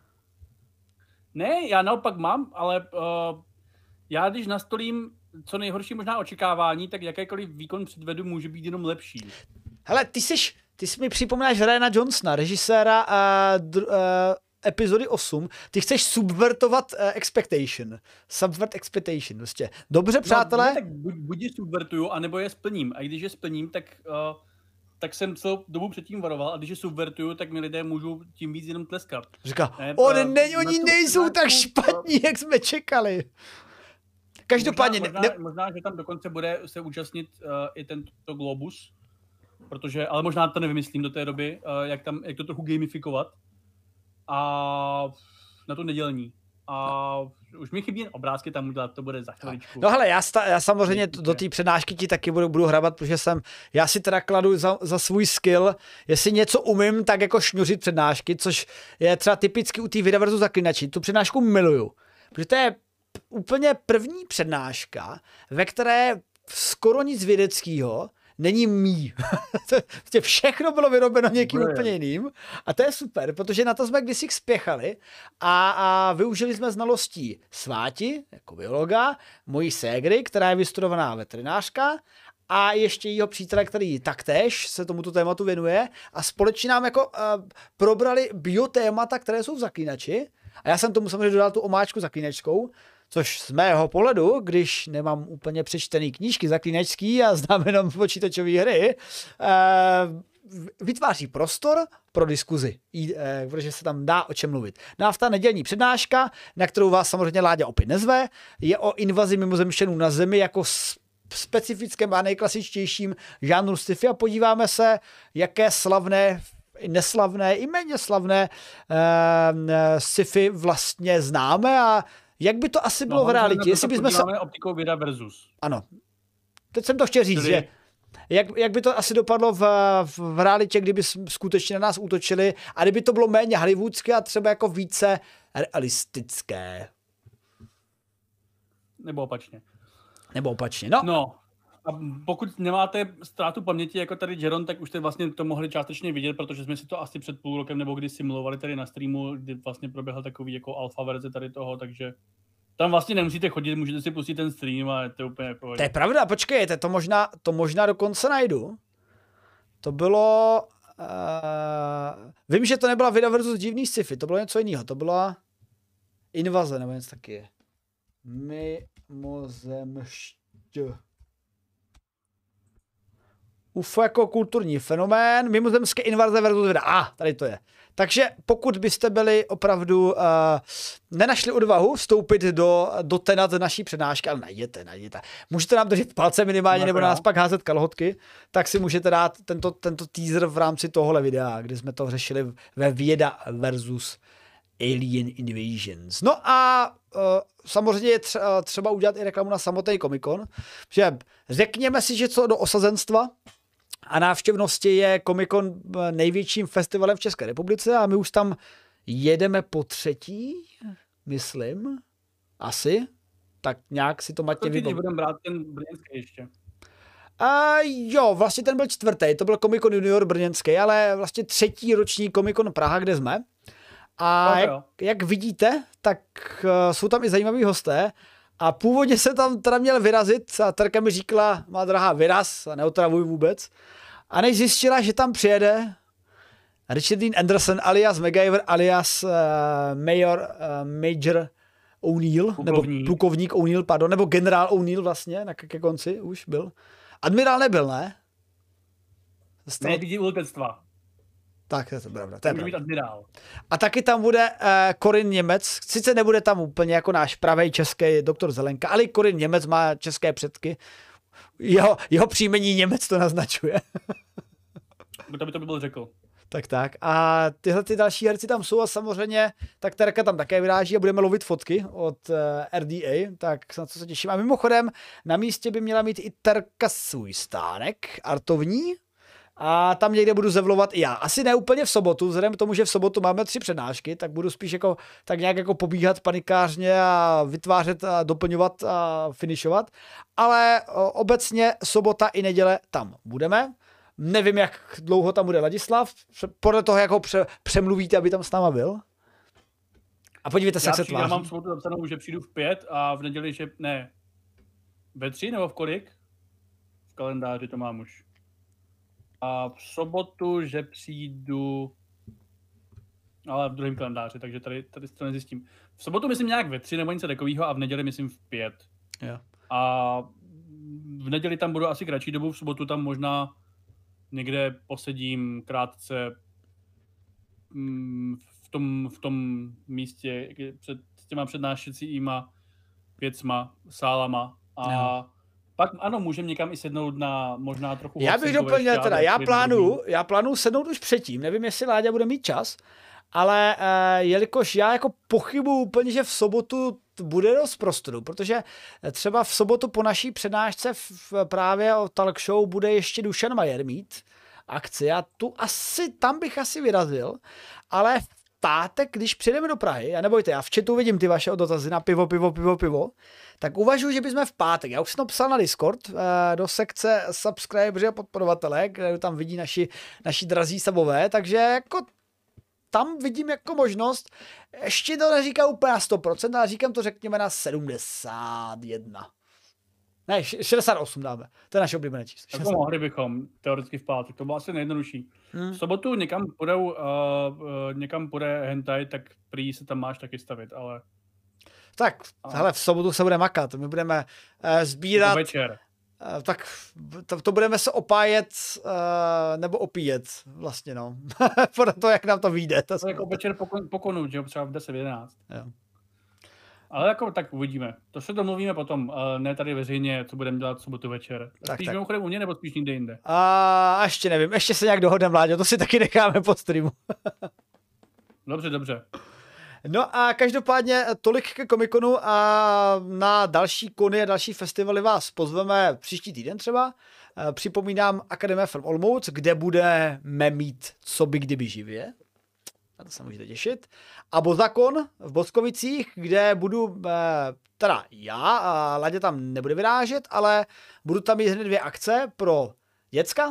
Ne, já naopak mám, ale uh, já když nastolím co nejhorší možná očekávání, tak jakýkoliv výkon předvedu může být jenom lepší. Hele, ty jsi, ty jsi mi připomínáš Ryana Johnsona, režiséra uh, dr, uh, epizody osm. Ty chceš subvertovat uh, expectation. Subvert expectation, prostě. Dobře, přátelé? No, tak buď, buď je subvertuju, anebo je splním. A když je splním, tak... Uh, tak jsem celou dobu předtím varoval a když je subvertuju, tak mi lidé můžou tím víc jenom tleskat. Říká, ne, on ne, oni nejsou tak špatní, jak jsme čekali. Každopádně... Možná, ne, možná, možná, že tam dokonce bude se účastnit uh, i tento Globus, protože, ale možná to nevymyslím do té doby, uh, jak, tam, jak to trochu gamifikovat. A na to nedělní. a už mi chybí obrázky tam udělat, to bude za chviličku. No hele, já, sta, já samozřejmě do té přednášky ti taky budu, budu hrabat, protože jsem, já si teda kladu za, za svůj skill, jestli něco umím, tak jako šňuřit přednášky, což je třeba typicky u té videa versus zaklinači. Tu přednášku miluju, protože to je úplně první přednáška, ve které skoro nic vědeckého není mý. Všechno bylo vyrobeno někým Bude. úplně jiným a to je super, protože na to jsme kdysi spěchali a, a využili jsme znalostí Sváti, jako biologa, mojí ségry, která je vystudovaná veterinářka a ještě jeho přítele, který taktéž se tomuto tématu věnuje a společně nám jako uh, probrali biotémata, které jsou v Zaklínači a já jsem tomu samozřejmě dodal tu omáčku zaklínačskou, což z mého pohledu, když nemám úplně přečtený knížky zaklínačský a znám jenom počítačové hry, vytváří prostor pro diskuzi, protože se tam dá o čem mluvit. No a ta nedělní přednáška, na kterou vás samozřejmě Láďa opět nezve, je o invazi mimozemšťanů na Zemi jako specifickém a nejklasičtějším žánru sci-fi a podíváme se, jaké slavné neslavné i méně slavné uh, sci-fi vlastně známe a jak by to asi bylo no, v realitě? Jestli bychom se... optikou věda versus. Ano. Teď jsem to chtěl říct, Tedy... že jak, jak by to asi dopadlo v, v, v realitě, kdyby skutečně na nás útočili a kdyby to bylo méně hollywoodské a třeba jako více realistické. Nebo opačně. Nebo opačně, no. No. A pokud nemáte ztrátu paměti jako tady Jeron, tak už jste vlastně to mohli částečně vidět, protože jsme si to asi před půl rokem nebo kdy simulovali tady na streamu, kdy vlastně proběhl takový jako alfa verze tady toho, takže tam vlastně nemusíte chodit, můžete si pustit ten stream a je to úplně pohodě. To je pravda, počkejte, to možná, to možná dokonce najdu. To bylo... Uh, vím, že to nebyla vida versus divný sci-fi, to bylo něco jiného, to byla invaze nebo něco taky je. Mimozemšť. U F O jako kulturní fenomén, mimozemské invaze versus věda. A, ah, tady to je. Takže pokud byste byli opravdu, uh, nenašli odvahu vstoupit do, do témat naší přednášky, ale najděte, najděte. Můžete nám držet palce minimálně, nebo nás pak házet kalhotky, tak si můžete dát tento, tento teaser v rámci tohohle videa, kdy jsme to řešili ve věda versus Alien Invasions. No a uh, samozřejmě je třeba, třeba udělat i reklamu na samotný Comic-Con, že řekněme si, že co do osazenstva a návštěvnosti je Comic-Con největším festivalem v České republice a my už tam jedeme po třetí, myslím, asi, tak nějak si to Matěj vybaví. Budeme brát ten brněnský ještě. A jo, vlastně ten byl čtvrtý, to byl Comic-Con Junior brněnský, ale vlastně třetí roční Comic-Con Praha, kde jsme. A no, jak, jak vidíte, tak uh, jsou tam i zajímaví hosté a původně se tam teda měl vyrazit a Terka mi říkala, má drahá, vyraz a neotravuj vůbec. A než zjistila, že tam přijede Richard Dean Anderson alias MacGyver alias uh, Major, uh, Major O'Neill, nebo plukovník O'Neill, pardon, nebo generál O'Neill vlastně, na ke konci už byl. Admirál nebyl, ne? Stal... Ne, vidí ultectva. Tak, to je pravda. To je pravda. Admirál. A taky tam bude uh, Korin Němec, sice nebude tam úplně jako náš pravej český doktor Zelenka, ale Korin Němec má české předky. Jeho, jeho příjmení Němec to naznačuje. To by to by byl řekl. Tak tak. A tyhle ty další herci tam jsou a samozřejmě tak Terka tam také vyráží a budeme lovit fotky od uh, R D A, tak na co se těším. A mimochodem na místě by měla mít i Terka svůj stánek artovní a tam někde budu zevlovat i já. Asi ne úplně v sobotu, vzhledem k tomu, že v sobotu máme tři přednášky, tak budu spíš jako tak nějak jako pobíhat panikářně a vytvářet a doplňovat a finišovat. Ale o, obecně sobota i neděle tam budeme. Nevím, jak dlouho tam bude Ladislav, podle toho, jak ho pře- přemluvíte, aby tam s náma byl. A podívejte se, jak se tváří. Já mám sobotu zapsanou, že přijdu v pět a v neděli, že ne, ve tři nebo v kolik? V kalendáři to mám už. A v sobotu, že přijdu, ale v druhém kalendáři, takže tady, tady to nezjistím. V sobotu myslím nějak ve tři nebo něco takového a v neděli myslím v pět. Jo. A v neděli tam budu asi kratší dobu, v sobotu tam možná někde posedím krátce v tom, v tom místě před těma přednášecíma věcma, sálama a jo. Pak ano, můžeme někam i sednout na možná trochu... Já bych doplnil teda, já plánuju, já plánuju sednout už předtím, nevím, jestli Láďa bude mít čas, ale uh, jelikož já jako pochybuju úplně, že v sobotu bude dost prostoru, protože třeba v sobotu po naší přednášce v, v právě o talk show bude ještě Dušan Majer mít akci a tu asi, tam bych asi vyrazil, ale v pátek, když přijedeme do Prahy, a nebojte, já v chatu vidím ty vaše dotazy na pivo, pivo, pivo, pivo, tak uvažuji, že bychom v pátek, já už jsem to psal na Discord, do sekce subscribeři a podporovatelé, kde tam vidí naši, naši drazí sabové, takže jako tam vidím jako možnost, ještě to neříkám úplně na sto procent, ale říkám to řekněme na sedmdesát jedna. Ne, šedesát osm dáme. To je naše oblíbené číslo. Tak mohli bychom teoreticky v pátek, to bylo asi nejjednodušší. Hmm. V sobotu někam půjdou, uh, uh, někam půjde hentai, tak prý se tam máš taky stavit, ale... Tak, a... hele, v sobotu se bude makat, my budeme uh, sbírat... večer. Uh, tak to, to budeme se opájet, uh, nebo opíjet vlastně, no. Podle toho, jak nám to vyjde. To je jako večer pokon, pokonout, že jo, třeba v deset jedenáct. Jo. Ale jako tak uvidíme. To se domluvíme potom, ne tady veřejně, co budeme dělat v sobotu večer. Tak, spíš mimochodem u mě, nebo spíš někde jinde? A ještě nevím, ještě se nějak dohodneme, Vláďo, to si taky necháme po streamu. Dobře, dobře. No a každopádně tolik ke Comic-Conu a na další kony a další festivaly vás pozveme příští týden třeba. Připomínám Akademie Film Olomouc, kde budeme mít co by kdyby živě. Na to se můžete těšit. A Bozakon v Boskovicích, kde budu, teda já, a Ladě tam nebude vyrážet, ale budu tam mít hned dvě akce pro děcka.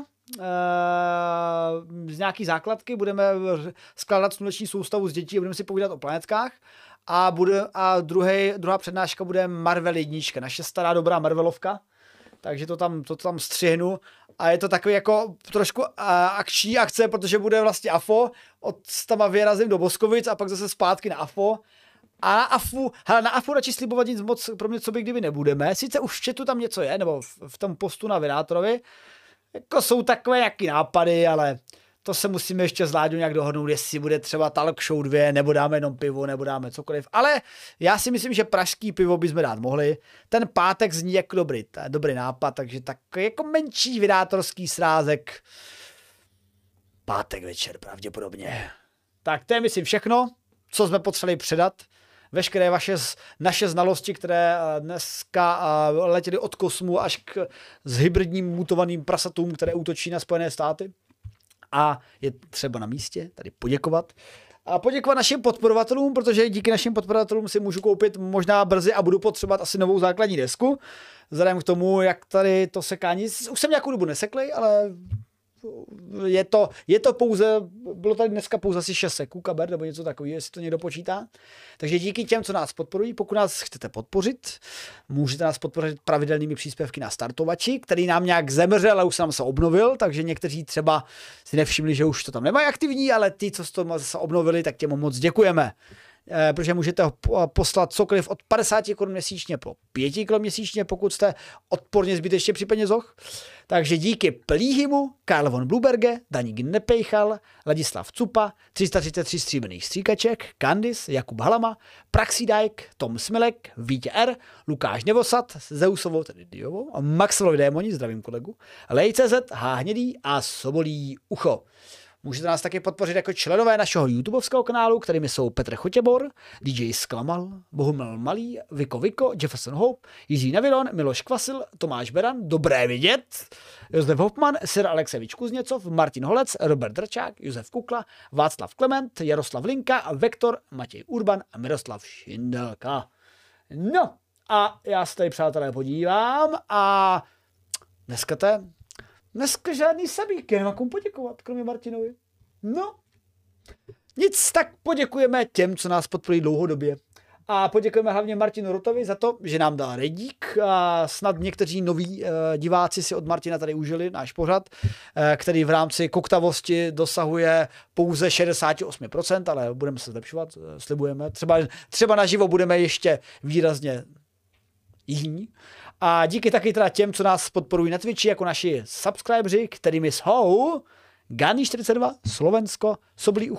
Z nějaký základky budeme skládat sluneční soustavu z dětí a budeme si povídat o planetkách. A, bude, a druhý, druhá přednáška bude Marvel jednička, naše stará dobrá Marvelovka. Takže to tam, to tam střihnu a je to takový jako trošku uh, akční akce, protože bude vlastně A F O, od tam vyrazím do Boskovic a pak zase zpátky na A F O. A na A F O, hele, na A F O radši slibovat nic moc pro mě, co by kdyby nebudeme. Sice už v chatu tam něco je, nebo v, v tom postu na Vydátorovi, jako jsou takové nějaký nápady, ale to se musíme ještě s Láďou nějak dohodnout, jestli bude třeba talk show dvě, nebo dáme jenom pivo, nebo dáme cokoliv. Ale já si myslím, že pražský pivo bychom dát mohli. Ten pátek zní jako dobrý, dobrý nápad, takže tak jako menší vydátorský srázek. Pátek večer pravděpodobně. Tak to je myslím všechno, co jsme potřebovali předat. Veškeré vaše, naše znalosti, které dneska letěly od kosmu až k s hybridním mutovaným prasatům, které útočí na Spojené státy. A je třeba na místě tady poděkovat. A poděkovat našim podporovatelům, protože díky našim podporovatelům si můžu koupit možná brzy a budu potřebovat asi novou základní desku. Vzhledem k tomu, jak tady to sekání, už jsem nějakou dobu neseklej, ale je to, je to pouze, bylo tady dneska pouze asi šest seků kaber, nebo něco takového, jestli to někdo počítá. Takže díky těm, co nás podporují, pokud nás chcete podpořit, můžete nás podpořit pravidelnými příspěvky na startovači, který nám nějak zemřel, ale už se nám se obnovil, takže někteří třeba si nevšimli, že už to tam nemají aktivní, ale ty, co to zase obnovili, tak těm moc děkujeme. Eh, protože můžete poslat cokoliv od padesát korun měsíčně po pět korun měsíčně, pokud jste odporně zbytečně při penězoch. Takže díky Plíhimu, Karl von Bluberge, Daník Nepejchal, Ladislav Cupa, tři sta třicet tři stříbrných stříkaček, Kandis, Jakub Halama, Praxidajk, Tom Smilek, Vítě R, Lukáš Nevosad, Zeusovou, tedy Diovou, Maxlovi Démoni, zdravím kolegu, Lej.cz, H. Hnědý a Sobolí ucho. Můžete nás taky podpořit jako členové našeho YouTubeovského kanálu, kterými jsou Petr Chotěbor, D J Sklamal, Bohumil Malý, Viko Viko, Jefferson Hope, Jiří Navilon, Miloš Kvasil, Tomáš Beran, dobré vidět, Josef Hopman, Sir Alexevič Kuzněcov, Martin Holec, Robert Drčák, Josef Kukla, Václav Klement, Jaroslav Linka, Vektor, Matěj Urban a Miroslav Šindelka. No a já se tady, přátelé, podívám a dneska to Dneska žádný sabík, já nemám komu poděkovat, kromě Martinovi. No, nic, tak poděkujeme těm, co nás podporují dlouhodobě. A poděkujeme hlavně Martinu Rotovi za to, že nám dal redík. A snad někteří noví uh, diváci si od Martina tady užili náš pořad, uh, který v rámci koktavosti dosahuje pouze šedesát osm procent, ale budeme se zlepšovat, uh, slibujeme. Třeba, třeba naživo budeme ještě výrazně jiní. A díky taky teda těm, co nás podporují na Twitchi, jako naši subscriberi, kterými jsou Gani čtyřicet dva, Slovensko, Soblí ucho,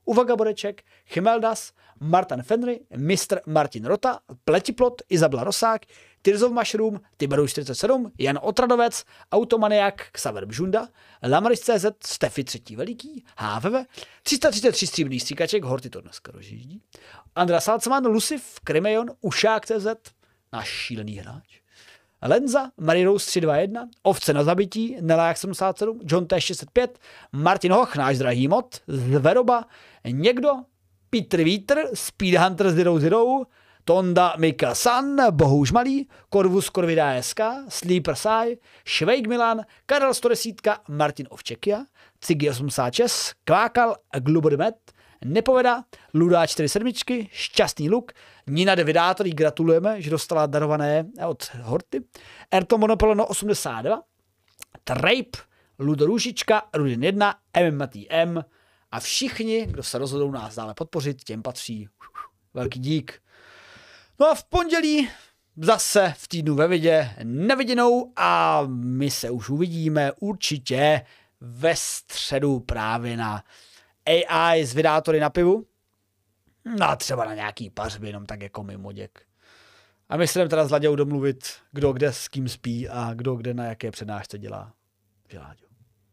Uvaga Boreček, Chimeldas, Martin Fenry, mistr Martin Rota, Pletiplot, Izabela Rosák, Tears of Mushroom, Tiberu čtyřicet sedm, Jan Otradovec, Automaniak, Xaver Bžunda, Lamaris tečka cé zet, Stefy třetí veliký, há vé vé, tři sta třicet tři stříbrných stříkaček, Horty to dneska rozjíždí, Andra Salcman, Lucif, Krimejon, Ušák tečka cé zet, náš šílený hráč, Lenza, Marirous tři dva jedna, Ovce na zabití, Nelák sedmdesát sedm, John T šest set pět, Martin Hoch, náš drahý mod, Zveroba, někdo, Petr Vítr, Speedhunter Zero Zero, Tonda Mika San, Bohuž Malý, Korvus Korvida es ká, Sleeper Sai, Švejk Milan, Karel sto deset, Martin Ovčekia, Cigi osmdesát šest, Kvákal, Glubodymet, Nepoveda, Ludá čtyři sedm, Šťastný luk, Nina de Vydátor, jí gratulujeme, že dostala darované od Horty, Erto Monopolono osmdesát dva, Trape, Ludo Růžička, Rudin jedna, M M T M a všichni, kdo se rozhodnou nás dále podpořit, těm patří velký dík. No a v pondělí zase v týdnu ve vidě neviděnou a my se už uvidíme určitě ve středu právě na A I s vydátory na pivu. No a třeba na nějaký pařby, jenom tak jako mimoděk. A my se jdeme teda s Laďou domluvit, kdo kde s kým spí a kdo kde na jaké přednášce dělá. Že, Láďo?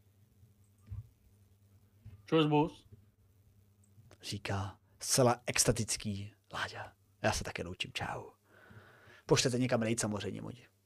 Čus, bus. Říká zcela extatický Láďa. Já se také loučím, čau. Pošlete někam rejt samozřejmě, modi.